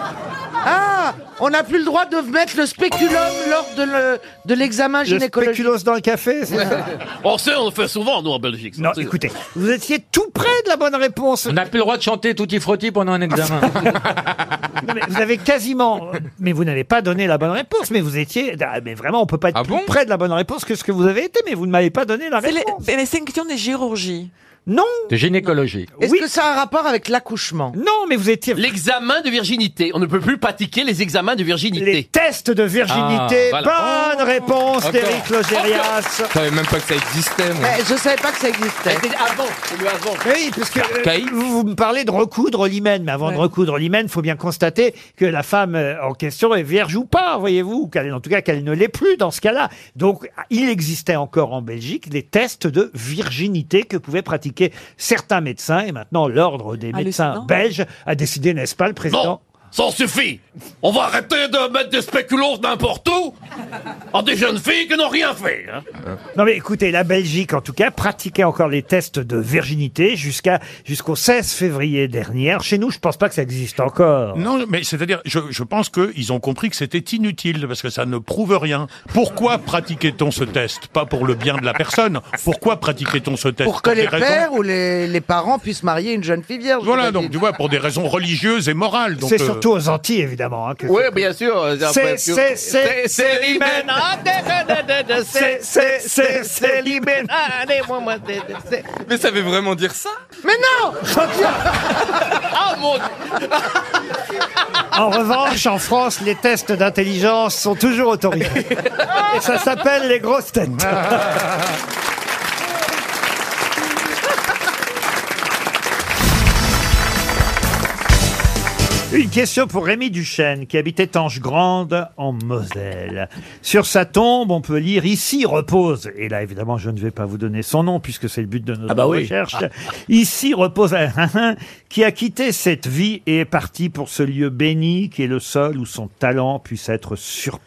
Ah, on n'a plus le droit de mettre le spéculum lors de le- de l'examen Le gynécologique. spéculoos dans le café, c'est ça? On sait, on le fait souvent, nous, en Belgique. Non, C'est- écoutez, vous étiez tout près de la bonne réponse. On n'a plus le droit de chanter Tutti Frutti pendant un examen. Non, mais vous avez quasiment... Mais vous n'avez pas donné la bonne réponse, mais vous étiez... Ah, mais vraiment, on peut pas être Ah plus bon près de la bonne réponse que ce que vous avez été, mais vous ne m'avez pas donné la C'est les, réponse. mais c'est une question de chirurgie. Non. De gynécologie. Est-ce Oui. que ça a un rapport avec l'accouchement? Non, mais vous étiez... L'examen de virginité. On ne peut plus pratiquer les examens de virginité. Les tests de virginité. Ah, voilà. Bonne réponse Encore. d'Éric Logérias. Je savais même pas que ça existait, moi. Eh, je savais pas que ça existait. C'était avant, c'est le avant. Oui, parce que euh, Caïd. vous, vous me parlez de recoudre l'hymen, mais avant de recoudre l'hymen, il faut bien constater que la femme euh, en question est vierge ou pas, voyez-vous, ou qu'elle, en tout cas qu'elle ne l'est plus dans ce cas-là. Donc, il existait encore en Belgique des tests de virginité que pouvaient pratiquer certains médecins, et maintenant l'ordre des médecins Hallucinant. belges a décidé, n'est-ce pas, le président? Non, ça en suffit. On va arrêter de mettre des spéculoos n'importe où. À des jeunes filles qui n'ont rien fait. Hein. Non mais écoutez, la Belgique en tout cas pratiquait encore les tests de virginité jusqu'à jusqu'au seize février dernier. Chez nous, je pense pas que ça existe encore. Non, mais c'est-à-dire, je, je pense qu'ils ont compris que c'était inutile, parce que ça ne prouve rien. Pourquoi pratiquait-on ce test? Pas pour le bien de la personne. Pourquoi pratiquait-on ce test? Pour que des les raisons- pères ou les, les parents puissent marier une jeune fille vierge. Voilà, j'imagine. donc tu vois, pour des raisons religieuses et morales. Donc, C'est euh, surtout surtout aux Antilles, évidemment. Hein, que Oui, bien sûr. C'est, c'est, c'est, c'est l'hymen. C'est, c'est, c'est, c'est l'hymen. Mais ça veut vraiment dire ça? Mais non. Oh mon Dieu. En revanche, en France, les tests d'intelligence sont toujours autorisés. Et ça s'appelle les grosses têtes. Une question pour Rémi Duchesne, qui habitait Tange-Grande, en Moselle. Sur sa tombe, on peut lire « Ici repose », et là, évidemment, je ne vais pas vous donner son nom, puisque c'est le but de notre Ah bah oui. recherche. « Ici repose un qui a quitté cette vie et est parti pour ce lieu béni, qui est le seul où son talent puisse être surpassé. »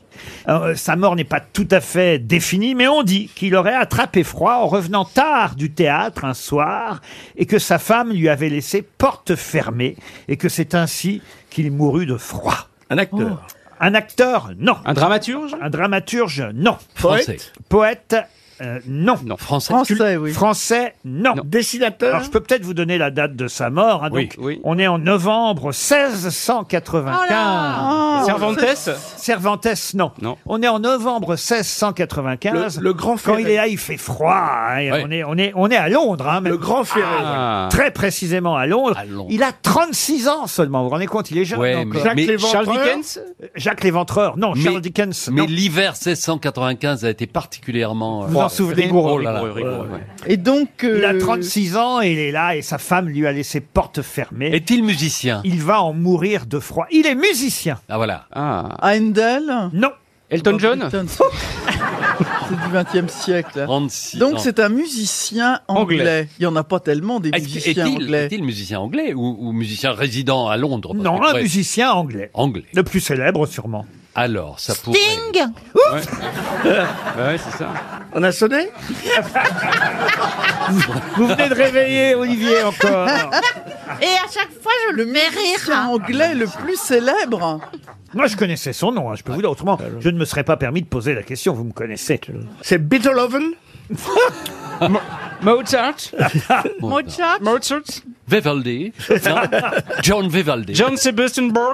Alors, euh, sa mort n'est pas tout à fait définie, mais on dit qu'il aurait attrapé froid en revenant tard du théâtre un soir et que sa femme lui avait laissé porte fermée et que c'est ainsi qu'il mourut de froid. Un acteur. Un acteur, non. Un dramaturge? Un dramaturge, non. Français. Poète, euh, non. Non. Français. Français, oui. Français, non. Dessinateur. Alors, je peux peut-être vous donner la date de sa mort. Hein, Oui, donc, oui. on est en novembre seize cent quatre-vingt-quinze. Cervantes? Cervantes, non. Non. On est en novembre seize cent quatre-vingt-quinze. Le- le Grand Quand Ferré. il est là, il fait froid. hein, et Ouais. on, est, on, est, on est à Londres. Hein, même. Le Grand Ferré. Ah. Très précisément à Londres. À Londres. Il a trente-six ans seulement. Vous vous rendez compte, il est jeune Ouais, encore. mais, Jacques, mais Léventreur. Charles Dickens? Jacques Léventreur, non. Mais- Charles Dickens, Mais non. l'hiver seize cent quatre-vingt-quinze a été particulièrement... euh, Vous en souvenez? rigoureux, oh là là. Rigoureux, rigoureux, ouais. Et donc. Il a euh, trente-six ans et il est là et sa femme lui a laissé porte fermée. Est-il musicien? Il va en mourir de froid. Il est musicien. Ah voilà. Ah. Handel. Non. Elton John? Putain, C'est c'est du vingtième siècle. trente-six Donc ans. c'est un musicien anglais. Anglais. Il y en a pas tellement des Est-ce que- musiciens Est-il anglais. est-il musicien anglais ou, ou musicien résident à Londres? Parce Non, que, un ouais, musicien anglais. Anglais. Le plus célèbre, sûrement. Alors, ça pourrait... Sting. Ouais, ouais c'est ça. On a sonné. Vous venez de réveiller Olivier encore. Et à chaque fois, je le, fais rire. musicien anglais le plus célèbre. Moi, je connaissais son nom. hein, Je peux vous dire autrement. Je ne me serais pas permis de poser la question. Vous me connaissez. C'est Beethoven. Mozart? Mozart. Mozart? Vivaldi. Non. John Vivaldi. John Sebastian Bach?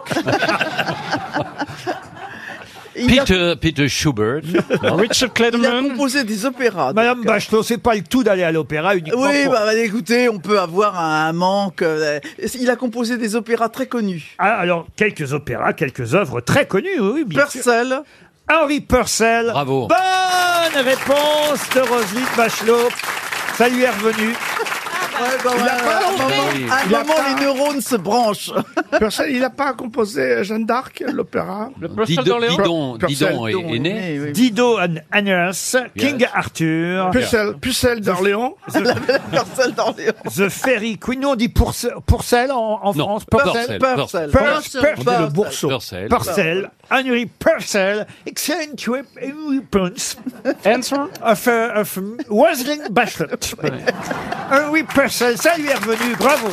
Il a, Peter, Peter Schubert. Non. Richard il a Clayderman? composé des opéras. Madame donc. Bachelot, c'est pas le tout d'aller à l'opéra uniquement. Oui, pour- bah, bah, écoutez, on peut avoir un manque. euh, Il a composé des opéras très connus. Ah, alors, quelques opéras, quelques œuvres très connues, oui, bien sûr. Purcell. Henri Purcell. Bravo. Bonne réponse de Roselyne Bachelot. Ça lui est revenu. Ouais, bah, ouais, à un moment, à un Il a moment, pas- les neurones se branchent. Purcell, il n'a pas composé Jeanne d'Arc, l'opéra. Le Purcell Didon, d'Orléans? Didon, Purcell. Didon est, est né. Oui, oui. Dido and Anners, King Yes. Arthur, Pucelle, Pucelle d'Orléans. Purcell d'Orléans. The Fairy Queen. Nous, on dit Pource- Pourcel en, en Non, France. Purcell. Purcell. Purcell. Purcell. Purcell. On dit le bourseau. Purcell. Purcell. Henry Purcell. Excellent trip in response Answer? of, uh, of Roselyne Bachelot. Henry Purcell, ça lui est revenu. Bravo.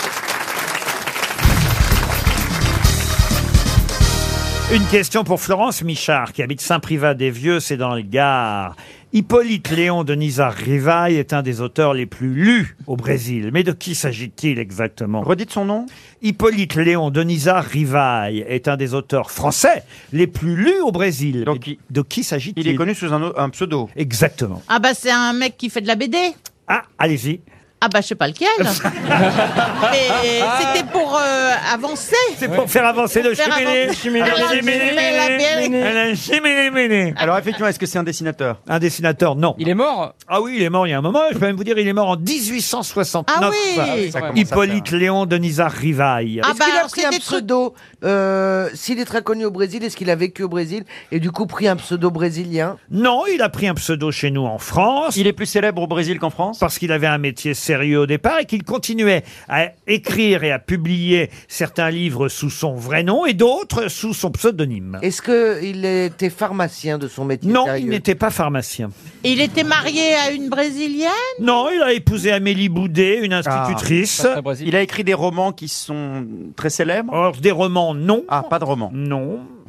Une question pour Florence Michard, qui habite Saint-Privat-des-Vieux, c'est dans le Gard. Hippolyte Léon de Nizar-Rivail est un des auteurs les plus lus au Brésil. Mais de qui s'agit-il exactement? Redites son nom. Hippolyte Léon de Nizar-Rivail est un des auteurs français les plus lus au Brésil. Donc, Mais de qui s'agit-il? Il est connu sous un, o- un pseudo. Exactement. Ah bah c'est un mec qui fait de la B D. Ah, allez-y. Ah bah je sais pas lequel. Mais c'était pour euh, avancer. C'est pour faire avancer le Faire chiminé. avancer- chiminé, Alors, chiminé, chiminé, chiminé, chiminé, chiminé. Alors effectivement, est-ce que c'est un dessinateur? Un dessinateur, non. Il est mort? Ah oui, il est mort il y a un moment. Je peux même vous dire, il est mort en dix-huit cent soixante-neuf. Ah oui. Ça commence à Hippolyte faire. Léon de Nizar-Rivail. Ah Est-ce bah qu'il a alors, pris un c'était truc- pseudo euh, S'il est très connu au Brésil, est-ce qu'il a vécu au Brésil et du coup pris un pseudo brésilien? Non, il a pris un pseudo chez nous en France. Il est plus célèbre au Brésil qu'en France? Parce qu'il avait un métier sérieux au départ et qu'il continuait à écrire et à publier certains livres sous son vrai nom et d'autres sous son pseudonyme. Est-ce qu'il était pharmacien de son métier Non, sérieux? il n'était pas pharmacien. Il était marié à une brésilienne. Non, il a épousé Amélie Boudet, une institutrice. Ah, Il a écrit des romans qui sont très célèbres? Or, des romans, non. Ah, pas de romans. Non.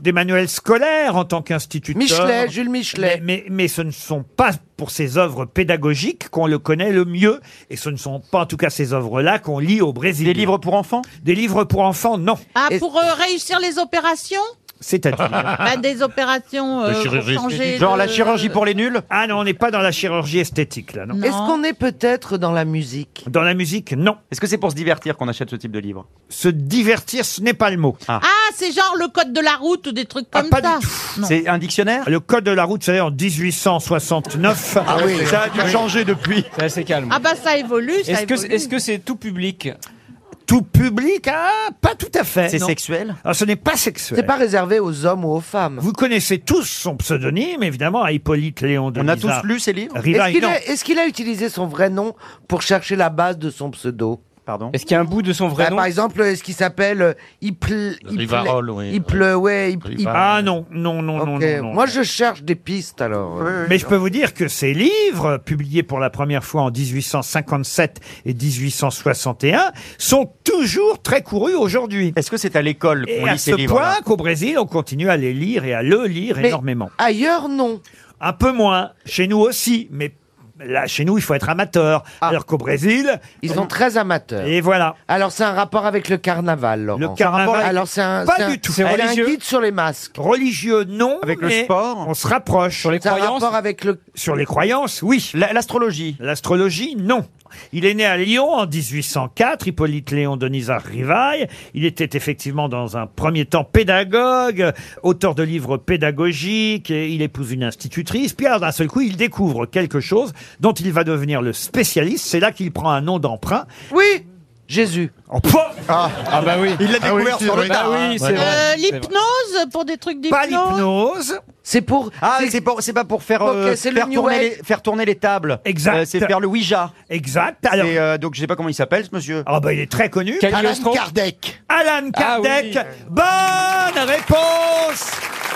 des manuels scolaires en tant qu'instituteur. Michelet, Jules Michelet. Mais, mais, mais ce ne sont pas pour ses œuvres pédagogiques qu'on le connaît le mieux. Et ce ne sont pas en tout cas ces œuvres-là qu'on lit au Brésil. Des livres pour enfants? Des livres pour enfants, non. Ah, pour euh, réussir les opérations? C'est-à-dire Bah, des opérations euh, pour changer Genre de- la chirurgie pour les nuls? Ah non, on n'est pas dans la chirurgie esthétique, là, non. Est-ce qu'on est peut-être dans la musique? Dans la musique, non. Est-ce que c'est pour se divertir qu'on achète ce type de livre? Se divertir, ce n'est pas le mot. Ah, c'est genre le code de la route ou des trucs comme ça. Non. C'est un dictionnaire? Le code de la route, c'est en dix-huit cent soixante-neuf. Ah oui, ça a dû changer depuis. C'est assez calme. Ah bah ça évolue, ça Est-ce que évolue. est-ce que c'est tout public? Tout public, ah, pas tout à fait. C'est non. sexuel? Alors, ce n'est pas sexuel. C'est pas réservé aux hommes ou aux femmes. Vous connaissez tous son pseudonyme, évidemment, à Hippolyte Léon de On a Nizar. tous lu ses livres? Est-ce Rivail, qu'il non. a, est-ce qu'il a utilisé son vrai nom pour chercher la base de son pseudo? Pardon? Est-ce qu'il y a un bout de son vrai Bah, nom? Par exemple, est-ce qu'il s'appelle euh, il ple, il Rivarol, ple- oui. il pleut, ouais, il, il- Ah non, non, non, non, Ok. non, non. Moi, je cherche des pistes alors. Mais je peux vous dire que ces livres, publiés pour la première fois en dix-huit cent cinquante-sept et dix-huit cent soixante et un, sont toujours très courus aujourd'hui. Est-ce que c'est à l'école Et qu'on à lit ces ce livres? point qu'au Brésil, on continue à les lire et à le lire Mais énormément. Ailleurs, non. Un peu moins. Chez nous aussi, mais là, chez nous, il faut être amateur. Alors qu'au Brésil, Ils sont très amateurs. et voilà. Alors, c'est un rapport avec le carnaval, Laurent. Le carnaval, Alors, c'est un, pas c'est un- du tout. Elle a un religieux guide sur les masques. Religieux, non. Avec le mais sport? On se rapproche. Sur les C'est un croyances? rapport avec le. Sur les croyances, oui. La- L'astrologie? L'astrologie, non. Il est né à Lyon en dix-huit cent quatre, Hippolyte Léon de Nizar Rivail. Il était effectivement dans un premier temps pédagogue, auteur de livres pédagogiques, et il épouse une institutrice. Puis alors, d'un seul coup, il découvre quelque chose dont il va devenir le spécialiste. C'est là qu'il prend un nom d'emprunt. Oui, Jésus. Oh, po- Ah, bah oui. Il l'a Ah oui, découvert c'est sur vrai. le tas. Ah oui, c'est vrai. Euh, L'hypnose pour des trucs Pas d'hypnose. l'hypnose. C'est pour. Ah, c'est- c'est pour- c'est pas pour faire, Ok, euh, c'est le faire, New tourner Age. les, faire tourner les tables. Exact. Euh, c'est faire le Ouija. Exact. Alors, C'est, euh, donc je sais pas comment il s'appelle ce monsieur. ah bah, il est très connu. Alan Kardec. Alan Kardec. Ah Bonne réponse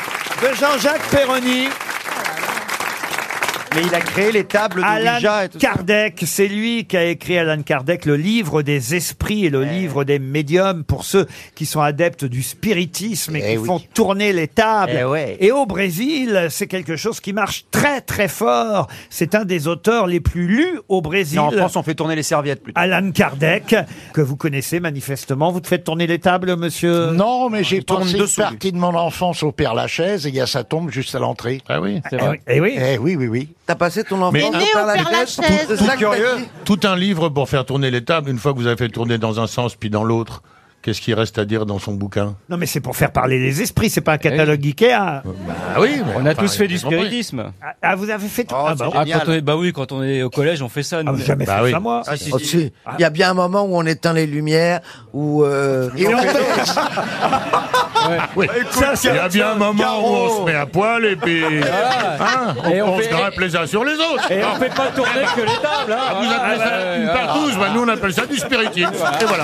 de Jean-Jacques Perroni. Mais il a créé les tables de Alan Ouija et tout ça. Kardec, c'est lui qui a écrit, Alan Kardec, le livre des esprits et le livre des médiums pour ceux qui sont adeptes du spiritisme et Eh qui oui. font tourner les tables. Eh ouais. Et au Brésil, c'est quelque chose qui marche très très fort. C'est un des auteurs les plus lus au Brésil. Non, en France, on fait tourner les serviettes plutôt. Alan Kardec, que vous connaissez manifestement. Vous faites tourner les tables, monsieur? Non, mais j'ai tourne passé une dessous, lui. partie de mon enfance au Père Lachaise et il y a sa tombe juste à l'entrée. Ah oui. C'est vrai. Eh oui. Eh oui, oui, oui. T'as passé ton enfance Mais- au Né au Père Père Lachaise. Lachaise. C'est ça que t'as curieux. dit. Tout un livre pour faire tourner les tables, une fois que vous avez fait tourner dans un sens puis dans l'autre, qu'est-ce qu'il reste à dire dans son bouquin? Non, mais c'est pour faire parler les esprits. C'est pas un catalogue Ikea. Ah oui, mais On a enfin, tous fait du j'ai compris. spiritisme. Ah, ah, vous avez fait tout. Oh, ah, bah, c'est Ah, génial. quand on est, bah oui, quand on est au collège, on fait ça. ah, nous. j'ai jamais Bah fait oui. ça, moi. Ah, si, Oh, si. si. Il y a bien un moment où on éteint les lumières, où... euh, Et on fait- Oui. Il y a bien un moment où on se met à poil et puis hein, on, Et on on fait- se grappe les uns sur les autres. Et on fait pas tourner que les tables, hein. Ah, vous appelez ça Ah, une ouais, partouze, ah, bah, nous on appelle ça du spiritisme. Et voilà.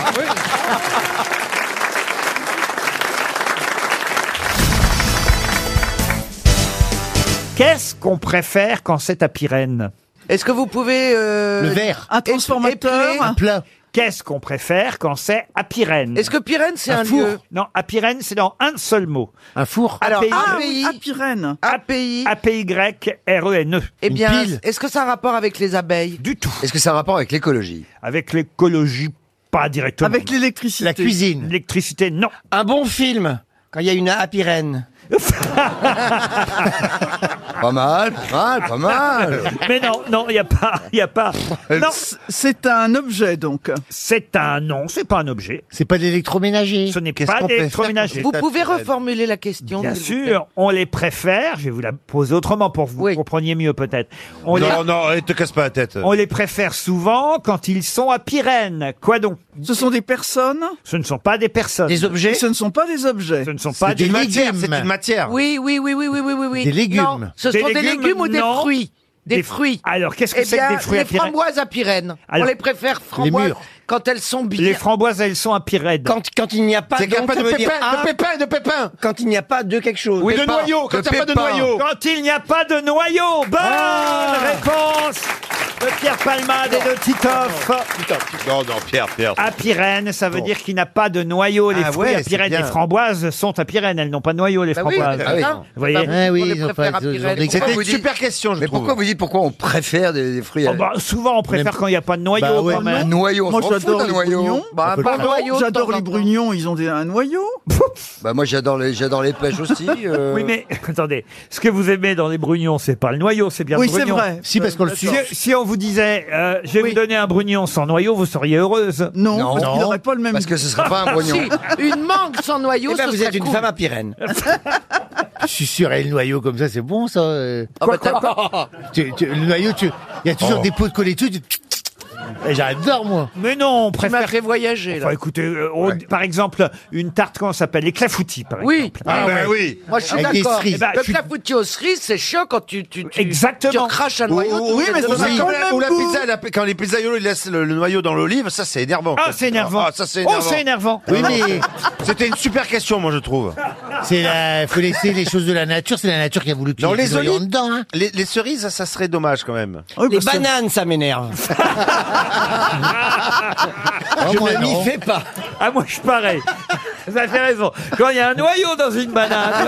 Qu'est-ce qu'on préfère quand c'est à Pyrène? Est-ce que vous pouvez... euh, Le verre. Un transformateur. Un plat. Qu'est-ce qu'on préfère quand c'est à Pyrène? Est-ce que Pyrène, c'est un, four? lieu? Non, à Pyrène, c'est dans un seul mot. Un four. Alors, A P I. A P I. À Pyrène. A P I. A P Y R E N E. Eh Une bien, pile. est-ce que ça a un rapport avec les abeilles? Du tout. Est-ce que ça a un rapport avec l'écologie? Avec l'écologie, pas directement. Avec l'électricité. La cuisine. L'électricité, non. Un bon film, quand il y a une apirène. Pas mal, pas mal, pas mal. Mais non, non, il n'y a pas, il y a pas. Non, C'est un objet, donc. c'est un, non, c'est pas un objet. C'est pas de l'électroménager. Ce n'est Qu'est-ce pas qu'on peut d'électroménager. Vous pouvez reformuler la question? Bien s'il vous sûr, on les préfère. Je vais vous la poser autrement pour que vous Oui. compreniez mieux peut-être. On les, Non, non, te casse pas la tête. on les préfère souvent quand ils sont à Pyrène. Quoi donc? Ce sont des personnes. Ce ne sont pas des personnes. Des objets? Ce ne sont pas des objets. Ce ne sont pas C'est des des Matière, légumes. c'est une matière. Oui, oui, oui, oui, oui, oui, oui, oui. Des légumes. Non, ce Des sont des légumes, légumes ou des non. fruits? Des, Des- fruits. Alors, qu'est-ce que Eh c'est que bien, des fruits à les Pyrène? framboises à Pyrène. Alors- On les préfère framboises mûres. quand elles sont bien. Les framboises, elles sont à Pyrène. Quand, quand il n'y a pas C'est qu'il n'y a donc, pas de ça veut dire pépins, un, de pépins, de pépins. quand il n'y a pas de quelque chose. Oui, de Pépin. noyau, quand De il n'y a pas de pépin. noyau. Quand il n'y a pas de noyau. Bonne réponse de Pierre Palmade et de Titoff. Non, non, Pierre, Pierre. Apirène, ça veut dire qu'il n'a pas de noyau. Les Ah fruits ouais, apirènes, c'est bien. les framboises sont apirènes. Elles n'ont pas de noyau, les Bah oui, framboises. ah oui. Vous voyez Ah oui, On les enfin, préfère à ils ont- Pirelli. C'était Pourquoi une vous dites- super question, je Mais trouve. pourquoi vous dites pourquoi on préfère des, des fruits Oh, bah, souvent, on préfère quand il n'y a pas de noyau. Bah ouais, quand même. un noyau, on Moi, s'en fout j'adore d'un les noyau. brugnons. Bah, Bah, pas pardon, noyau, j'adore de temps les en temps. brugnons, ils ont des, un noyau. Bah moi j'adore les j'adore les pêches aussi. euh. Oui, mais attendez, ce que vous aimez dans les brugnons, c'est pas le noyau, c'est bien Oui, le c'est brugnon. vrai. Si, parce qu'on le Si, suce. si on vous disait, euh, je vais vous donner un brugnon sans noyau, vous seriez heureuse. Non, Non, parce qu'il non, n'aurait pas le même parce que ce serait pas un brognon. Si, une mangue sans noyau, Eh ben, ce vous serait êtes une cool. femme à Pirène. Je suis sûr, et le noyau comme ça, c'est bon ça. euh. Ah bah, t'as pas- Tu- tu- le noyau, tu- il y a toujours des pots de collés dessus. tu- Et j'adore moi. Mais non, on Tu m'as préfère. fait voyager, là. Enfin, écoutez, euh, on- par exemple, une tarte, comment ça s'appelle? Les clafoutis, par Oui. exemple. Ah, bah oui. Moi, je suis Avec des d'accord. cerises. Eh ben, Le je suis- clafoutis aux cerises, c'est chiant quand tu, tu, tu, Exactement. tu craches un Ou, noyau. ou- Oui, ou- mais ça ou- a ou- quand même ou la goût. pizza, la- quand les pizzaiolos ils laissent le, le noyau dans l'olive, ça c'est énervant. Ah, c'est énervant. Ah, ça c'est Oh, énervant. c'est énervant. Oui, mais c'était une super question, moi je trouve. C'est la, faut laisser les choses de la nature. C'est la nature qui a voulu qu'il y Non, ait du les noyau olives, dedans. Hein. les, les cerises, ça, ça serait dommage quand même. Oui, Les parce que- bananes, ça m'énerve. Je moi, ne m'y non. fais pas. Ah, moi, je suis pareil. Vous avez raison. Quand il y a un noyau dans une banane.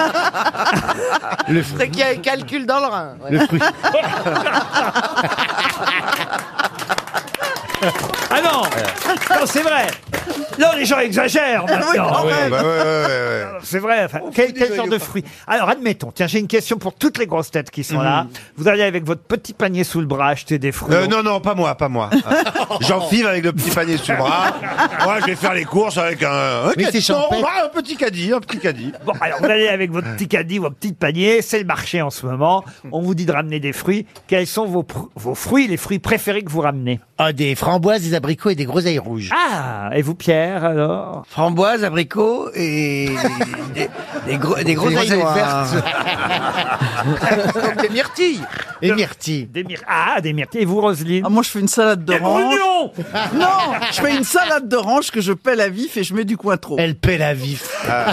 Le C'est qu'il y a un calcul dans le rein. ouais. Le fruit. Ah non, non, c'est vrai. Non, les gens exagèrent maintenant. Ah ouais, bah ouais, ouais, ouais, ouais. C'est vrai. Enfin, quel quel genre de fruits? Alors, admettons. Tiens, j'ai une question pour toutes les grosses têtes qui sont là. Vous allez avec votre petit panier sous le bras acheter des fruits. Euh, non, non, pas moi, pas moi. J'enfile avec le petit panier sous le bras. Moi, je vais faire les courses avec un, un Oui, c'est caddie. Non, champêtre. un petit caddie, un petit caddie. Bon, alors vous allez avec votre petit caddie, votre petit panier, c'est le marché en ce moment. On vous dit de ramener des fruits. Quels sont vos, pr- vos fruits, les fruits préférés que vous ramenez? Ah, des framboises, des abricots et des groseilles rouges. Ah, et vous, Pierre, alors? Framboises, abricots et des, des, gros, des groseilles noires. Donc des myrtilles. Et myrtilles. Des myr- Ah, des myrtilles. Et vous, Roselyne? Ah, moi, je fais une salade Des d'orange. brugnons. Non, je fais une salade d'orange que je pèle à vif et je mets du cointreau. Elle pèle à vif.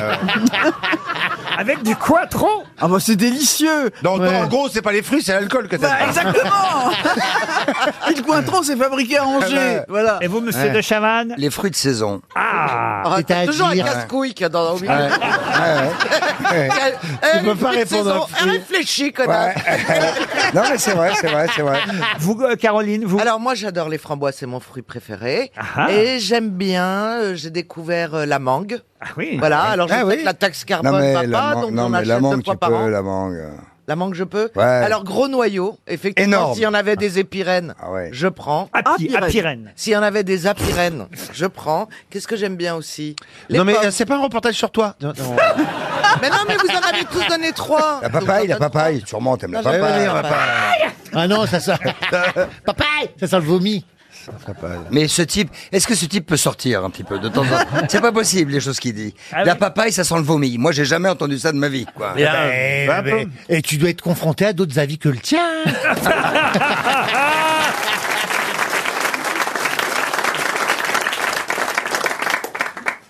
Avec du cointreau? Ah bah c'est délicieux. Non, Ouais. non, en gros, c'est pas les fruits, c'est l'alcool que Bah t'as. exactement. Et le cointreau, c'est fabriqué à Angers. Voilà. Et vous, monsieur Ouais. de Chavannes? Les fruits de saison. Ah, Ah, t'as toujours un C'est-à-dire- casse-couille qu'il y a dans au milieu. Ouais. Ouais, ouais. Eh, Tu les peux pas fruits de répondre à saison. un fruit. Réfléchis, connard. Non mais c'est vrai, c'est vrai, c'est vrai. vous, euh, Caroline, vous? Alors moi j'adore les framboises, c'est mon fruit préféré. Ah. Et j'aime bien, euh, j'ai découvert euh, la mangue. Ah oui. Voilà, alors j'ai Ah peut-être oui. la taxe carbone va pas, donc on achète deux fois par an. la mangue. La mangue je peux. Ouais. Alors gros noyau, effectivement, Énorme. s'il y en avait des épirènes, Ah ouais. je prends. Api- Apirène. Apirène. S'il y en avait des apirènes, je prends. Qu'est-ce que j'aime bien aussi? Les Non, mais pommes. euh, c'est pas un reportage sur toi. Non, non. Mais non, mais vous en avez tous donné trois. La Donc, papaye, j'en la donne papaye, sûrement t'aimes la Non, j'aime papaye. pas la papaye. Ah non, ça sent. Papaye, ça sent le vomi. Mais ce type, est-ce que ce type peut sortir un petit peu de temps en temps? C'est pas possible les choses qu'il dit. Ah la oui. papaye, ça sent le vomi. Moi, j'ai jamais entendu ça de ma vie. Quoi. Et, euh, Eh bah, ben, et tu dois être confronté à d'autres avis que le tien.